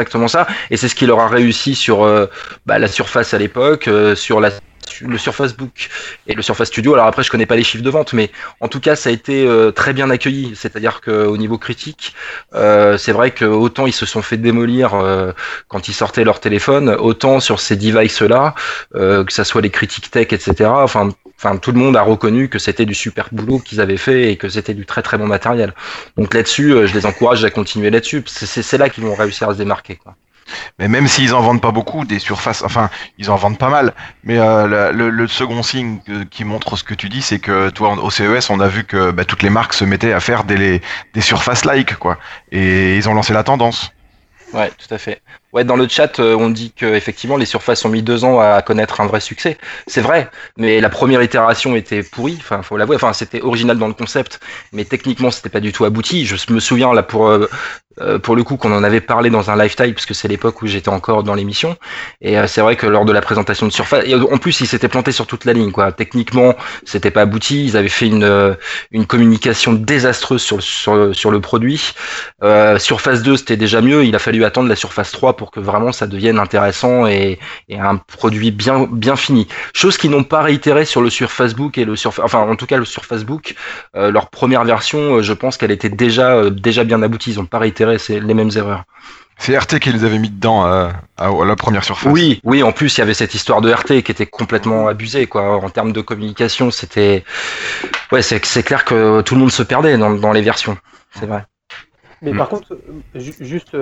Et c'est ce qui leur a réussi sur la Surface à l'époque, sur le Surface Book et le Surface Studio. Alors après, je connais pas les chiffres de vente, mais en tout cas, ça a été très bien accueilli. C'est-à-dire qu'au niveau critique, c'est vrai que autant ils se sont fait démolir quand ils sortaient leur téléphone, autant sur ces devices-là, que ça soit les critiques tech, etc. Enfin, tout le monde a reconnu que c'était du super boulot qu'ils avaient fait et que c'était du très très bon matériel. Donc là-dessus, je les encourage à continuer là-dessus. C'est là qu'ils vont réussir à se démarquer, quoi. Mais même s'ils en vendent pas beaucoup, des surfaces, enfin, ils en vendent pas mal. Mais le second signe qui montre ce que tu dis, c'est que toi, au CES, on a vu que toutes les marques se mettaient à faire des surfaces like, quoi. Et ils ont lancé la tendance. Ouais, tout à fait. Ouais, dans le chat, on dit que effectivement les surfaces ont mis 2 ans à connaître un vrai succès. C'est vrai, mais la première itération était pourrie. Enfin, faut l'avouer. Enfin, c'était original dans le concept, mais techniquement, c'était pas du tout abouti. Je me souviens là pour le coup qu'on en avait parlé dans un lifetime, parce que c'est l'époque où j'étais encore dans l'émission. Et c'est vrai que lors de la présentation de Surface, et en plus ils s'étaient plantés sur toute la ligne, quoi. Techniquement, c'était pas abouti. Ils avaient fait une communication désastreuse sur le produit. Surface 2, c'était déjà mieux. Il a fallu attendre la Surface 3 pour que vraiment ça devienne intéressant et un produit bien fini. Chose qu'ils n'ont pas réitéré sur le Surface Book et en tout cas le Surface Book, leur première version, je pense qu'elle était déjà bien aboutie. Ils n'ont pas réitéré les mêmes erreurs. C'est RT qui les avait mis dedans à la première Surface. Oui, en plus il y avait cette histoire de RT qui était complètement abusée, quoi. En termes de communication, c'était, ouais, c'est clair que tout le monde se perdait dans les versions. C'est vrai. Mais par contre, juste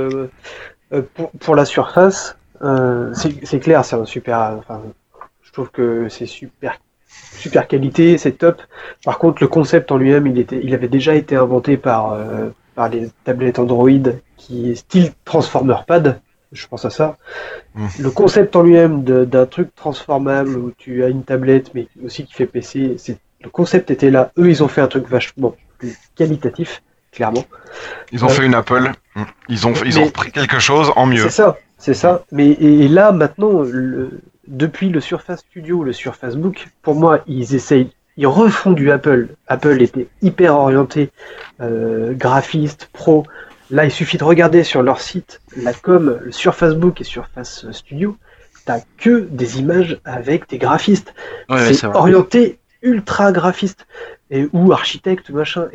pour la Surface, c'est clair, c'est un super. Enfin, je trouve que c'est super qualité, c'est top. Par contre, le concept en lui-même, il avait déjà été inventé par les tablettes Android qui est style Transformer Pad. Je pense à ça. Le concept en lui-même d'un truc transformable où tu as une tablette mais aussi qui fait PC, le concept était là. Eux, ils ont fait un truc vachement plus qualitatif. Clairement. Ils ont fait une Apple. Ils ont repris quelque chose en mieux. C'est ça. Mais et là maintenant, depuis le Surface Studio, le Surface Book, pour moi, ils refont du Apple. Apple était hyper orienté graphiste, pro. Là, il suffit de regarder sur leur site la com, le Surface Book et Surface Studio. T'as que des images avec des graphistes. Ouais, c'est orienté ultra graphiste ou architecte machin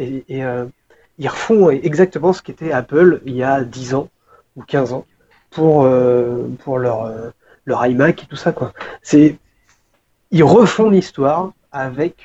ils refont exactement ce qu'était Apple il y a 10 ans ou 15 ans pour leur iMac et tout ça, quoi. Ils refont l'histoire avec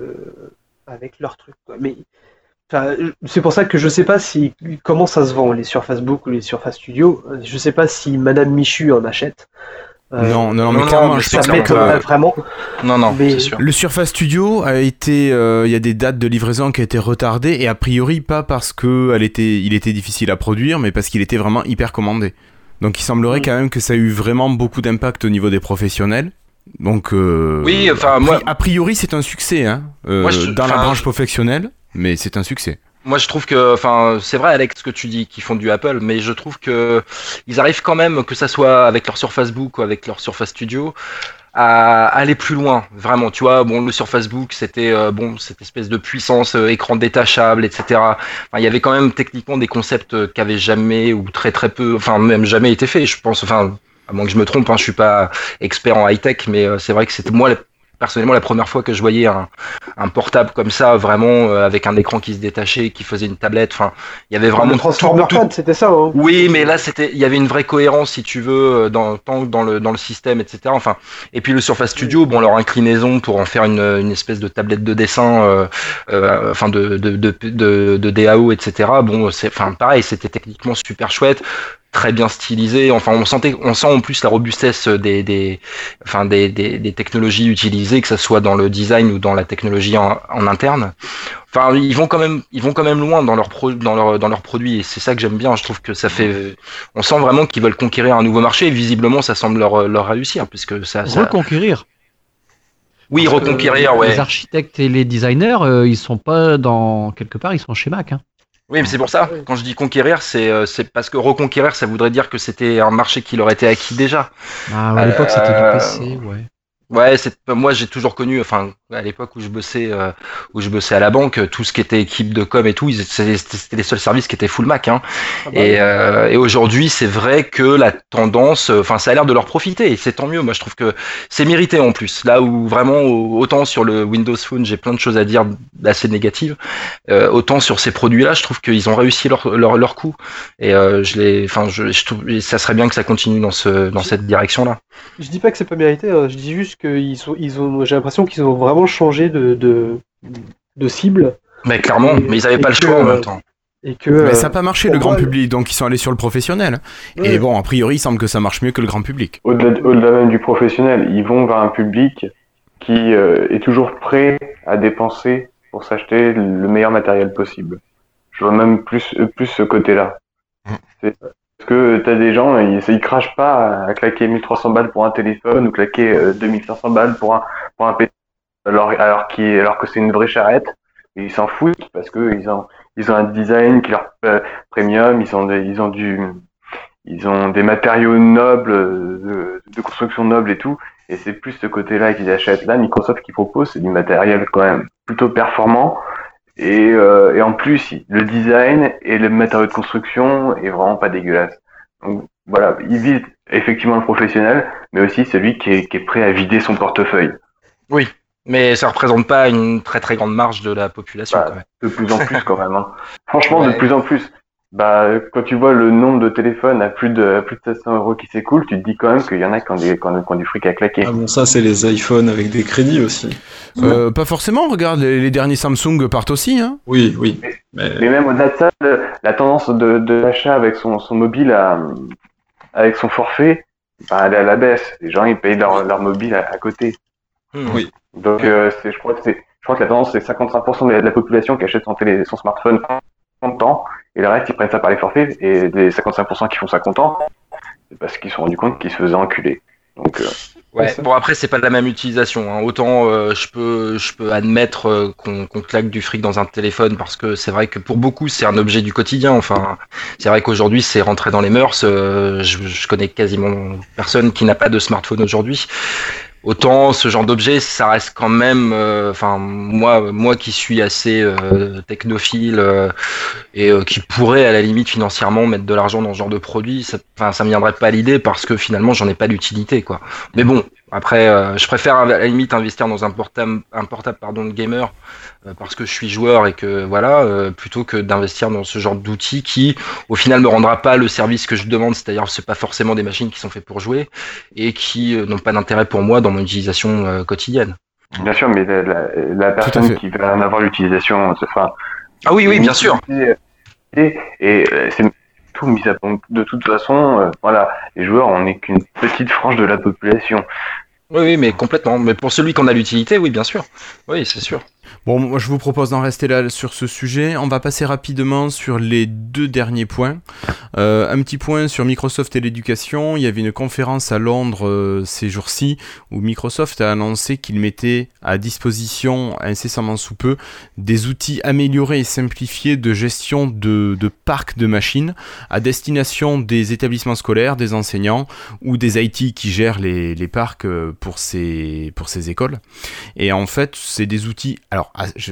leur truc, quoi. Mais c'est pour ça que je sais pas comment ça se vend, les Surface Book ou les Surface Studio. Je sais pas si Madame Michu en achète. Non, mais clairement, je pense que vraiment. Non, c'est sûr. Le Surface Studio a été, il y a des dates de livraison qui ont été retardées et a priori pas parce que il était difficile à produire, mais parce qu'il était vraiment hyper commandé. Donc il semblerait quand même que ça a eu vraiment beaucoup d'impact au niveau des professionnels. Donc oui, enfin moi, a priori c'est un succès, hein, dans la branche professionnelle, mais c'est un succès. Moi, je trouve que, enfin, c'est vrai, Alex, ce que tu dis, qu'ils font du Apple, mais je trouve que ils arrivent quand même, que ça soit avec leur Surface Book ou avec leur Surface Studio, à aller plus loin, vraiment. Tu vois, bon, le Surface Book, c'était cette espèce de puissance, écran détachable, etc. Enfin, il y avait quand même techniquement des concepts qui avaient jamais ou très très peu, enfin même jamais été faits. Je pense, enfin, à moins que je me trompe, hein, je suis pas expert en high tech, mais c'est vrai que c'était moi personnellement la première fois que je voyais un portable comme ça, vraiment avec un écran qui se détachait, qui faisait une tablette. Enfin, il y avait vraiment le Transformer Pad, c'était ça. Hein. Oui, mais là il y avait une vraie cohérence, si tu veux, dans le système, etc. Enfin, et puis le Surface Studio, bon, leur inclinaison pour en faire une espèce de tablette de dessin, enfin de DAO, etc. Bon, pareil, c'était techniquement super chouette. Très bien stylisé. Enfin, on sent en plus la robustesse des technologies utilisées, que ça soit dans le design ou dans la technologie en interne. Enfin, ils vont quand même loin dans leurs produits, et c'est ça que j'aime bien. Je trouve que on sent vraiment qu'ils veulent conquérir un nouveau marché, et visiblement ça semble leur réussir, puisque ça. Reconquérir. Oui, reconquérir, ouais. Les architectes et les designers, ils sont pas quelque part, ils sont chez Mac. Hein. Oui, mais c'est pour ça. Quand je dis conquérir, c'est parce que reconquérir, ça voudrait dire que c'était un marché qui leur était acquis déjà. Ah, à l'époque, c'était du PC, ouais. Ouais, moi j'ai toujours connu, enfin à l'époque où je bossais à la banque, tout ce qui était équipe de com et tout, c'était les seuls services qui étaient full Mac. Hein. Et aujourd'hui, c'est vrai que la tendance, enfin ça a l'air de leur profiter, et c'est tant mieux. Moi, je trouve que c'est mérité en plus. Là où vraiment, autant sur le Windows Phone, j'ai plein de choses à dire assez négatives, autant sur ces produits-là, je trouve qu'ils ont réussi leur coup. Et je trouve, ça serait bien que ça continue dans cette direction-là. Je dis pas que c'est pas mérité, hein. Je dis juste que j'ai l'impression qu'ils ont vraiment changé de cible. Mais clairement, mais ils n'avaient pas le choix en même temps. Mais ça n'a pas marché le grand public, donc ils sont allés sur le professionnel. Ouais. Et bon, a priori, il semble que ça marche mieux que le grand public. Au-delà même du professionnel, ils vont vers un public qui est toujours prêt à dépenser pour s'acheter le meilleur matériel possible. Je vois même plus ce côté-là. Parce que t'as des gens, ils crachent pas à claquer 1300 balles pour un téléphone ou claquer 2500 balles pour un PC, alors que c'est une vraie charrette. Et ils s'en foutent parce que ils ont un design qui leur premium, ils ont des matériaux nobles, de construction noble et tout. Et c'est plus ce côté-là qu'ils achètent. Là, Microsoft qui propose, c'est du matériel quand même plutôt performant. Et en plus, le design et le matériau de construction est vraiment pas dégueulasse. Donc voilà, ils visent effectivement le professionnel, mais aussi celui qui est prêt à vider son portefeuille. Oui, mais ça représente pas une très très grande marge de la population. Quand même. De plus en plus quand même. Hein. Franchement, de plus en plus. Quand tu vois le nombre de téléphones à plus de 700 € qui s'écoulent, tu te dis quand même qu'il y en a qui ont du fric à claquer. Ah bon, ça c'est les iPhones avec des crédits aussi. Pas forcément, regarde, les derniers Samsung partent aussi. Hein. Oui. Mais même au-delà de ça, la tendance de l'achat avec son mobile avec son forfait, elle est à la baisse. Les gens ils payent leur mobile à côté. Oui. Donc je crois que la tendance c'est 55% de la population qui achète son smartphone content, et le reste ils prennent ça par les forfaits, et les 55% qui font ça content, c'est parce qu'ils se sont rendus compte qu'ils se faisaient enculer. Donc ouais. Bon, après c'est pas de la même utilisation. Hein. Autant je peux admettre qu'on claque du fric dans un téléphone, parce que c'est vrai que pour beaucoup c'est un objet du quotidien. Enfin, c'est vrai qu'aujourd'hui c'est rentré dans les mœurs. Je connais quasiment personne qui n'a pas de smartphone aujourd'hui. Autant ce genre d'objet, ça reste quand même, moi qui suis assez technophile et qui pourrait à la limite financièrement mettre de l'argent dans ce genre de produit, ça me viendrait pas à l'idée, parce que finalement j'en ai pas d'utilité, quoi. Mais bon, après, je préfère à la limite investir dans un portable de gamer, parce que je suis joueur et que voilà, plutôt que d'investir dans ce genre d'outils qui, au final, me rendra pas le service que je demande. C'est-à-dire, c'est pas forcément des machines qui sont faites pour jouer et qui n'ont pas d'intérêt pour moi dans mon utilisation quotidienne. Bien sûr, mais la personne qui va en avoir l'utilisation, ah oui, bien sûr. Et c'est tout mis à point. De toute façon, voilà, les joueurs, on n'est qu'une petite frange de la population. Oui, mais complètement. Mais pour celui qui en a l'utilité, oui, bien sûr. Oui, c'est sûr. Bon, moi je vous propose d'en rester là sur ce sujet. On va passer rapidement sur les 2 derniers points. Un petit point sur Microsoft et l'éducation. Il y avait une conférence à Londres ces jours-ci où Microsoft a annoncé qu'il mettait à disposition incessamment sous peu des outils améliorés et simplifiés de gestion de parcs de machines à destination des établissements scolaires, des enseignants ou des IT qui gèrent les parcs pour ces écoles. Et en fait, c'est des outils... Alors,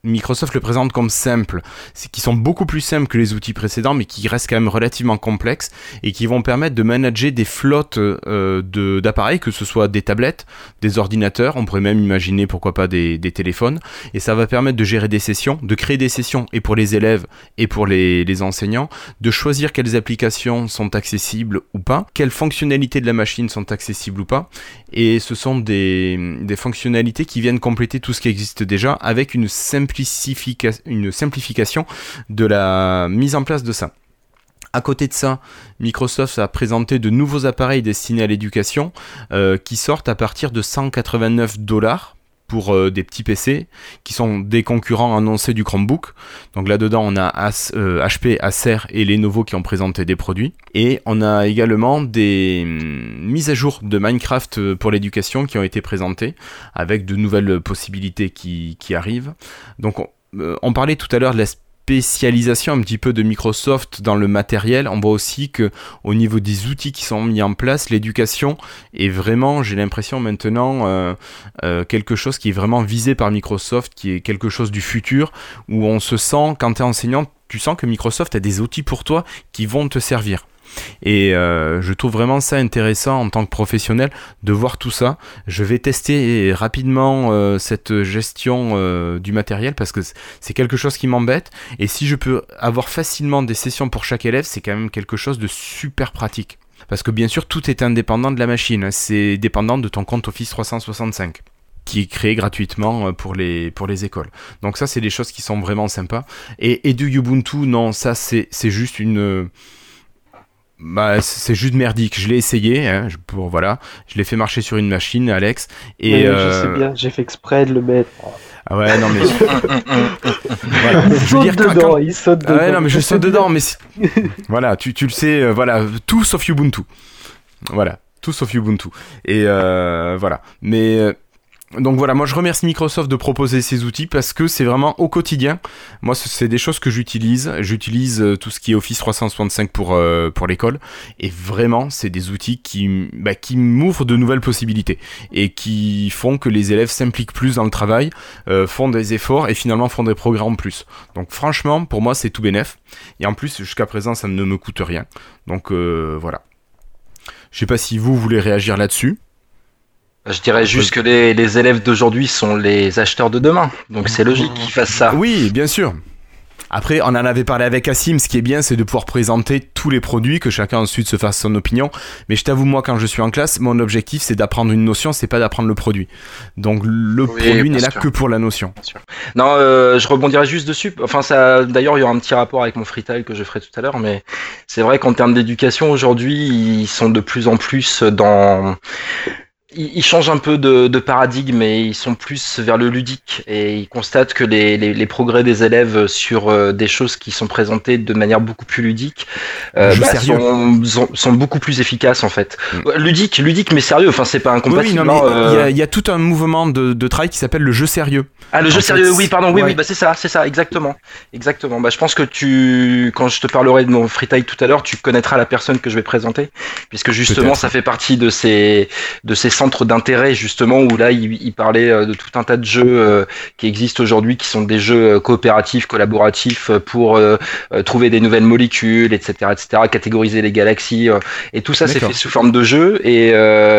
Microsoft le présente comme simple, c'est qui sont beaucoup plus simples que les outils précédents, mais qui restent quand même relativement complexes et qui vont permettre de manager des flottes d'appareils, que ce soit des tablettes, des ordinateurs, on pourrait même imaginer pourquoi pas des téléphones, et ça va permettre de gérer des sessions, de créer des sessions et pour les élèves et pour les enseignants, de choisir quelles applications sont accessibles ou pas, quelles fonctionnalités de la machine sont accessibles ou pas, et ce sont des fonctionnalités qui viennent compléter tout ce qui existe déjà avec une simplification de la mise en place de ça. À côté de ça, Microsoft a présenté de nouveaux appareils destinés à l'éducation qui sortent à partir de $189 pour des petits PC qui sont des concurrents annoncés du Chromebook. Donc là-dedans, on a HP, Acer et Lenovo qui ont présenté des produits. Et on a également des mises à jour de Minecraft pour l'éducation qui ont été présentées avec de nouvelles possibilités qui arrivent. Donc on parlait tout à l'heure de la spécialisation un petit peu de Microsoft dans le matériel. On voit aussi que au niveau des outils qui sont mis en place, l'éducation est vraiment, j'ai l'impression maintenant, quelque chose qui est vraiment visé par Microsoft, qui est quelque chose du futur, où on se sent, quand tu es enseignant, tu sens que Microsoft a des outils pour toi qui vont te servir. Et je trouve vraiment ça intéressant en tant que professionnel de voir tout ça. Je vais tester rapidement cette gestion du matériel parce que c'est quelque chose qui m'embête, et si je peux avoir facilement des sessions pour chaque élève, c'est quand même quelque chose de super pratique. Parce que bien sûr tout est indépendant de la machine, c'est dépendant de ton compte Office 365 qui est créé gratuitement pour les écoles. Donc ça c'est des choses qui sont vraiment sympas. Et du Ubuntu, non, ça c'est juste une... c'est juste merdique. Je l'ai essayé, hein, je l'ai fait marcher sur une machine, Alex. Et je sais bien, j'ai fait exprès de le mettre. Ah ouais, non mais voilà. Il saute dedans. Ah ouais, non mais je saute dedans, mais voilà, tu le sais, voilà, tout sauf Ubuntu. Voilà, tout sauf Ubuntu. Et voilà, mais donc voilà, moi je remercie Microsoft de proposer ces outils parce que c'est vraiment au quotidien. Moi c'est des choses que j'utilise. J'utilise tout ce qui est Office 365 pour l'école, et vraiment c'est des outils qui m'ouvrent de nouvelles possibilités et qui font que les élèves s'impliquent plus dans le travail, font des efforts et finalement font des progrès en plus. Donc franchement pour moi c'est tout bénef, et en plus jusqu'à présent ça ne me coûte rien. Donc voilà. Je sais pas si vous voulez réagir là-dessus. Je dirais juste que les élèves d'aujourd'hui sont les acheteurs de demain, donc c'est logique qu'ils fassent ça. Oui, bien sûr. Après, on en avait parlé avec Assim, ce qui est bien, c'est de pouvoir présenter tous les produits, que chacun ensuite se fasse son opinion. Mais je t'avoue, moi, quand je suis en classe, mon objectif, c'est d'apprendre une notion, c'est pas d'apprendre le produit. Donc, produit n'est là que pour la notion. Bien sûr. Non, je rebondirai juste dessus. Enfin, ça, d'ailleurs, il y aura un petit rapport avec mon freestyle que je ferai tout à l'heure, mais c'est vrai qu'en termes d'éducation, aujourd'hui, ils sont de plus en plus dans... Ils changent un peu de paradigme et ils sont plus vers le ludique, et ils constatent que les progrès des élèves sur des choses qui sont présentées de manière beaucoup plus ludique sont beaucoup plus efficaces en fait. Ludique mais sérieux, enfin c'est pas incompatible. Oui, non, mais il y a tout un mouvement de travail qui s'appelle le jeu sérieux. Ah, le jeu sérieux, oui, pardon, oui, bah c'est ça, exactement. Bah je pense que quand je te parlerai de mon freestyle tout à l'heure, tu connaîtras la personne que je vais présenter, puisque justement ça fait partie de ces centres d'intérêt justement, où là il parlait de tout un tas de jeux qui existent aujourd'hui, qui sont des jeux coopératifs, collaboratifs pour trouver des nouvelles molécules, etc., catégoriser les galaxies, et tout ça c'est fait sous forme de jeu, et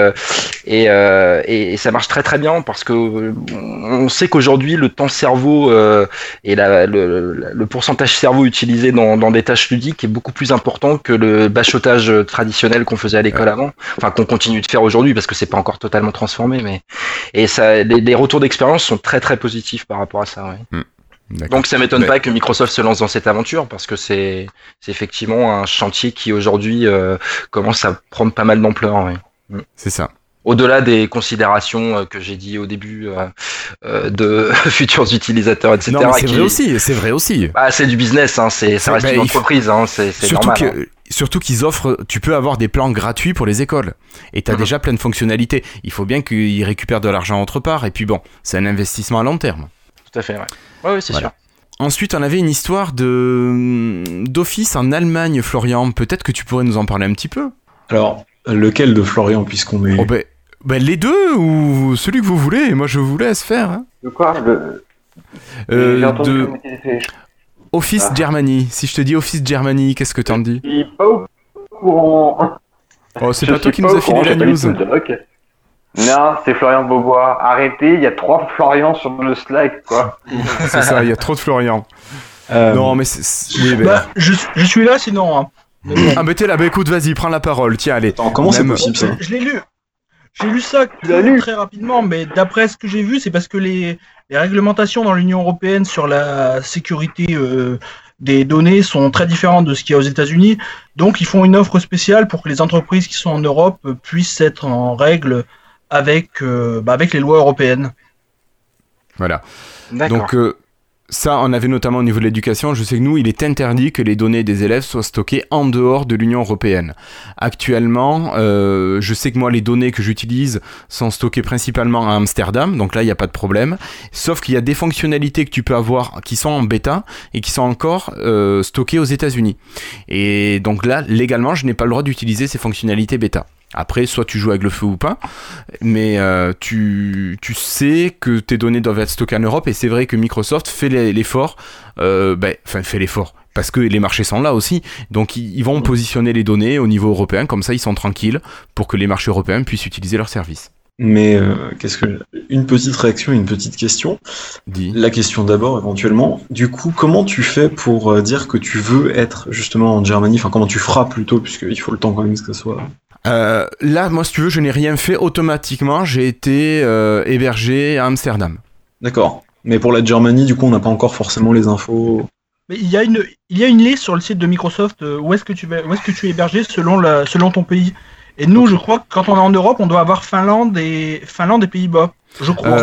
ça marche très très bien, parce que on sait qu'aujourd'hui le temps cerveau et le pourcentage cerveau utilisé dans des tâches ludiques est beaucoup plus important que le bachotage traditionnel qu'on faisait à l'école avant, enfin qu'on continue de faire aujourd'hui parce que c'est pas encore totalement transformé, et ça, les retours d'expérience sont très très positifs par rapport à ça. Ouais. Donc ça m'étonne pas que Microsoft se lance dans cette aventure, parce que c'est effectivement un chantier qui aujourd'hui commence à prendre pas mal d'ampleur. Ouais. C'est ça. Au-delà des considérations que j'ai dit au début de futurs utilisateurs, etc. Non, mais c'est vrai aussi. Bah, c'est du business, hein, ça reste une entreprise, hein, c'est normal. Surtout qu'ils offrent, tu peux avoir des plans gratuits pour les écoles, et tu as déjà plein de fonctionnalités. Il faut bien qu'ils récupèrent de l'argent autre part, et puis bon, c'est un investissement à long terme. Tout à fait, ouais. Ouais, c'est sûr. Ensuite, on avait une histoire d'office en Allemagne, Florian. Peut-être que tu pourrais nous en parler un petit peu. Alors, lequel de Florian, puisqu'on est... Les deux, ou celui que vous voulez, moi je vous laisse faire. Hein. De quoi Euh, J'ai entendu de que vous étiez- Office Germany. Si je te dis Office Germany, qu'est-ce que t'en dis? Je suis pas au courant. Oh, c'est Je pas toi suis qui pas nous au a filé courant, la j'ai pas lu news. tout le doc. Non, c'est Florian Beaubois. Arrêtez, il y a 3 Florian sur le Slack, quoi. C'est ça, il y a trop de Florian. Non, mais oui, mais... Bah, je suis là sinon. Hein. Mais bon. Ah, mais t'es là, bah écoute, vas-y, prends la parole. Tiens, allez. Attends, comment c'est possible ça? Je l'ai lu. J'ai lu ça très rapidement, mais d'après ce que j'ai vu, c'est parce que les réglementations dans l'Union européenne sur la sécurité des données sont très différentes de ce qu'il y a aux États-Unis. Donc, ils font une offre spéciale pour que les entreprises qui sont en Europe puissent être en règle avec les lois européennes. Voilà. D'accord. Donc, ça, on avait notamment au niveau de l'éducation. Je sais que nous, il est interdit que les données des élèves soient stockées en dehors de l'Union européenne. Actuellement, je sais que moi, les données que j'utilise sont stockées principalement à Amsterdam. Donc là, il n'y a pas de problème. Sauf qu'il y a des fonctionnalités que tu peux avoir qui sont en bêta et qui sont encore stockées aux États-Unis. Et donc là, légalement, je n'ai pas le droit d'utiliser ces fonctionnalités bêta. Après, soit tu joues avec le feu ou pas, mais tu sais que tes données doivent être stockées en Europe, et c'est vrai que Microsoft fait l'effort, fait l'effort, parce que les marchés sont là aussi, donc ils vont positionner les données au niveau européen, comme ça ils sont tranquilles, pour que les marchés européens puissent utiliser leurs services. Mais une petite réaction, une petite question. Dis. La question d'abord, éventuellement. Du coup, comment tu fais pour dire que tu veux être justement en Germanie? Enfin, comment tu feras plutôt, puisqu'il faut le temps quand même que ça soit... Là, moi, si tu veux, je n'ai rien fait automatiquement. J'ai été hébergé à Amsterdam. D'accord. Mais pour la Germanie, du coup, on n'a pas encore forcément les infos. Mais il y a une liste sur le site de Microsoft où est-ce que tu es hébergé selon ton pays. Et nous, je crois que quand on est en Europe, on doit avoir Finlande et Pays-Bas. Je crois.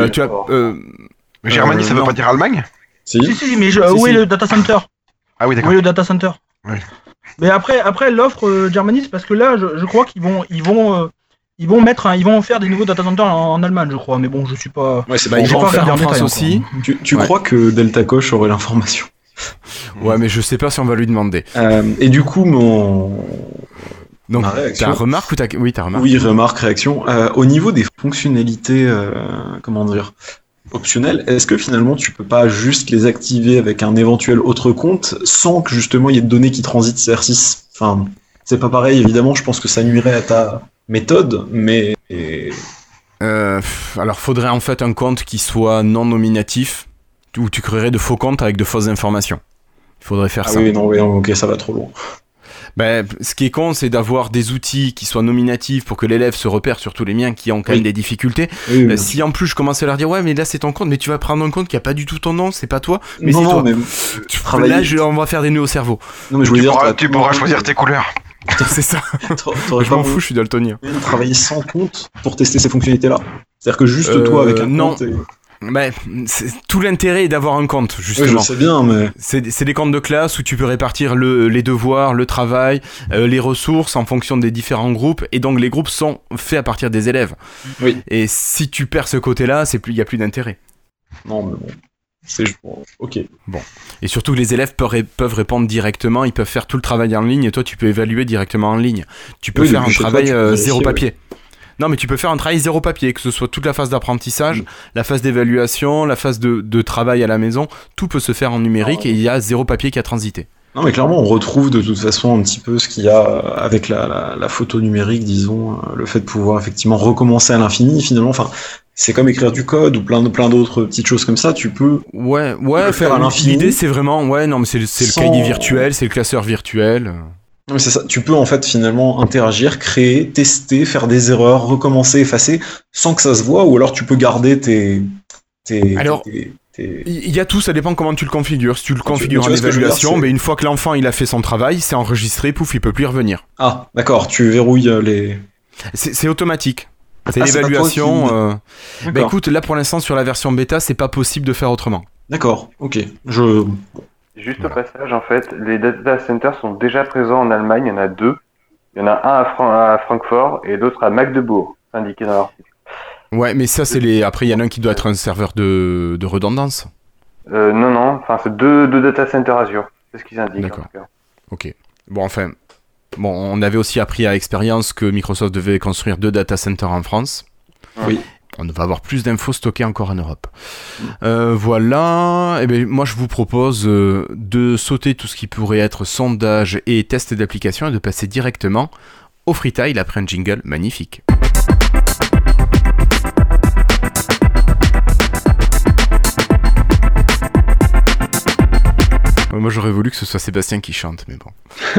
Germanie, ça veut pas dire Allemagne? Si, mais où est le data center? Ah oui, d'accord. Où est le data center? Oui. Mais après l'offre Germany, c'est parce que là, je crois qu'ils vont faire des nouveaux data centers en Allemagne, je crois. Mais bon, je suis pas. Ouais, c'est pas. pas Ils vont faire en France aussi. Tu crois que Delta Koch aurait l'information? Ouais, mais je sais pas si on va lui demander. Et du coup, Donc, réaction. ta remarque ou ta... Oui, ta remarque. Oui, remarque, réaction. Au niveau des fonctionnalités, optionnelles, est-ce que finalement tu peux pas juste les activer avec un éventuel autre compte sans que justement il y ait de données qui transitent CR6? Enfin, c'est pas pareil, évidemment, je pense que ça nuirait à ta méthode, mais... Alors, faudrait en fait un compte qui soit non nominatif, où tu créerais de faux comptes avec de fausses informations. Il faudrait faire ça. Oui, non, ok, ça va trop loin. Ce qui est con, c'est d'avoir des outils qui soient nominatifs pour que l'élève se repère, surtout les miens qui ont quand même des difficultés. Oui. Si en plus je commence à leur dire, ouais, mais là c'est ton compte, mais tu vas prendre un compte qui a pas du tout ton nom, c'est pas toi, mais non, c'est toi. Mais là, on va faire des nœuds au cerveau. Non, mais je voulais dire, tu pourras choisir tes couleurs. C'est ça. Je m'en fous, je suis daltonien. Travailler sans compte pour tester ces fonctionnalités-là. C'est-à-dire que juste toi avec un compte. Tout l'intérêt est d'avoir un compte, justement. Oui, je sais bien, mais... C'est des comptes de classe où tu peux répartir les devoirs, le travail, les ressources en fonction des différents groupes, et donc les groupes sont faits à partir des élèves. Oui. Et si tu perds ce côté-là, il n'y a plus d'intérêt. Non, mais bon. Ok. Bon. Et surtout que les élèves peuvent répondre directement, ils peuvent faire tout le travail en ligne, et toi tu peux évaluer directement en ligne. Tu peux faire un travail zéro papier. Non, mais tu peux faire un travail zéro papier, que ce soit toute la phase d'apprentissage, la phase d'évaluation, la phase de travail à la maison, tout peut se faire en numérique et il y a zéro papier qui a transité. Non, mais clairement, on retrouve de toute façon un petit peu ce qu'il y a avec la photo numérique, disons, le fait de pouvoir effectivement recommencer à l'infini, finalement. Enfin, c'est comme écrire du code ou plein d'autres petites choses comme ça, tu peux. Ouais, faire à l'infini. L'idée, c'est vraiment, c'est le cahier virtuel, c'est le classeur virtuel. Non, mais c'est ça. Tu peux en fait finalement interagir, créer, tester, faire des erreurs, recommencer, effacer, sans que ça se voit, ou alors tu peux garder il y a tout, ça dépend comment tu le configures. Si tu le configures en évaluation, mais une fois que l'enfant il a fait son travail, c'est enregistré, pouf, il peut plus y revenir. Ah, d'accord, tu verrouilles les... C'est automatique. C'est l'évaluation. Écoute, là pour l'instant sur la version bêta, c'est pas possible de faire autrement. D'accord, ok. Juste au passage, en fait, les data centers sont déjà présents en Allemagne, il y en a 2. Il y en a un à Francfort et l'autre à Magdebourg, c'est indiqué dans l'article. Ouais, mais ça, après, il y en a un qui doit être un serveur de redondance. Non, c'est deux data centers Azure, c'est ce qu'ils indiquent. D'accord. Ok. Bon, on avait aussi appris à expérience que Microsoft devait construire 2 data centers en France. Oui. On va avoir plus d'infos stockées encore en Europe. Voilà. Et bien, moi, je vous propose de sauter tout ce qui pourrait être sondage et test d'application et de passer directement au freestyle après un jingle magnifique. Moi, j'aurais voulu que ce soit Sébastien qui chante, mais bon.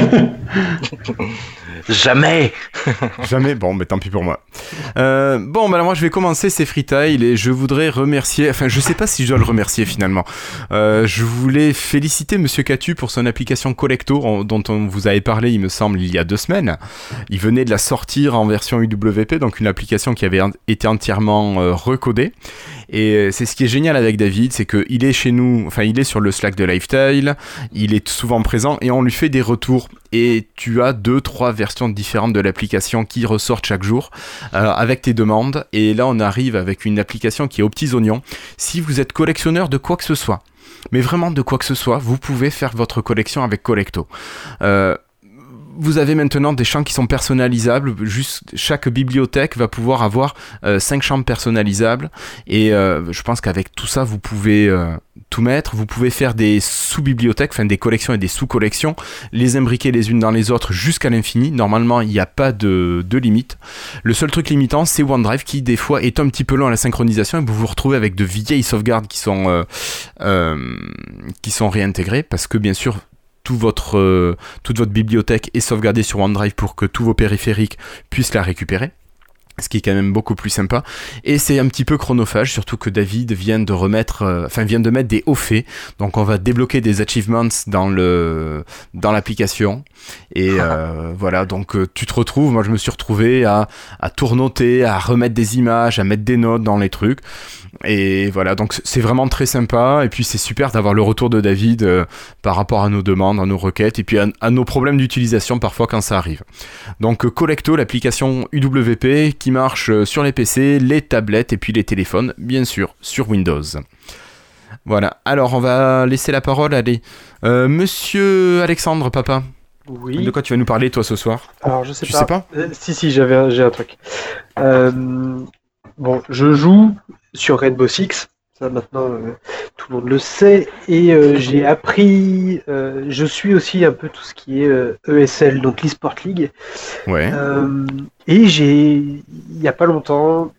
Jamais. Jamais. Bon, mais tant pis pour moi. Bon, bah alors moi je vais commencer ces freetiles et je voudrais remercier. Enfin, je sais pas si je dois le remercier finalement. Je voulais féliciter Monsieur Catu pour son application Collecto dont on vous avait parlé, il me semble, il y a 2 semaines. Il venait de la sortir en version UWP, donc une application qui avait été entièrement recodée. Et c'est ce qui est génial avec David, c'est qu'il est chez nous, enfin il est sur le Slack de Lifestyle, il est souvent présent et on lui fait des retours. Et tu as 2-3 versions différentes de l'application qui ressortent chaque jour avec tes demandes. Et là on arrive avec une application qui est aux petits oignons. Si vous êtes collectionneur de quoi que ce soit, mais vraiment de quoi que ce soit, vous pouvez faire votre collection avec Collecto. Vous avez maintenant des champs qui sont personnalisables. Juste chaque bibliothèque va pouvoir avoir 5 champs personnalisables. Et je pense qu'avec tout ça, vous pouvez tout mettre. Vous pouvez faire des sous-bibliothèques, enfin des collections et des sous-collections, les imbriquer les unes dans les autres jusqu'à l'infini. Normalement, il n'y a pas de limite. Le seul truc limitant, c'est OneDrive qui, des fois, est un petit peu lent à la synchronisation et vous vous retrouvez avec de vieilles sauvegardes qui sont réintégrées parce que, bien sûr, toute votre bibliothèque est sauvegardée sur OneDrive pour que tous vos périphériques puissent la récupérer. Ce qui est quand même beaucoup plus sympa. Et c'est un petit peu chronophage, surtout que David vient de mettre des hauts faits. Donc on va débloquer des achievements dans l'application. Et voilà, donc tu te retrouves, moi je me suis retrouvé à tout renoter, à remettre des images, à mettre des notes dans les trucs. Et voilà, donc c'est vraiment très sympa. Et puis c'est super d'avoir le retour de David par rapport à nos demandes, à nos requêtes, et puis à nos problèmes d'utilisation parfois quand ça arrive. Donc Collecto, l'application UWP qui marche sur les PC, les tablettes et puis les téléphones, bien sûr, sur Windows. Voilà, alors on va laisser la parole, allez. Monsieur Alexandre, papa. Oui. De quoi tu vas nous parler, toi, ce soir? Alors, je sais tu pas. sais pas Si, j'ai un truc. Bon, je joue sur Rainbow Six. Ça, maintenant, tout le monde le sait. Et j'ai appris... je suis aussi un peu tout ce qui est ESL, donc l'eSport League. Ouais. Et il n'y a pas longtemps,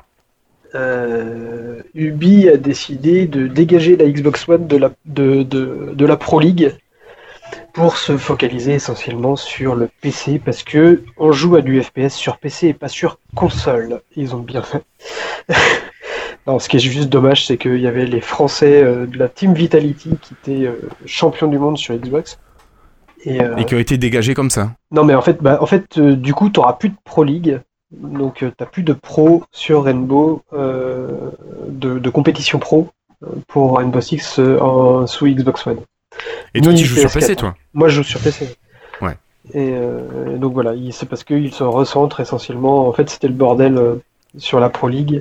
Ubi a décidé de dégager la Xbox One de la Pro League pour se focaliser essentiellement sur le PC, parce que on joue à du FPS sur PC et pas sur console. Ils ont bien fait. Non, ce qui est juste dommage, c'est qu'il y avait les Français de la Team Vitality qui étaient champions du monde sur Xbox. Et qui ont été dégagés comme ça. Non, mais en fait, du coup, tu n'auras plus de Pro League. Donc, tu n'as plus de pro sur Rainbow, de compétition pro pour Rainbow Six sous Xbox One. Et toi, tu joues sur PC, toi? Moi, je joue sur PC. Ouais. Et donc voilà, c'est parce qu'ils se recentrent essentiellement. En fait, c'était le bordel sur la Pro League.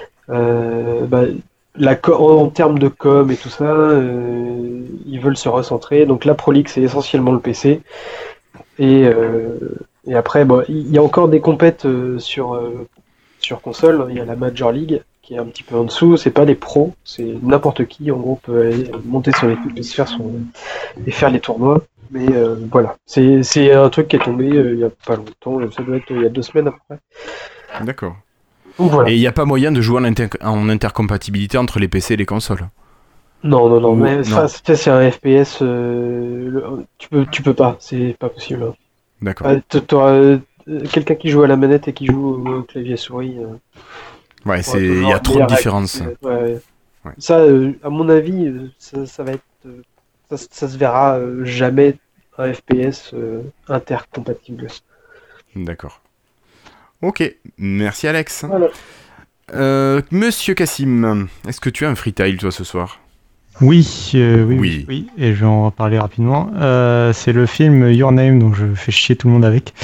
En termes de com et tout ça, ils veulent se recentrer. Donc la Pro League, c'est essentiellement le PC. Et après, il y a encore des compètes sur console. Il y a la Major League qui est un petit peu en dessous. C'est pas des pros, c'est n'importe qui. En gros, peut aller monter son équipe et faire les tournois. Mais voilà, c'est un truc qui est tombé il y a pas longtemps. Ça doit être il y a 2 semaines à peu près. D'accord. Voilà. Et il n'y a pas moyen de jouer en intercompatibilité entre les PC et les consoles? Non, mais c'est un FPS, tu peux pas, c'est pas possible. D'accord. T'auras quelqu'un qui joue à la manette et qui joue au clavier souris. Ouais, il y a trop de différences. Ouais. Ça, à mon avis, ça va être, ça se verra jamais un FPS intercompatible. D'accord. Ok, merci Alex. Voilà. Monsieur Cassim, est-ce que tu as un freestyle toi ce soir? Oui, et je vais en parler rapidement. C'est le film Your Name, donc je fais chier tout le monde avec.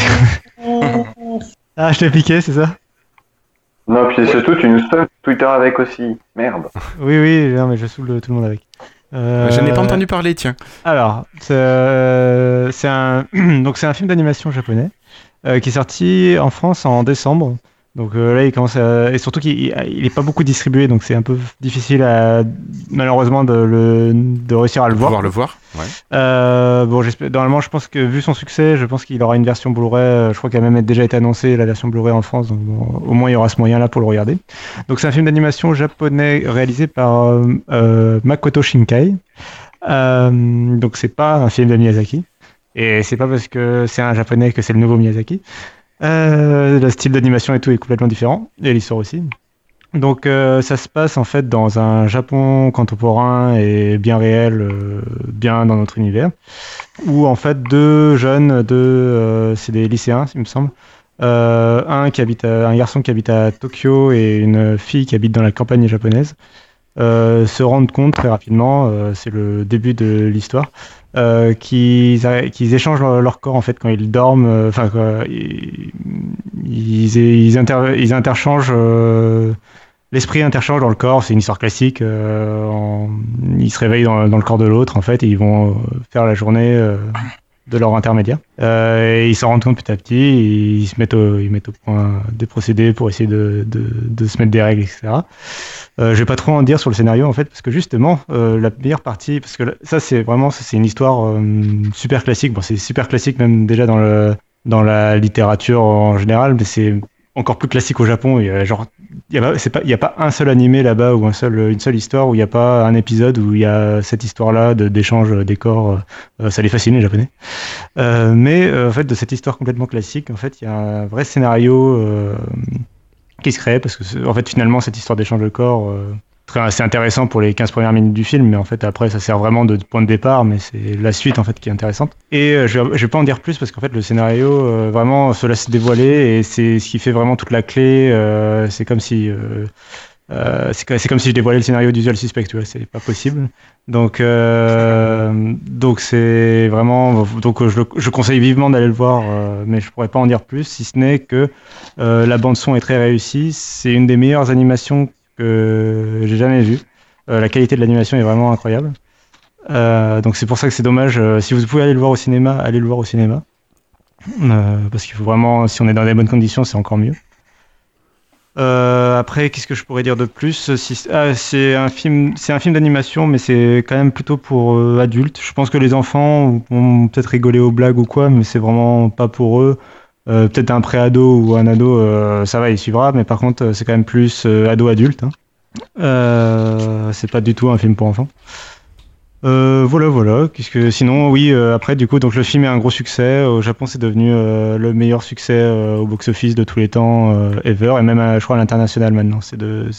Ah, je t'ai piqué, c'est ça? Non, puis surtout, tu nous saoules Twitter avec aussi. Merde. Oui, non, mais je saoule tout le monde avec. Je n'ai pas entendu parler, tiens. Alors, c'est un film d'animation japonais qui est sorti en France en décembre. Donc là, il commence à... Et surtout qu'il est pas beaucoup distribué, donc c'est un peu difficile malheureusement de réussir à le voir. Pouvoir le voir, ouais. Bon, normalement, je pense que vu son succès, je pense qu'il aura une version Blu-ray. Je crois qu'elle a même déjà été annoncée, la version Blu-ray en France. Donc bon, au moins, il y aura ce moyen-là pour le regarder. Donc c'est un film d'animation japonais réalisé par Makoto Shinkai. Donc c'est pas un film de Miyazaki. Et c'est pas parce que c'est un japonais que c'est le nouveau Miyazaki. Le style d'animation et tout est complètement différent, et l'histoire aussi. Donc ça se passe en fait dans un Japon contemporain et bien réel, bien dans notre univers, où en fait deux jeunes, c'est des lycéens, il me semble, un garçon qui habite à Tokyo et une fille qui habite dans la campagne japonaise, se rendent compte très rapidement, c'est le début de l'histoire, qu'ils échangent leur corps en fait quand ils dorment, ils interchangent, l'esprit interchange dans le corps, c'est une histoire classique, ils se réveillent dans le corps de l'autre en fait et ils vont faire la journée de leur intermédiaire. Et ils s'en rendent compte petit à petit, et ils mettent au point des procédés pour essayer de se mettre des règles, etc. Je vais pas trop en dire sur le scénario en fait, parce que justement la meilleure partie, parce que ça c'est une histoire super classique. Bon, c'est super classique même déjà dans la littérature en général, mais c'est encore plus classique au Japon. Il y a pas un seul animé là-bas ou une seule histoire où il n'y a pas un épisode où il y a cette histoire-là d'échange des corps. Ça les fascine les Japonais. Mais en fait de cette histoire complètement classique, en fait il y a un vrai scénario qui se crée, parce que en fait finalement cette histoire d'échange de corps assez intéressant pour les 15 premières minutes du film, mais en fait après ça sert vraiment de point de départ, mais c'est la suite en fait qui est intéressante. Et je vais pas en dire plus parce qu'en fait le scénario vraiment se laisse dévoiler, et c'est ce qui fait vraiment toute la clé. C'est comme si je dévoilais le scénario d'Usual Suspect, tu vois, c'est pas possible. Donc c'est vraiment, donc je conseille vivement d'aller le voir, mais je pourrais pas en dire plus, si ce n'est que la bande son est très réussie. C'est une des meilleures animations que j'ai jamais vues. La qualité de l'animation est vraiment incroyable. Donc c'est pour ça que c'est dommage. Si vous pouvez aller le voir au cinéma, allez le voir au cinéma, parce qu'il faut vraiment, si on est dans des bonnes conditions, c'est encore mieux. Après, qu'est-ce que je pourrais dire de plus? C'est un film d'animation, mais c'est quand même plutôt pour adultes. Je pense que les enfants vont peut-être rigoler aux blagues ou quoi, mais c'est vraiment pas pour eux. Peut-être un pré-ado ou un ado, ça va, il suivra, mais par contre, c'est quand même plus ado-adulte. C'est pas du tout un film pour enfants. Voilà. Sinon, oui, après, du coup, donc le film est un gros succès. Au Japon, c'est devenu le meilleur succès au box-office de tous les temps, ever, et même, je crois, à l'international maintenant. C'est le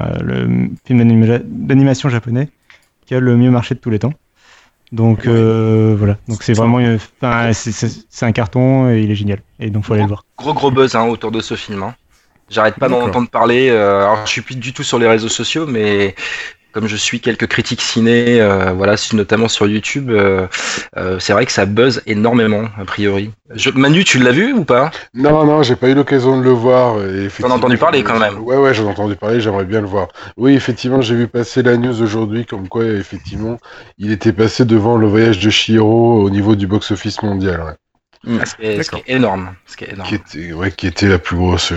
film d'animation japonais qui a le mieux marché de tous les temps. Donc, voilà. Donc, c'est vraiment, c'est un carton et il est génial. Et donc, faut aller le voir. Gros buzz autour de ce film. J'arrête pas d'en entendre parler. Alors, je suis plus du tout sur les réseaux sociaux, mais comme je suis quelques critiques ciné, notamment sur YouTube, c'est vrai que ça buzz énormément, a priori. Manu, tu l'as vu ou pas? Non, j'ai pas eu l'occasion de le voir. T'en as entendu parler quand même? Ouais, j'en ai entendu parler, j'aimerais bien le voir. Oui, effectivement, j'ai vu passer la news aujourd'hui, comme quoi, effectivement, il était passé devant Le Voyage de Chihiro au niveau du box-office mondial, ouais. Ce qui est énorme. Qui était le plus gros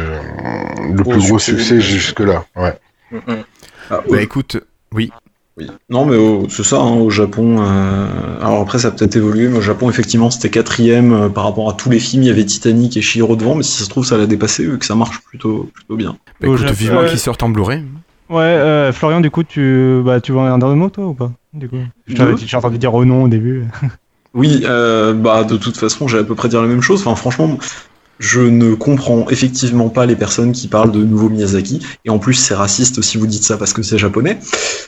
succès jusque-là, ouais. Écoute... Oui. Non, mais c'est ça, au Japon. Alors après, ça a peut-être évolué, mais au Japon, effectivement, c'était 4ème par rapport à tous les films. Il y avait Titanic et Chihiro devant, mais si ça se trouve, ça l'a dépassé, vu que ça marche plutôt bien. Écoute, vivement qu'ils sortent en Blu-ray. Ouais, Florian, du coup, tu veux un dernier mot, toi, ou pas? Du coup, j'ai entendu dire non au début. Oui, de toute façon, j'ai à peu près dire la même chose. Enfin, franchement, je ne comprends effectivement pas les personnes qui parlent de nouveau Miyazaki, et en plus c'est raciste si vous dites ça parce que c'est japonais.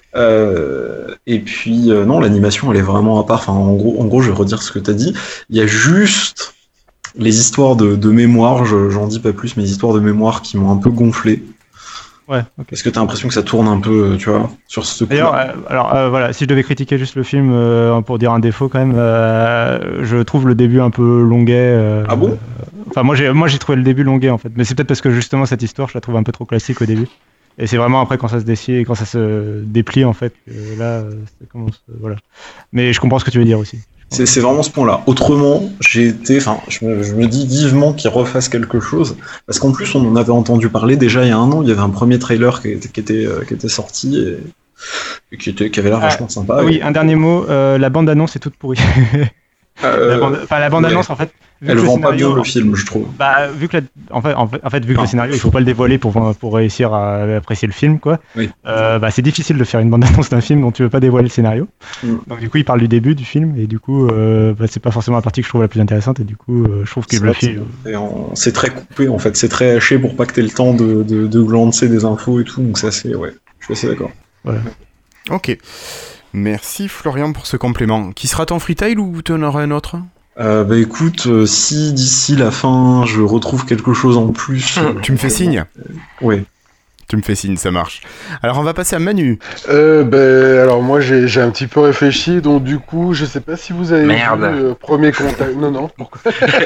Et puis non, l'animation elle est vraiment à part. Enfin, en gros, je vais redire ce que t'as dit. Il y a juste les histoires de mémoire, j'en dis pas plus, mais les histoires de mémoire qui m'ont un peu gonflé. Ouais. Okay. Parce que t'as l'impression que ça tourne un peu, tu vois, sur ce coup. D'ailleurs, voilà, si je devais critiquer juste le film pour dire un défaut quand même, je trouve le début un peu longuet. Ah bon? Enfin, moi j'ai trouvé le début longuet en fait, mais c'est peut-être parce que justement cette histoire, je la trouve un peu trop classique au début. Et c'est vraiment après quand ça se dessied et quand ça se déplie en fait, là, ça commence, voilà. Mais je comprends ce que tu veux dire aussi. C'est vraiment ce point-là. Autrement, je me dis vivement qu'ils refassent quelque chose, parce qu'en plus, on en avait entendu parler déjà il y a un an. Il y avait un premier trailer qui était sorti et qui avait l'air vachement sympa. Oui, un dernier mot. La bande-annonce est toute pourrie. La bande-annonce, en fait. Elle vend pas bien le film, je trouve. Bah, vu que vu que le scénario, il faut pas le dévoiler pour réussir à apprécier le film, quoi. Oui. C'est difficile de faire une bande-annonce d'un film dont tu veux pas dévoiler le scénario. Donc du coup, il parle du début du film et du coup, c'est pas forcément la partie que je trouve la plus intéressante et du coup, je trouve que le film. C'est très coupé en fait, c'est très haché pour pas que t'aies le temps de glancer des infos et tout. Donc ça, je suis assez d'accord. Voilà. Ok. Merci Florian pour ce complément. Qui sera ton freetail ou tu en auras un autre ? Écoute, si d'ici la fin je retrouve quelque chose en plus... Tu me fais signe ? Oui. Tu me fais signe, ça marche. Alors on va passer à Manu. Alors moi j'ai un petit peu réfléchi, donc du coup je sais pas si vous avez vu Premier Contact... Non, pourquoi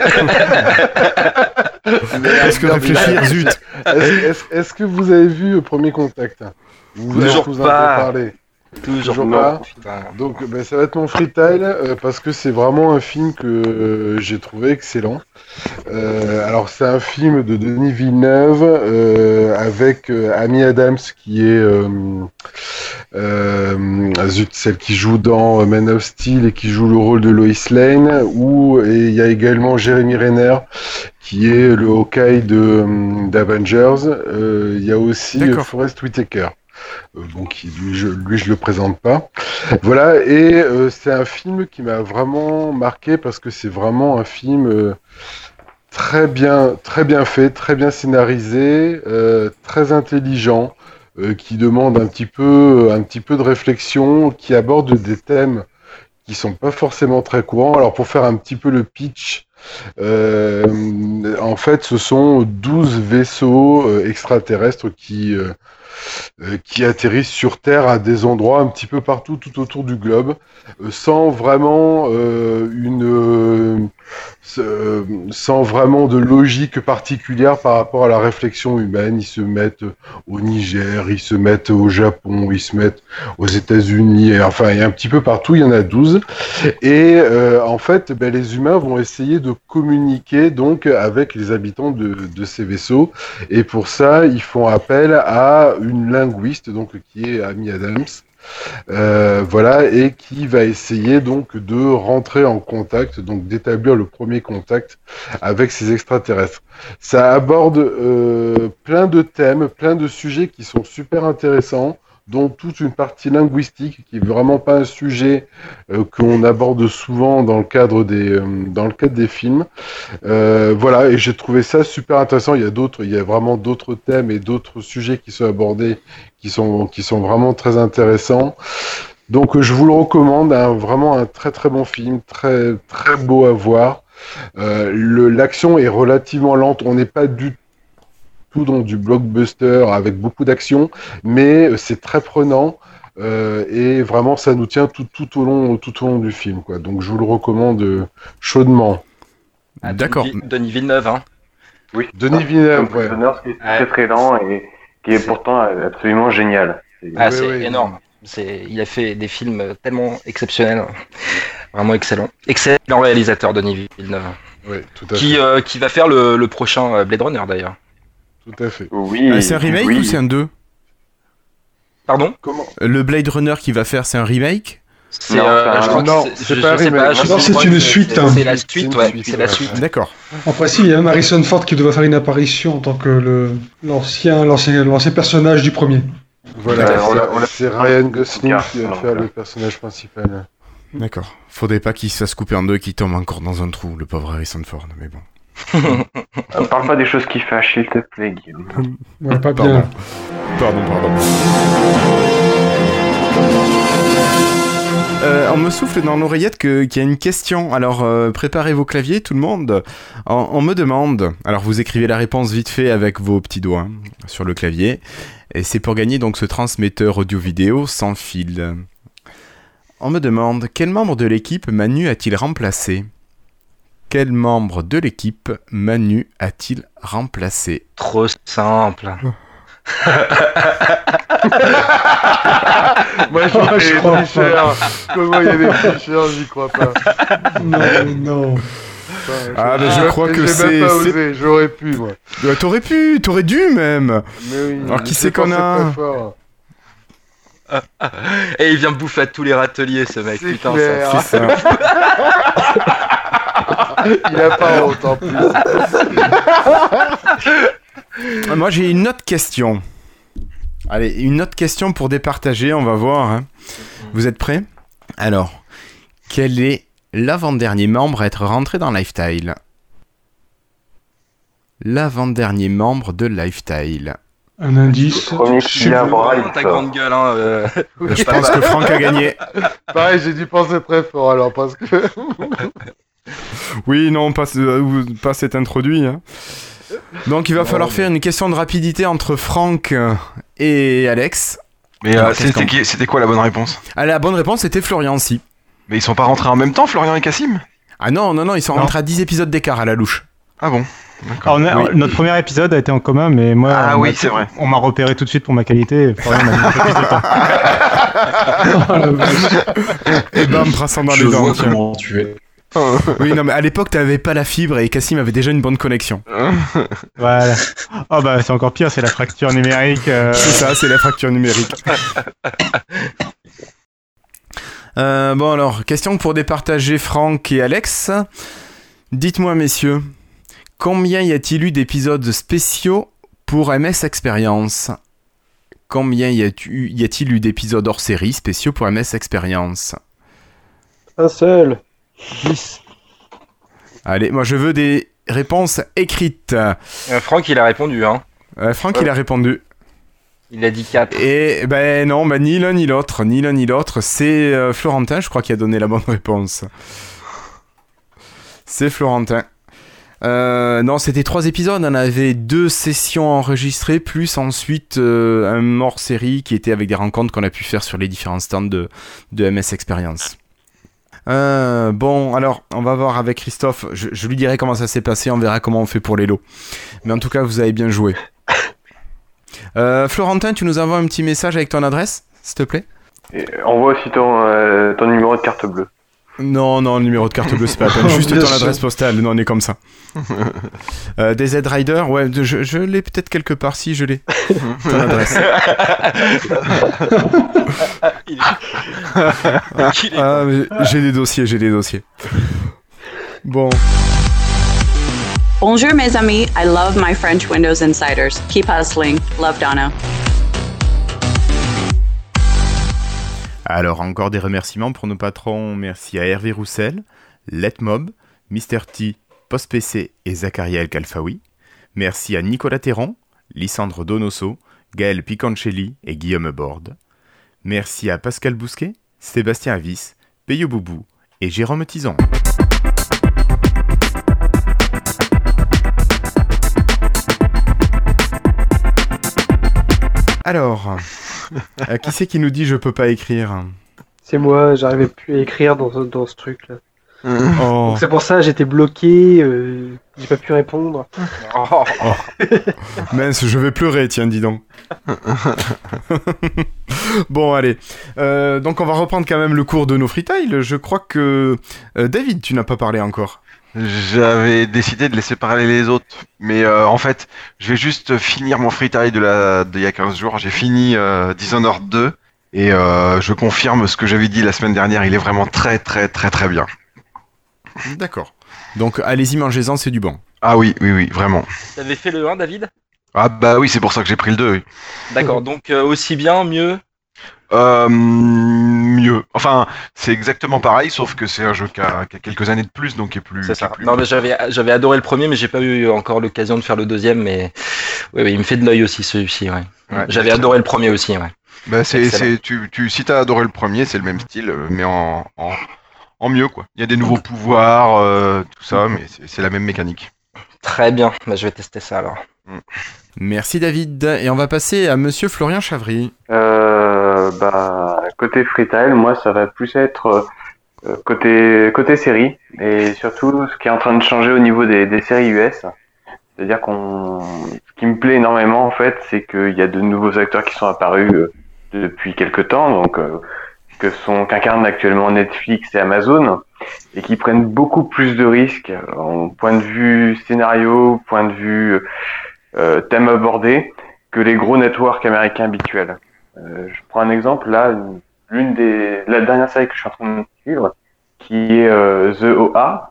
Est-ce que réfléchir, zut. Est-ce que vous avez vu Premier Contact ? Toujours pas. Toujours pas. Donc ça va être mon freestyle parce que c'est vraiment un film que j'ai trouvé excellent. Alors c'est un film de Denis Villeneuve avec Amy Adams qui est celle qui joue dans Man of Steel et qui joue le rôle de Lois Lane, et il y a également Jeremy Renner qui est le Hawkeye d'Avengers. Il y a aussi Forest Whitaker. Lui je le présente pas. Voilà, et c'est un film qui m'a vraiment marqué parce que c'est vraiment un film très bien fait, très bien scénarisé, très intelligent, qui demande un petit peu de réflexion, qui aborde des thèmes qui sont pas forcément très courants. Alors pour faire un petit peu le pitch, en fait ce sont 12 vaisseaux extraterrestres qui atterrissent sur Terre à des endroits un petit peu partout tout autour du globe, sans vraiment sans vraiment de logique particulière par rapport à la réflexion humaine. Ils se mettent au Niger, ils se mettent au Japon, ils se mettent aux États-Unis, et enfin il y a un petit peu partout, il y en a 12. Et en fait, les humains vont essayer de communiquer donc avec les habitants de ces vaisseaux, et pour ça, ils font appel à une linguiste donc qui est Amy Adams. Voilà, et qui va essayer donc de rentrer en contact, donc d'établir le premier contact avec ces extraterrestres. Ça aborde plein de thèmes, plein de sujets qui sont super intéressants, dont toute une partie linguistique qui est vraiment pas un sujet qu'on aborde souvent dans le cadre des films. Voilà, et j'ai trouvé ça super intéressant. Il y a vraiment d'autres thèmes et d'autres sujets qui sont abordés qui sont vraiment très intéressants. Donc je vous le recommande, vraiment un très très bon film, très très beau à voir. L'action est relativement lente, on n'est pas du tout dans du blockbuster avec beaucoup d'action, mais c'est très prenant et vraiment ça nous tient tout au long du film, quoi. Donc je vous le recommande chaudement. D'accord. Denis Villeneuve, hein. Oui. Denis Villeneuve, ouais. Qui est très très lent et qui est pourtant absolument génial. C'est énorme. Il a fait des films tellement exceptionnels, vraiment excellent. Excellent réalisateur, Denis Villeneuve. Oui, tout à fait. Qui va faire le prochain Blade Runner d'ailleurs. Tout à fait. Oui. C'est un remake ou c'est un 2 ? Pardon ? Comment ? Le Blade Runner qu'il va faire, c'est un remake ? C'est pas un remake. Non, c'est une suite. C'est la suite, ouais. C'est la suite. D'accord. En principe, il y a Harrison Ford qui doit faire une apparition en tant que l'ancien personnage du premier. Voilà, c'est Ryan Gosling qui va faire le personnage principal. D'accord. Faudrait pas qu'il se fasse couper en deux et qu'il tombe encore dans un trou, le pauvre Harrison Ford, mais bon. Parle pas des choses qui fâchent, s'il te plaît, Guillaume. Ouais, pas bien. Pardon. On me souffle dans l'oreillette qu'il y a une question. Alors, préparez vos claviers, tout le monde. On me demande... Alors, vous écrivez la réponse vite fait avec vos petits doigts sur le clavier. Et c'est pour gagner donc ce transmetteur audio-vidéo sans fil. On me demande, quel membre de l'équipe Manu a-t-il remplacé ? Quel membre de l'équipe Manu a-t-il remplacé ? Trop simple. Moi, je crois pas. Comment il y a des tricheurs, j'y crois pas. Non. Ah, mais je crois que j'ai même pas osé, j'aurais pu, moi. T'aurais dû même. Mais oui, alors qui c'est qu'on a Et il vient bouffer à tous les râteliers, ce mec. Putain, clair. ça. Il a pas honte en plus. Moi, j'ai une autre question. Allez, une autre question pour départager, on va voir. Hein. Vous êtes prêts ? Alors, quel est l'avant-dernier membre à être rentré dans Lifestyle ? L'avant-dernier membre de Lifestyle. Un indice. Ta grande gueule, hein. Je pense que Franck a gagné. Pareil, j'ai dû penser très fort alors parce que. Oui, non, pas s'être introduit. Hein. Donc il va falloir faire une question de rapidité entre Franck et Alex. Mais c'était quoi la bonne réponse ? Ah, la bonne réponse c'était Florian aussi. Mais ils sont pas rentrés en même temps, Florian et Cassim ? Ah non, ils sont rentrés à 10 épisodes d'écart à la louche. Ah bon ? Alors, notre premier épisode a été en commun, mais moi, c'est vrai. On m'a repéré tout de suite pour ma qualité. Et Florian m'a mis un peu plus de temps. Et bam, brassant dans les dents. Je vois comment tu es. Oui, non, mais à l'époque, t'avais pas la fibre et Cassim avait déjà une bonne connexion. Voilà. Oh bah, c'est encore pire, c'est la fracture numérique. C'est ça, c'est la fracture numérique. Bon alors, question pour départager Franck et Alex. Dites-moi, messieurs, combien y a-t-il eu d'épisodes spéciaux pour MS Experience ? Combien y a-t-il eu d'épisodes hors série spéciaux pour MS Experience ? Un seul. 10. Allez, moi je veux des réponses écrites. Franck, il a répondu, hein. Franck, il a répondu. Il a dit 4. Et ben non, ni l'un ni l'autre. C'est Florentin, je crois, qui a donné la bonne réponse. C'est Florentin. Non, c'était 3 épisodes. On avait 2 sessions enregistrées, plus ensuite un hors-série qui était avec des rencontres qu'on a pu faire sur les différents stands de MS Experience. Bon, alors, on va voir avec Christophe. Je lui dirai comment ça s'est passé. On verra comment on fait pour les lots. Mais en tout cas, vous avez bien joué. Florentin, tu nous envoies un petit message avec ton adresse, s'il te plaît ? Et envoie aussi ton numéro de carte bleue. Non, le numéro de carte bleue, c'est pas la peine. Juste ton adresse postale. Non, on est comme ça. Des Z-Rider, ouais, je l'ai peut-être quelque part, si je l'ai. Ton adresse. J'ai des dossiers. Bon. Bonjour mes amis, I love my French Windows Insiders. Keep hustling. Love Donna. Alors, encore des remerciements pour nos patrons. Merci à Hervé Roussel, Letmob, Mr. T, PostPC et Zakaria El Kalfaoui. Merci à Nicolas Théron, Lysandre Donoso, Gaël Picancelli et Guillaume Borde. Merci à Pascal Bousquet, Sébastien Avis, Peyo Boubou et Jérôme Tison. Alors, qui c'est qui nous dit je peux pas écrire ? C'est moi, j'arrivais plus à écrire dans ce truc-là. Oh. Donc c'est pour ça j'étais bloqué, j'ai pas pu répondre. Oh. Mince, je vais pleurer, tiens, dis donc. Bon, allez. Donc on va reprendre quand même le cours de nos freetiles. Je crois que... David, tu n'as pas parlé encore. J'avais décidé de laisser parler les autres, mais en fait, je vais juste finir mon freetile d'il y a 15 jours. J'ai fini Dishonored 2, et je confirme ce que j'avais dit la semaine dernière, il est vraiment très très très très bien. D'accord. Donc allez-y, mangez-en, c'est du bon. Ah oui, vraiment. T'avais fait le 1, David ? Ah bah oui, c'est pour ça que j'ai pris le 2, oui. D'accord, donc aussi bien, mieux ? Mieux. Enfin, c'est exactement pareil, sauf que c'est un jeu qui a quelques années de plus, donc qui est plus... C'est ça. Plus... Non, mais j'avais adoré le premier, mais j'ai pas eu encore l'occasion de faire le deuxième, mais oui, il me fait de l'œil aussi, celui-ci, ouais. J'avais adoré le premier aussi, ouais. Bah si t'as adoré le premier, c'est le même style, mais en mieux, quoi. Il y a des nouveaux pouvoirs, tout ça, mais c'est la même mécanique. Très bien, bah, je vais tester ça alors. Merci David, et on va passer à monsieur Florian Chavry. Côté freetile, moi ça va plus être côté série, et surtout ce qui est en train de changer au niveau des séries US. C'est-à-dire Ce qui me plaît énormément, en fait, c'est qu'il y a de nouveaux acteurs qui sont apparus depuis quelques temps, donc qu'incarnent actuellement Netflix et Amazon, et qui prennent beaucoup plus de risques en point de vue scénario, point de vue thème abordé, que les gros networks américains habituels. Je prends un exemple, là, la dernière série que je suis en train de suivre, qui est The OA,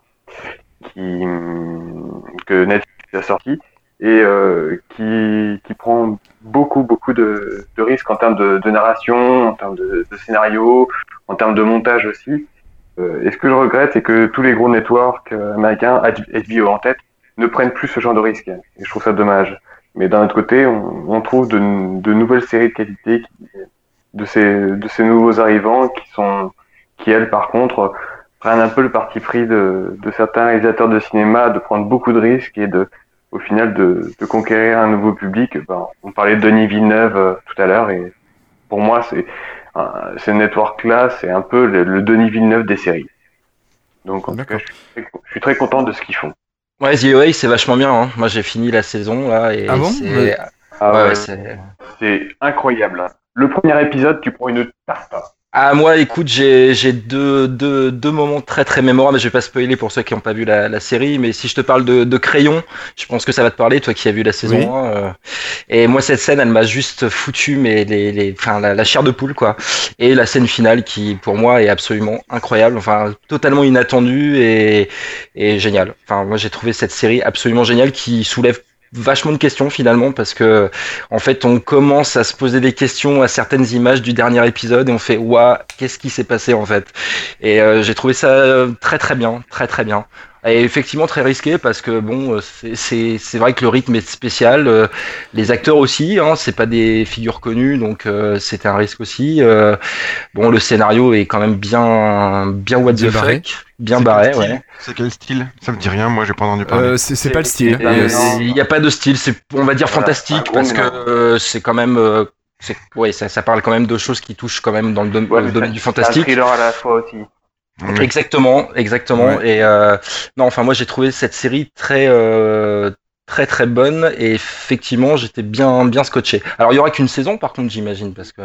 que Netflix a sorti, et qui prend beaucoup de risques en termes de narration, en termes de scénario, en termes de montage aussi. Et ce que je regrette, c'est que tous les gros networks américains, HBO en tête, ne prennent plus ce genre de risques. Et je trouve ça dommage. Mais d'un autre côté, on trouve de nouvelles séries de qualité de ces nouveaux arrivants qui elles, par contre, prennent un peu le parti pris de certains réalisateurs de cinéma de prendre beaucoup de risques et au final de conquérir un nouveau public. On parlait de Denis Villeneuve tout à l'heure, et pour moi ce network-là, c'est un peu le Denis Villeneuve des séries. Donc en tout cas, je suis très content de ce qu'ils font. Ouais, The OA, c'est vachement bien. Hein. Moi, j'ai fini la saison là. Et ah bon c'est incroyable. Le premier épisode, tu prends une tarte. Ah, moi, écoute, j'ai deux moments très très mémorables. Je vais pas spoiler pour ceux qui n'ont pas vu la série, mais si je te parle de Crayon, je pense que ça va te parler, toi qui as vu la saison 1. Et moi, cette scène, elle m'a juste foutu la chair de poule, quoi. Et la scène finale qui, pour moi, est absolument incroyable, enfin, totalement inattendue et géniale. Enfin, moi, j'ai trouvé cette série absolument géniale qui soulève vachement de questions finalement, parce que en fait on commence à se poser des questions à certaines images du dernier épisode et on fait ouah, qu'est-ce qui s'est passé en fait. Et j'ai trouvé ça très très bien, et effectivement très risqué parce que bon, c'est vrai que le rythme est spécial, les acteurs aussi, hein, c'est pas des figures connues, donc c'était un risque aussi. Bon, le scénario est quand même bien what the fuck, bien barré, ouais. C'est quel style? Ça me dit rien, moi j'ai pas entendu parler. C'est pas le style. Il n'y a pas de style, c'est on va dire fantastique parce que c'est quand même ça parle quand même de choses qui touchent quand même dans le domaine du fantastique. C'est un thriller à la fois aussi. Exactement. Ouais. Et non, enfin moi j'ai trouvé cette série très très bonne et effectivement j'étais bien scotché. Alors il y aura qu'une saison par contre, j'imagine, parce que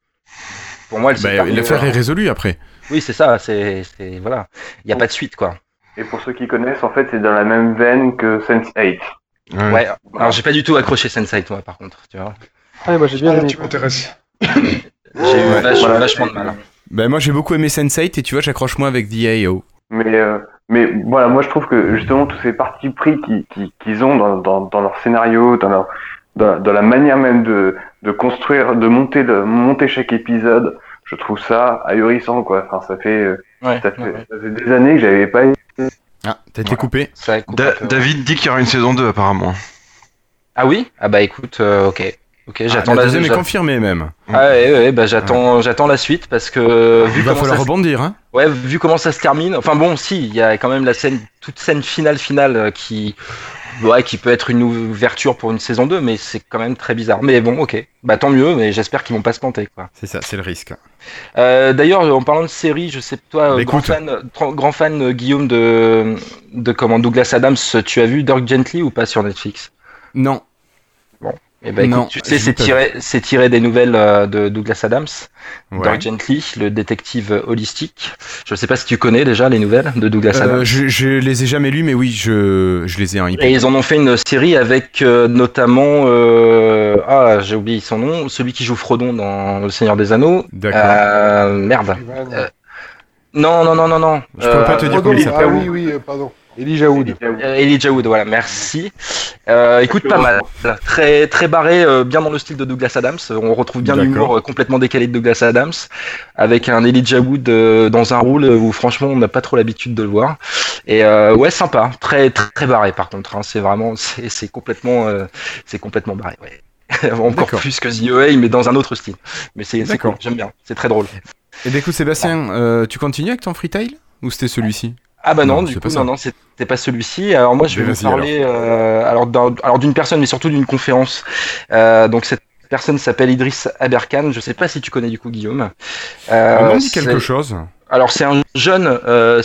pour moi l'affaire est résolue après. Oui, c'est ça, c'est voilà, il y a pas de suite quoi. Et pour ceux qui connaissent, en fait, c'est dans la même veine que Sense8. Ouais. Alors j'ai pas du tout accroché Sense8 moi par contre, tu vois. Ah, moi j'ai bien aimé. Tu m'intéresses. J'ai eu vachement de mal. Ben moi j'ai beaucoup aimé Sense8 et tu vois j'accroche moins avec The AO. Mais voilà, moi je trouve que justement tous ces partis pris qu'ils ont dans leur scénario, dans la manière même de construire, de monter chaque épisode, je trouve ça ahurissant quoi. Enfin ça fait des années que j'avais pas. Ah, t'as été coupé. David dit qu'il y aura une saison 2 apparemment. Ah oui? Ah bah écoute, ok, j'attends la deuxième est confirmée même. Ah ouais, bah j'attends la suite parce que il va falloir rebondir, hein. Ouais, vu comment ça se termine. Enfin bon, si, il y a quand même toute scène finale qui peut être une ouverture pour une saison 2, mais c'est quand même très bizarre. Mais bon, ok, bah tant mieux, mais j'espère qu'ils vont pas se planter, quoi. C'est ça, c'est le risque. D'ailleurs, en parlant de série, je sais toi, grand fan Guillaume de Douglas Adams, tu as vu Dirk Gently ou pas sur Netflix? Non. Bon. Eh ben, écoute, tu sais, c'est tiré des nouvelles de Douglas Adams, Dirk Gently, le détective holistique. Je sais pas si tu connais déjà les nouvelles de Douglas Adams. Je les ai jamais lues, mais oui, je les ai en Et ils en ont fait une série avec notamment j'ai oublié son nom, celui qui joue Frodon dans Le Seigneur des Anneaux. D'accord. Merde. Non. Je peux pas te dire comment il s'appelle. Ah oui, pardon. Elijah Wood. Elijah Wood, voilà, merci. Écoute, pas mal. Très, très barré, bien dans le style de Douglas Adams. On retrouve bien l'humour complètement décalé de Douglas Adams, avec un Elijah Wood dans un rôle où franchement on n'a pas trop l'habitude de le voir. Et ouais, sympa. Très, très barré par contre. Hein. C'est vraiment, c'est complètement barré. Ouais. Encore plus que The OA, mais dans un autre style. Mais c'est cool, j'aime bien. C'est très drôle. Et du coup, Sébastien, tu continues avec ton Freetail ou c'était celui-ci? Ah bah non, du coup, non, c'était pas celui-ci. Alors moi, je vais vous parler alors d'une personne, mais surtout d'une conférence. Donc cette personne s'appelle Idriss Aberkan. Je sais pas si tu connais du coup Guillaume. On dit quelque chose. Alors c'est un jeune,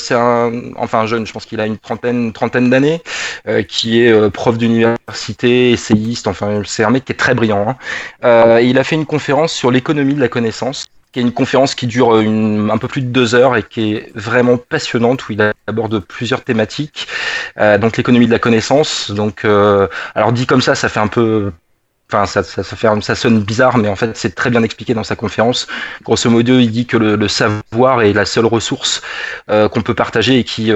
enfin jeune, je pense qu'il a une trentaine d'années, qui est prof d'université, essayiste, enfin c'est un mec qui est très brillant. Il a fait une conférence sur l'économie de la connaissance, qui est une conférence qui dure un peu plus de 2 heures et qui est vraiment passionnante, où il aborde plusieurs thématiques. Donc l'économie de la connaissance, donc alors dit comme ça fait un peu... Enfin, ça sonne bizarre, mais en fait, c'est très bien expliqué dans sa conférence. Grosso modo, il dit que le savoir est la seule ressource qu'on peut partager et qui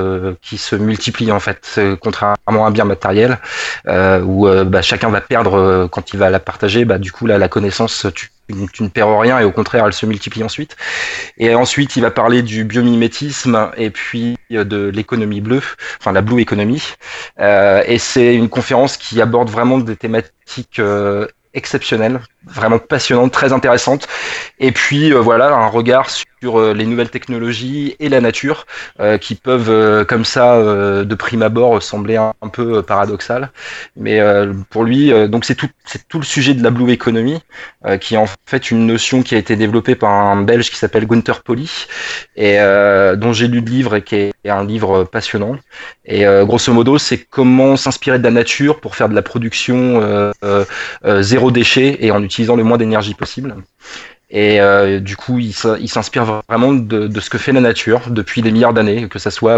se multiplie en fait, contrairement à un bien matériel où chacun va perdre quand il va la partager. Du coup, là, la connaissance, tu ne perds rien et au contraire, elle se multiplie ensuite. Et ensuite, il va parler du biomimétisme et puis de l'économie bleue, enfin la blue economy. Et c'est une conférence qui aborde vraiment des thématiques exceptionnelles, vraiment passionnantes, très intéressantes. Et puis voilà, un regard sur les nouvelles technologies et la nature qui peuvent comme ça de prime abord sembler un peu paradoxal, mais pour lui donc c'est tout le sujet de la blue economy qui est en fait une notion qui a été développée par un Belge qui s'appelle Gunther Pauli et dont j'ai lu le livre et qui est un livre passionnant. Et grosso modo, c'est comment s'inspirer de la nature pour faire de la production zéro déchet et en utilisant le moins d'énergie possible. Et du coup, il s'inspire vraiment de ce que fait la nature depuis des milliards d'années, que ça soit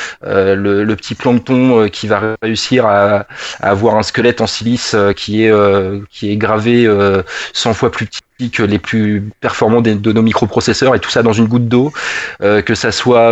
le petit plancton qui va réussir à avoir un squelette en silice qui est gravé 100 fois plus petit que les plus performants de nos microprocesseurs, et tout ça dans une goutte d'eau, que ça soit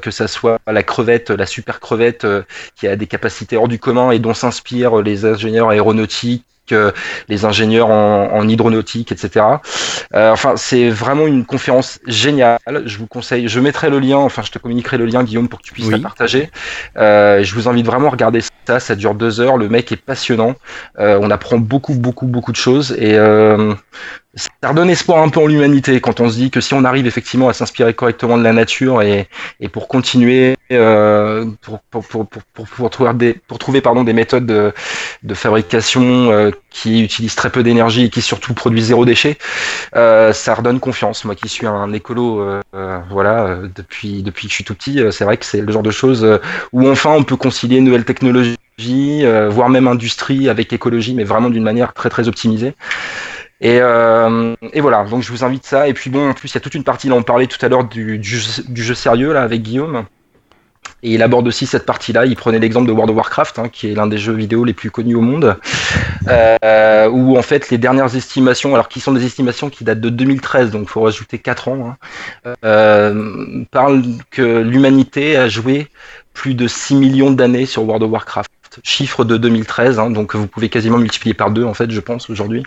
la crevette, la super crevette qui a des capacités hors du commun et dont s'inspirent les ingénieurs aéronautiques, les ingénieurs en hydronautique, etc. Enfin, c'est vraiment une conférence géniale. Je vous conseille, je mettrai le lien, enfin je te communiquerai le lien, Guillaume, pour que tu puisses la partager. Je vous invite vraiment à regarder ça. Ça dure 2 heures. Le mec est passionnant. On apprend beaucoup de choses et ça redonne espoir un peu en l'humanité quand on se dit que si on arrive effectivement à s'inspirer correctement de la nature et pour continuer pour trouver des méthodes de fabrication qui utilisent très peu d'énergie et qui surtout produisent zéro déchet, ça redonne confiance. Moi qui suis un écolo depuis que je suis tout petit, c'est vrai que c'est le genre de choses où enfin on peut concilier nouvelles technologies, voire même industrie avec écologie, mais vraiment d'une manière très très optimisée. Et voilà, donc je vous invite ça. Et puis bon, en plus il y a toute une partie, là on parlait tout à l'heure du jeu sérieux là avec Guillaume, et il aborde aussi cette partie-là. Il prenait l'exemple de World of Warcraft, qui est l'un des jeux vidéo les plus connus au monde, où en fait les dernières estimations, alors qui sont des estimations qui datent de 2013, donc il faut rajouter 4 ans, parlent que l'humanité a joué plus de 6 millions d'années sur World of Warcraft. Chiffre de 2013, donc vous pouvez quasiment multiplier par 2 en fait, je pense, aujourd'hui.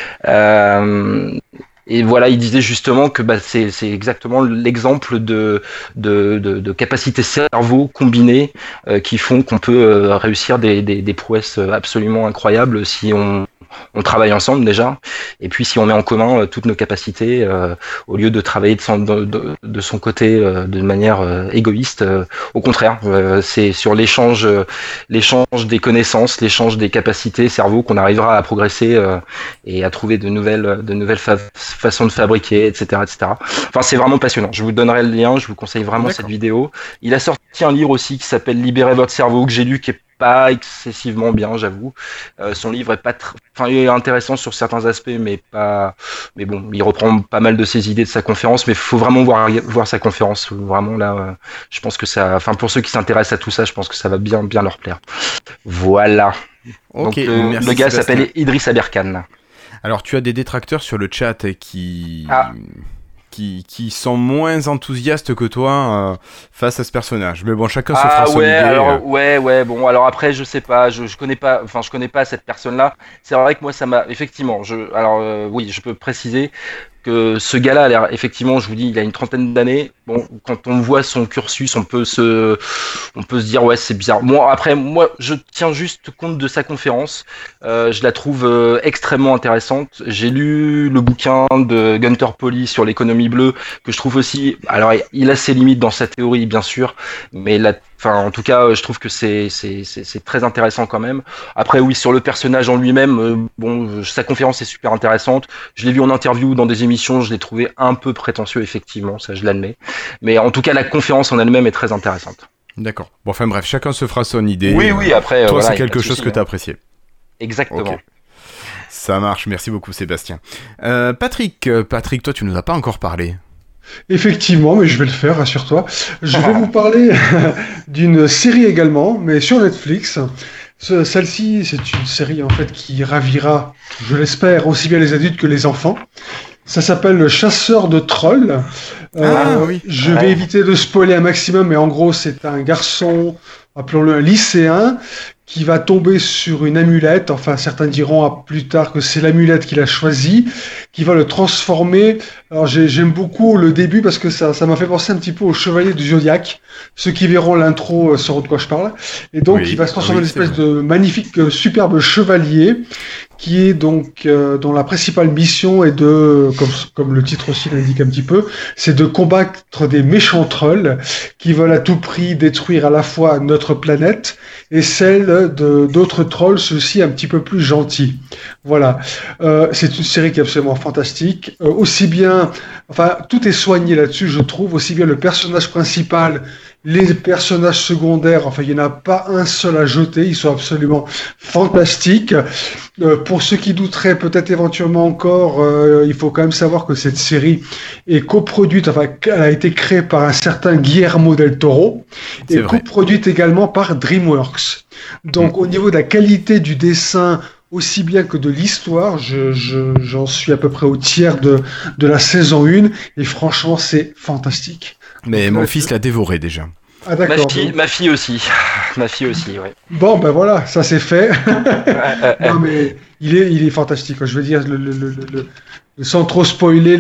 Et voilà, il disait justement que c'est exactement l'exemple de capacités cerveau combinées qui font qu'on peut réussir des prouesses absolument incroyables si on travaille ensemble déjà, et puis si on met en commun toutes nos capacités au lieu de travailler de son côté de manière égoïste. Au contraire, c'est sur l'échange des connaissances, l'échange des capacités cerveau qu'on arrivera à progresser et à trouver de nouvelles façons de fabriquer, etc., etc. Enfin, c'est vraiment passionnant. Je vous donnerai le lien, je vous conseille vraiment cette vidéo. Il a sorti un livre aussi qui s'appelle Libérez votre cerveau, que j'ai lu, qui est pas excessivement bien, j'avoue. Son livre est il est intéressant sur certains aspects, mais bon, il reprend pas mal de ses idées de sa conférence, mais il faut vraiment voir sa conférence. Vraiment là, je pense que ça, pour ceux qui s'intéressent à tout ça, je pense que ça va bien leur plaire. Voilà. Ok. Donc le gars s'appelle Idriss Aberkan. Alors tu as des détracteurs sur le chat qui sont moins enthousiastes que toi face à ce personnage. Mais bon, chacun se fera son idée. Alors après, je sais pas, je connais pas cette personne-là. C'est vrai que moi, ça m'a effectivement. Oui, je peux préciser que ce gars-là a l'air, effectivement, je vous dis, il a une trentaine d'années. Bon, quand on voit son cursus, on peut se dire, ouais, c'est bizarre. Moi, je tiens juste compte de sa conférence. Je la trouve extrêmement intéressante. J'ai lu le bouquin de Gunther Pauli sur l'économie bleue, que je trouve aussi, alors, il a ses limites dans sa théorie, bien sûr, mais Enfin, en tout cas, je trouve que c'est très intéressant quand même. Après, oui, sur le personnage en lui-même, sa conférence est super intéressante. Je l'ai vu en interview dans des émissions, je l'ai trouvé un peu prétentieux, effectivement, ça je l'admets. Mais en tout cas, la conférence en elle-même est très intéressante. D'accord. Bon, enfin bref, chacun se fera son idée. Oui, après... Toi, voilà, c'est quelque chose que tu as apprécié. Exactement. Okay. Ça marche, merci beaucoup Sébastien. Patrick, toi tu nous as pas encore parlé. Effectivement, mais je vais le faire, rassure-toi. Je vais vous parler d'une série également, mais sur Netflix. Celle-ci, c'est une série en fait qui ravira, je l'espère, aussi bien les adultes que les enfants. Ça s'appelle Le Chasseur de Trolls. Oui. Je vais éviter de spoiler un maximum, mais en gros, c'est un garçon, appelons-le un lycéen, qui va tomber sur une amulette, enfin certains diront plus tard que c'est l'amulette qu'il a choisie, qui va le transformer. Alors j'aime beaucoup le début parce que ça m'a fait penser un petit peu au Chevalier du Zodiaque. Ceux qui verront l'intro sauront de quoi je parle. Et donc il va se transformer en une espèce de magnifique, superbe chevalier qui est donc dont la principale mission est de, comme le titre aussi l'indique un petit peu, c'est de combattre des méchants trolls qui veulent à tout prix détruire à la fois notre planète et celle d'autres trolls, ceux-ci un petit peu plus gentils. Voilà. C'est une série qui est absolument fantastique. Aussi bien, enfin, tout est soigné là-dessus, je trouve, aussi bien le personnage principal, les personnages secondaires, enfin, il n'y en a pas un seul à jeter, ils sont absolument fantastiques. Pour ceux qui douteraient peut-être éventuellement encore, il faut quand même savoir que cette série est coproduite, enfin, elle a été créée par un certain Guillermo del Toro, et coproduite également par DreamWorks. Donc, au niveau de la qualité du dessin, aussi bien que de l'histoire, j'en suis à peu près au tiers de la saison 1, et franchement, c'est fantastique. Mais donc, mon fils l'a dévoré déjà. Ah, d'accord. Ma fille aussi. Ma fille aussi, ouais. Bon, ben voilà, ça c'est fait. Non, mais il est fantastique. Je veux dire, sans trop spoiler,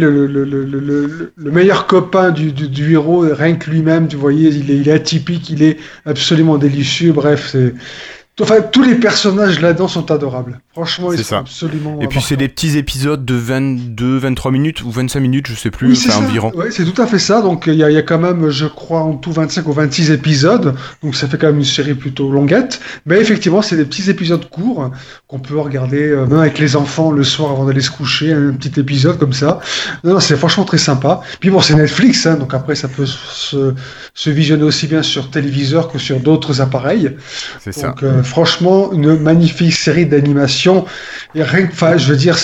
le meilleur copain du héros, rien que lui-même, tu voyez, il est atypique, il est absolument délicieux. Bref, enfin, tous les personnages là-dedans sont adorables. Franchement, ils sont absolument... Et puis c'est des petits épisodes de 22, 23 minutes ou 25 minutes, je sais plus, c'est environ. Ouais, c'est tout à fait ça. Donc il y a quand même, je crois, en tout 25 ou 26 épisodes. Donc ça fait quand même une série plutôt longuette. Mais effectivement, c'est des petits épisodes courts qu'on peut regarder même avec les enfants le soir avant d'aller se coucher. Un petit épisode comme ça. Non, c'est franchement très sympa. Puis bon, c'est Netflix, hein, donc après ça peut se visionner aussi bien sur téléviseur que sur d'autres appareils. C'est ça. Donc franchement, une magnifique série d'animation. Et rien que, enfin, je veux dire,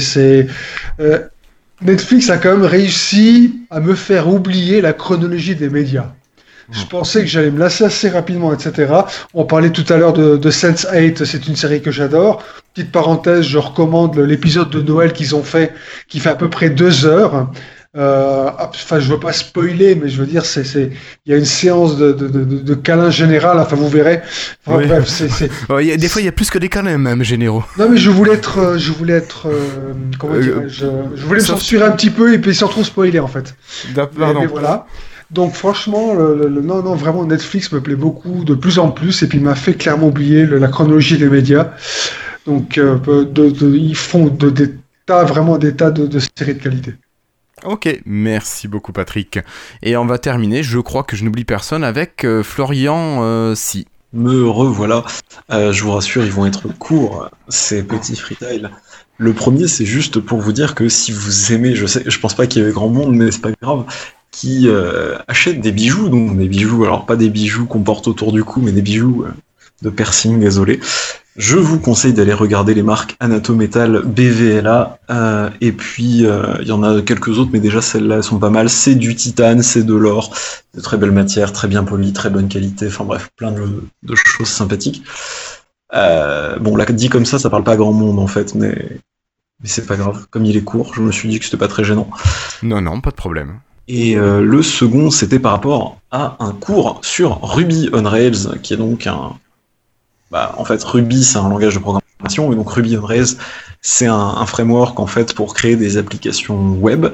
Netflix a quand même réussi à me faire oublier la chronologie des médias. Je pensais que j'allais me lasser assez rapidement, etc. On parlait tout à l'heure de Sense8, c'est une série que j'adore. Petite parenthèse, je recommande l'épisode de Noël qu'ils ont fait, qui fait à peu près 2 heures. Enfin, je veux pas spoiler, mais je veux dire, il y a une séance de câlin général. Enfin, vous verrez. Enfin, oui. Bref, des fois, il y a plus que des câlins, même généraux. Non, mais je voulais être, comment dirais-je, je voulais me censurer un petit peu et puis sans trop spoiler, en fait. Pardon. Mais voilà. Donc, franchement, non, vraiment, Netflix me plaît beaucoup, de plus en plus, et puis m'a fait clairement oublier la chronologie des médias. Donc, ils font des tas de séries de qualité. Ok, merci beaucoup Patrick. Et on va terminer, je crois que je n'oublie personne, avec Florian Si. Me revoilà. Je vous rassure, ils vont être courts, ces petits freetiles. Le premier, c'est juste pour vous dire que si vous aimez, je pense pas qu'il y ait grand monde, mais c'est pas grave, qui achètent des bijoux, donc des bijoux, alors pas des bijoux qu'on porte autour du cou, mais des bijoux de piercing, désolé. Je vous conseille d'aller regarder les marques Anatometal, BVLA, et puis il y en a quelques autres, mais déjà celles-là elles sont pas mal. C'est du titane, c'est de l'or, de très belle matière, très bien poli, très bonne qualité, enfin bref, plein de choses sympathiques. Bon, là dit comme ça parle pas à grand monde en fait, mais c'est pas grave. Comme il est court, je me suis dit que c'était pas très gênant. Non, pas de problème. Et le second, c'était par rapport à un cours sur Ruby on Rails, qui est donc en fait, Ruby, c'est un langage de programmation, et donc Ruby on Rails, c'est un framework, en fait, pour créer des applications web,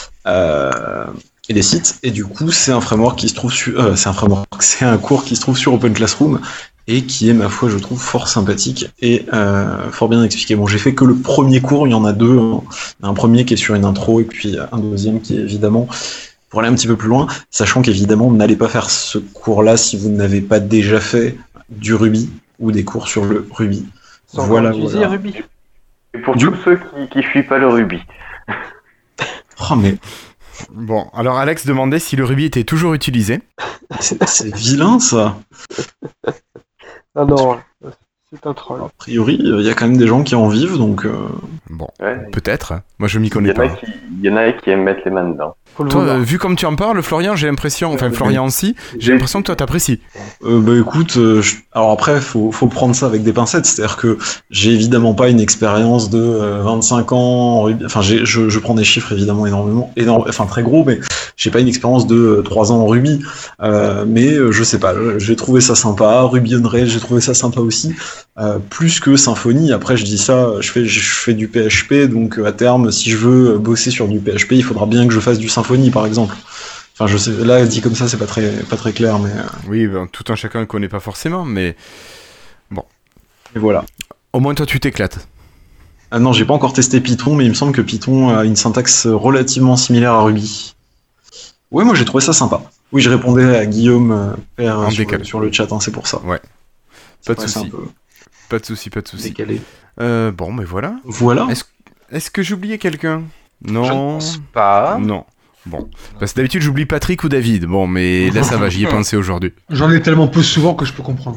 et des sites, et du coup, c'est un framework qui se trouve c'est un cours qui se trouve sur Open Classroom, et qui est, ma foi, je trouve, fort sympathique, et fort bien expliqué. Bon, j'ai fait que le premier cours, il y en a 2, un premier qui est sur une intro, et puis un deuxième qui est évidemment pour aller un petit peu plus loin, sachant qu'évidemment, n'allez pas faire ce cours-là si vous n'avez pas déjà fait du Ruby ou des cours sur le Ruby. Voilà. Ruby. Et pour tous ceux qui fuient pas le Ruby. Oh, mais... Bon, alors Alex demandait si le Ruby était toujours utilisé. C'est vilain, ça. Ah non, c'est un troll. A priori, il y a quand même des gens qui en vivent, donc... Bon, peut-être. Moi, je m'y connais pas. Il y en a qui aiment mettre les mains dedans. Toi, vu comme tu en parles, Florian, j'ai l'impression... Enfin, Florian aussi, j'ai l'impression que toi, t'apprécies. Bah écoute, alors après, faut prendre ça avec des pincettes. C'est-à-dire que j'ai évidemment pas une expérience de 25 ans en Ruby. Enfin, je prends des chiffres évidemment enfin très gros, mais j'ai pas une expérience de 3 ans en Ruby. Mais je sais pas, j'ai trouvé ça sympa. Ruby on Rails, j'ai trouvé ça sympa aussi. Plus que Symfony. Après, je dis ça, je fais du PHP, donc à terme, si je veux bosser sur du PHP, il faudra bien que je fasse du Symfony, par exemple. Enfin, je sais, là, dit comme ça, c'est pas très clair, mais... Oui, ben, tout un chacun ne connaît pas forcément, mais... Bon. Et voilà. Au moins, toi, tu t'éclates. Ah non, j'ai pas encore testé Python, mais il me semble que Python a une syntaxe relativement similaire à Ruby. Ouais, moi, j'ai trouvé ça sympa. Oui, je répondais à Guillaume Père sur le chat, hein, c'est pour ça. Ouais. Pas de souci. Pas de souci. Décalé. Bon, mais voilà. Voilà. Est-ce que j'oubliais quelqu'un? Non. Je ne pense pas. Non. Bon. Parce que d'habitude, j'oublie Patrick ou David. Bon, mais là, ça va, j'y ai pensé aujourd'hui. J'en ai tellement peu souvent que je peux comprendre.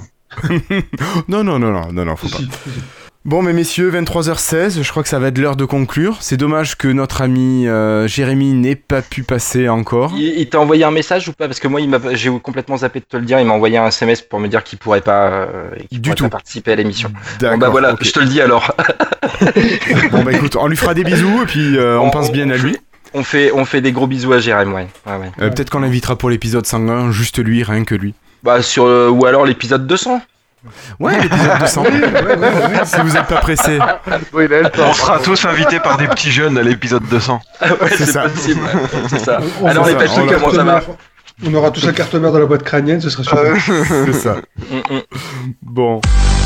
Non, faut pas. Bon, mais messieurs, 23h16, je crois que ça va être l'heure de conclure. C'est dommage que notre ami Jérémy n'ait pas pu passer encore. Il t'a envoyé un message ou pas? Parce que moi, j'ai complètement zappé de te le dire. Il m'a envoyé un SMS pour me dire qu'il pourrait pas, participer à l'émission. D'accord. Bon, bah voilà, okay. Je te le dis alors. Bon, bah écoute, on lui fera des bisous et puis on pense bien à lui. On fait des gros bisous à Jérémy, ouais. Peut-être qu'on l'invitera pour l'épisode 101, juste lui, rien que lui. Bah, ou alors l'épisode 200. Ouais, l'épisode 200. Ouais. Si vous n'êtes pas pressé. Oui, on sera tous invités par des petits jeunes à l'épisode 200. Ouais, c'est ça. Possible. C'est ça. Alors les pêches, comment ça marche? On aura tous la carte mère dans la boîte crânienne, ce sera super. C'est ça. Bon.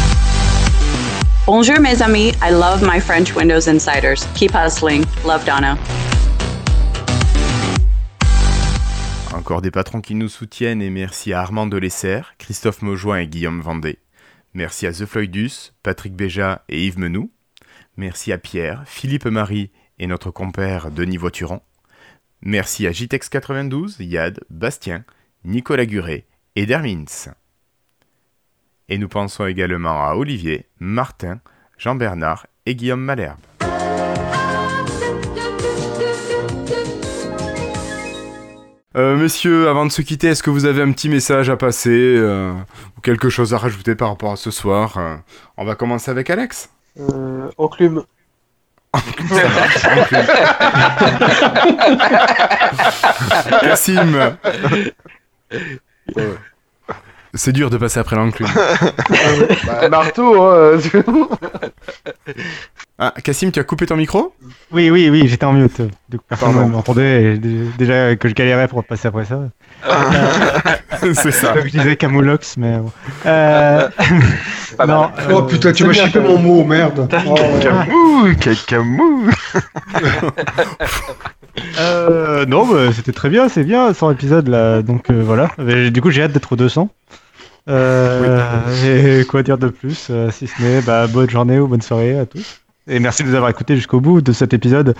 Bonjour mes amis, I love my French Windows Insiders. Keep hustling. Love Donna. Encore des patrons qui nous soutiennent et merci à Armand Delesser, Christophe Maujoin et Guillaume Vendée. Merci à The Floydus, Patrick Béja et Yves Menou. Merci à Pierre, Philippe Marie et notre compère Denis Voituron. Merci à JTEX92, Yad, Bastien, Nicolas Guret et Dermins. Et nous pensons également à Olivier, Martin, Jean-Bernard et Guillaume Malherbe. Messieurs, avant de se quitter, est-ce que vous avez un petit message à passer ou quelque chose à rajouter par rapport à ce soir? On va commencer avec Alex. Enclume. Ça marche, enclume. Cassim. C'est dur de passer après l'enclume. Marteau, hein. Ah, Cassim, tu as coupé ton micro? Oui, j'étais en mute. Donc personne ne m'entendait. Et déjà que je galérais pour passer après ça. C'est ça. Je disais Camoulox, mais bon. Non, oh putain, tu m'as chippé mon mot, merde. Cacamou. Non, bah, c'était très bien, c'est bien, 100 épisodes là, donc voilà. Mais, du coup, j'ai hâte d'être aux 200. Et quoi dire de plus, si ce n'est bonne journée ou bonne soirée à tous. Et merci de nous avoir écoutés jusqu'au bout de cet épisode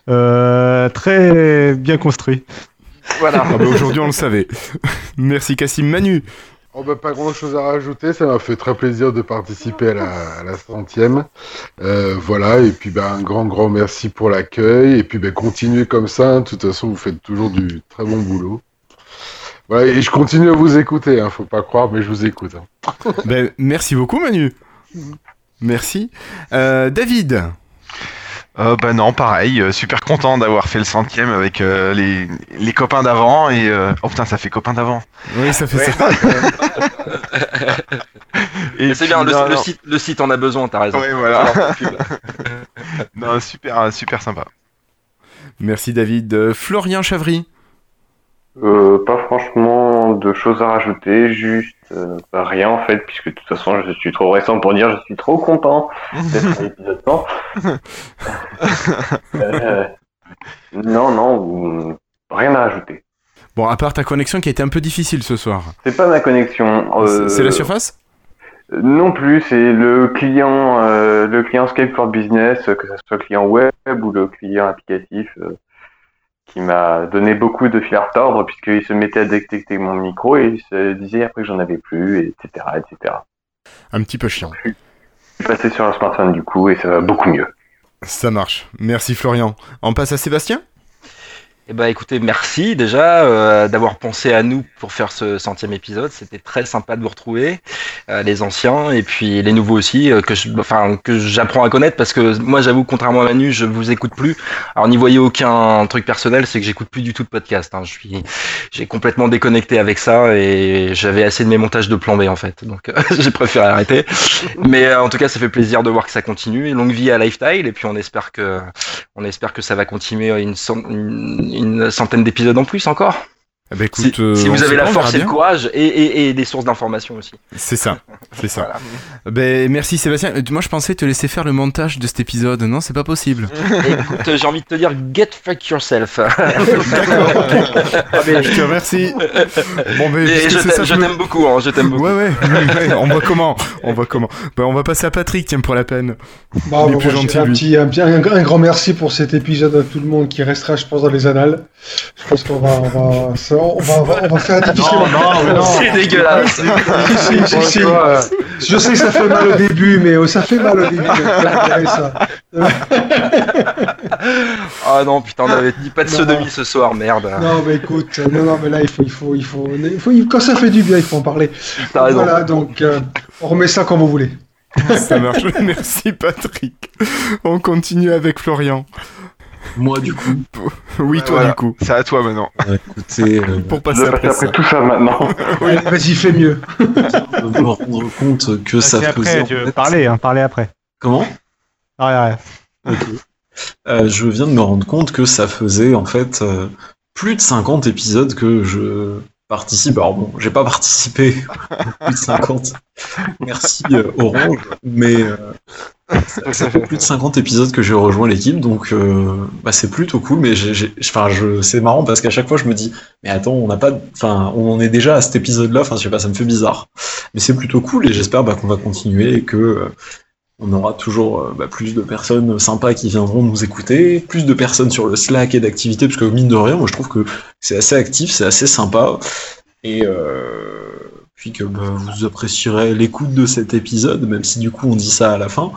très bien construit. Voilà. Ah bah aujourd'hui, on le savait. Merci Cassim. Manu. Oh bah, pas grand chose à rajouter, ça m'a fait très plaisir de participer à la 100e. Voilà, et puis un grand merci pour l'accueil, et puis continuez comme ça, de toute façon vous faites toujours du très bon boulot. Voilà, et je continue à vous écouter, hein, faut pas croire, mais je vous écoute. Hein. Merci beaucoup Manu. Merci. David. Non, pareil, super content d'avoir fait le 100e avec les copains d'avant et oh putain, ça fait copains d'avant. Oui, ça fait ça. Et c'est bien, le site en a besoin, t'as raison. Oui, voilà. Non, super sympa. Merci David. Florian Chavry. Pas franchement de choses à rajouter, juste rien en fait, puisque de toute façon je suis trop récent pour dire je suis trop content d'être à l'épisode 100. Non, rien à rajouter. Bon, à part ta connexion qui a été un peu difficile ce soir. C'est pas ma connexion. C'est la surface ? Non plus, c'est le client Skype for Business, que ce soit le client web ou le client applicatif, qui m'a donné beaucoup de fil à retordre, puisqu'il se mettait à détecter mon micro et il se disait après que j'en avais plus, etc., etc. Un petit peu chiant. Je suis passé sur un smartphone du coup et ça va beaucoup mieux. Ça marche. Merci Florian. On passe à Sébastien ? Eh ben, écoutez, merci déjà d'avoir pensé à nous pour faire ce 100e épisode. C'était très sympa de vous retrouver, les anciens et puis les nouveaux aussi, que j'apprends à connaître parce que moi, j'avoue, contrairement à Manu, je vous écoute plus. Alors, n'y voyez aucun truc personnel, c'est que j'écoute plus du tout de podcast. Hein. J'ai complètement déconnecté avec ça et j'avais assez de mes montages de plan B en fait, donc j'ai préféré arrêter. Mais en tout cas, ça fait plaisir de voir que ça continue. Et longue vie à Lifestyle et puis on espère que ça va continuer une centaine d'épisodes en plus encore. Eh ben, écoute, si vous avez la force et le courage et des sources d'informations aussi. C'est ça, c'est ça. Voilà. Ben, merci Sébastien. Moi je pensais te laisser faire le montage de cet épisode. Non, c'est pas possible. Écoute, j'ai envie de te dire, get fuck yourself. D'accord. Je te remercie. Bon, ben, je t'aime beaucoup. Hein, je t'aime beaucoup. Ouais. On voit comment. Ben, on va passer à Patrick, tiens, pour la peine. Bah, bon, plus gentil, un grand merci pour cet épisode à tout le monde qui restera, je pense, dans les annales. Je pense qu'on va faire difficilement. Non, c'est dégueulasse. Si. Je sais que ça fait mal au début, mais ça fait mal au début. Ça. Ah non, putain, on avait dit pas de sodomie ce soir, merde. Non, mais écoute, mais là, il faut, quand ça fait du bien, il faut en parler. Voilà, donc, on remet ça quand vous voulez. Ça marche. Merci, Patrick. On continue avec Florian. Moi, du coup. Oui, toi, du coup. C'est à toi maintenant. Écoutez, pour passer après tout ça maintenant. Oui, vas-y, fais mieux. Je me rendre compte que ça faisait. Tu veux parler après. Comment ? Ouais. Okay. Je viens de me rendre compte que ça faisait en fait plus de 50 épisodes que je participe. Alors bon, j'ai pas participé plus de 50. Merci Orange, mais ça fait plus de 50 épisodes que j'ai rejoint l'équipe, donc c'est plutôt cool. Mais c'est marrant parce qu'à chaque fois je me dis, mais attends, on en est déjà à cet épisode-là. Enfin, je sais pas, ça me fait bizarre. Mais c'est plutôt cool et j'espère qu'on va continuer et que on aura toujours plus de personnes sympas qui viendront nous écouter, plus de personnes sur le Slack et d'activités, parce que mine de rien, moi je trouve que c'est assez actif, c'est assez sympa, et puis que vous apprécierez l'écoute de cet épisode, même si du coup on dit ça à la fin.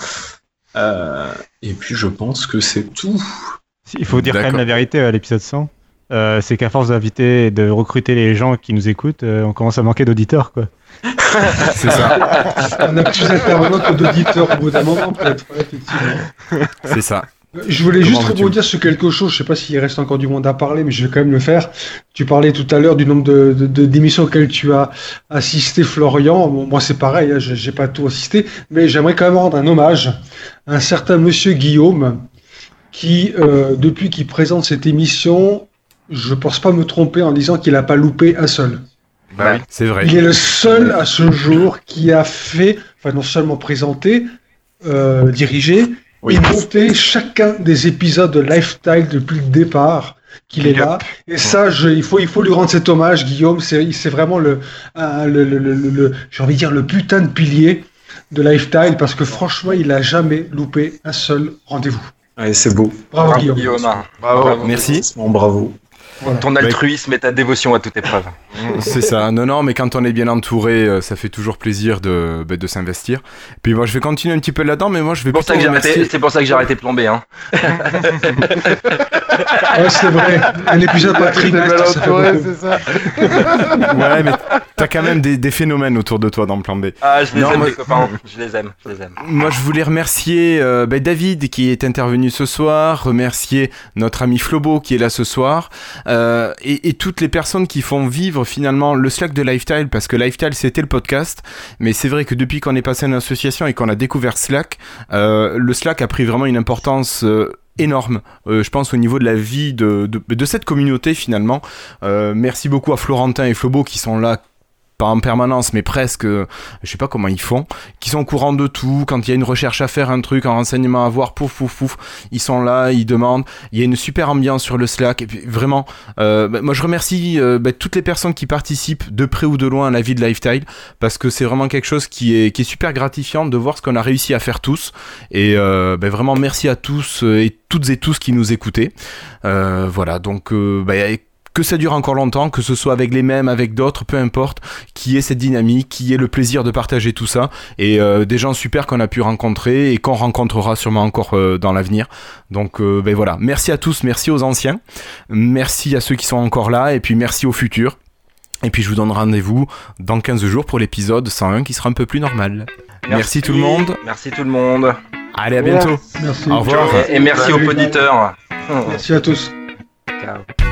Et puis je pense que c'est tout. Il faut dire quand même la vérité à l'épisode 100. C'est qu'à force d'inviter et de recruter les gens qui nous écoutent, on commence à manquer d'auditeurs, quoi. C'est ça. On a plus d'intervenants que d'auditeurs au bout d'un moment, peut-être. Ouais, effectivement. C'est ça. Je voulais juste rebondir sur quelque chose. Je sais pas s'il reste encore du monde à parler, mais je vais quand même le faire. Tu parlais tout à l'heure du nombre d'émissions auxquelles tu as assisté, Florian. Bon, moi, c'est pareil, hein, j'ai pas tout assisté, mais j'aimerais quand même rendre un hommage à un certain monsieur Guillaume qui, depuis qu'il présente cette émission, je pense pas me tromper en disant qu'il a pas loupé un seul. Bah oui, c'est vrai. Il est le seul à ce jour qui a fait, non seulement présenté, dirigé, et monté chacun des épisodes de Lifestyle depuis le départ qu'il est là. Et ça, il faut lui rendre cet hommage, Guillaume. C'est vraiment j'ai envie de dire, le putain de pilier de Lifestyle, parce que franchement, il a jamais loupé un seul rendez-vous. Ouais, c'est beau. Bravo Guillaume. Bravo. Merci. Bravo. Voilà. Ton altruisme et ta dévotion à toute épreuve. C'est ça. Non, mais quand on est bien entouré, ça fait toujours plaisir de s'investir. Puis moi, je vais continuer un petit peu là-dedans, mais moi, je vais c'est pour ça que j'ai arrêté Plan B. Hein. Ouais, c'est vrai. Un épisode pas trimestre, ça fait beaucoup. C'est ça. Ouais, mais t'as quand même des phénomènes autour de toi dans le Plan B. Ah, je les aime, les copains. Je les aime. Moi, je voulais remercier David qui est intervenu ce soir, remercier notre ami Flobo qui est là ce soir. Et toutes les personnes qui font vivre finalement le Slack de Lifestyle, parce que Lifestyle c'était le podcast, mais c'est vrai que depuis qu'on est passé à une association et qu'on a découvert Slack, le Slack a pris vraiment une importance énorme, je pense, au niveau de la vie de cette communauté finalement. Merci beaucoup à Florentin et Flobo qui sont là pas en permanence, mais presque, je sais pas comment ils font, qui sont au courant de tout. Quand il y a une recherche à faire, un truc, un renseignement à voir, pouf, ils sont là, ils demandent. Il y a une super ambiance sur le Slack. Et puis vraiment, moi je remercie toutes les personnes qui participent de près ou de loin à la vie de Lifetile, parce que c'est vraiment quelque chose qui est super gratifiant de voir ce qu'on a réussi à faire tous. Et vraiment merci à tous et toutes et tous qui nous écoutez. Voilà, donc que ça dure encore longtemps, que ce soit avec les mêmes, avec d'autres, peu importe, qui est cette dynamique, qui est le plaisir de partager tout ça, et des gens super qu'on a pu rencontrer et qu'on rencontrera sûrement encore dans l'avenir. Donc voilà, merci à tous, merci aux anciens, merci à ceux qui sont encore là, et puis merci aux futurs. Et puis je vous donne rendez-vous dans 15 jours pour l'épisode 101 qui sera un peu plus normal. Merci tout le monde. Merci tout le monde. Allez, à bientôt. Merci. Au revoir. Et merci aux auditeurs. Merci à tous. Ciao.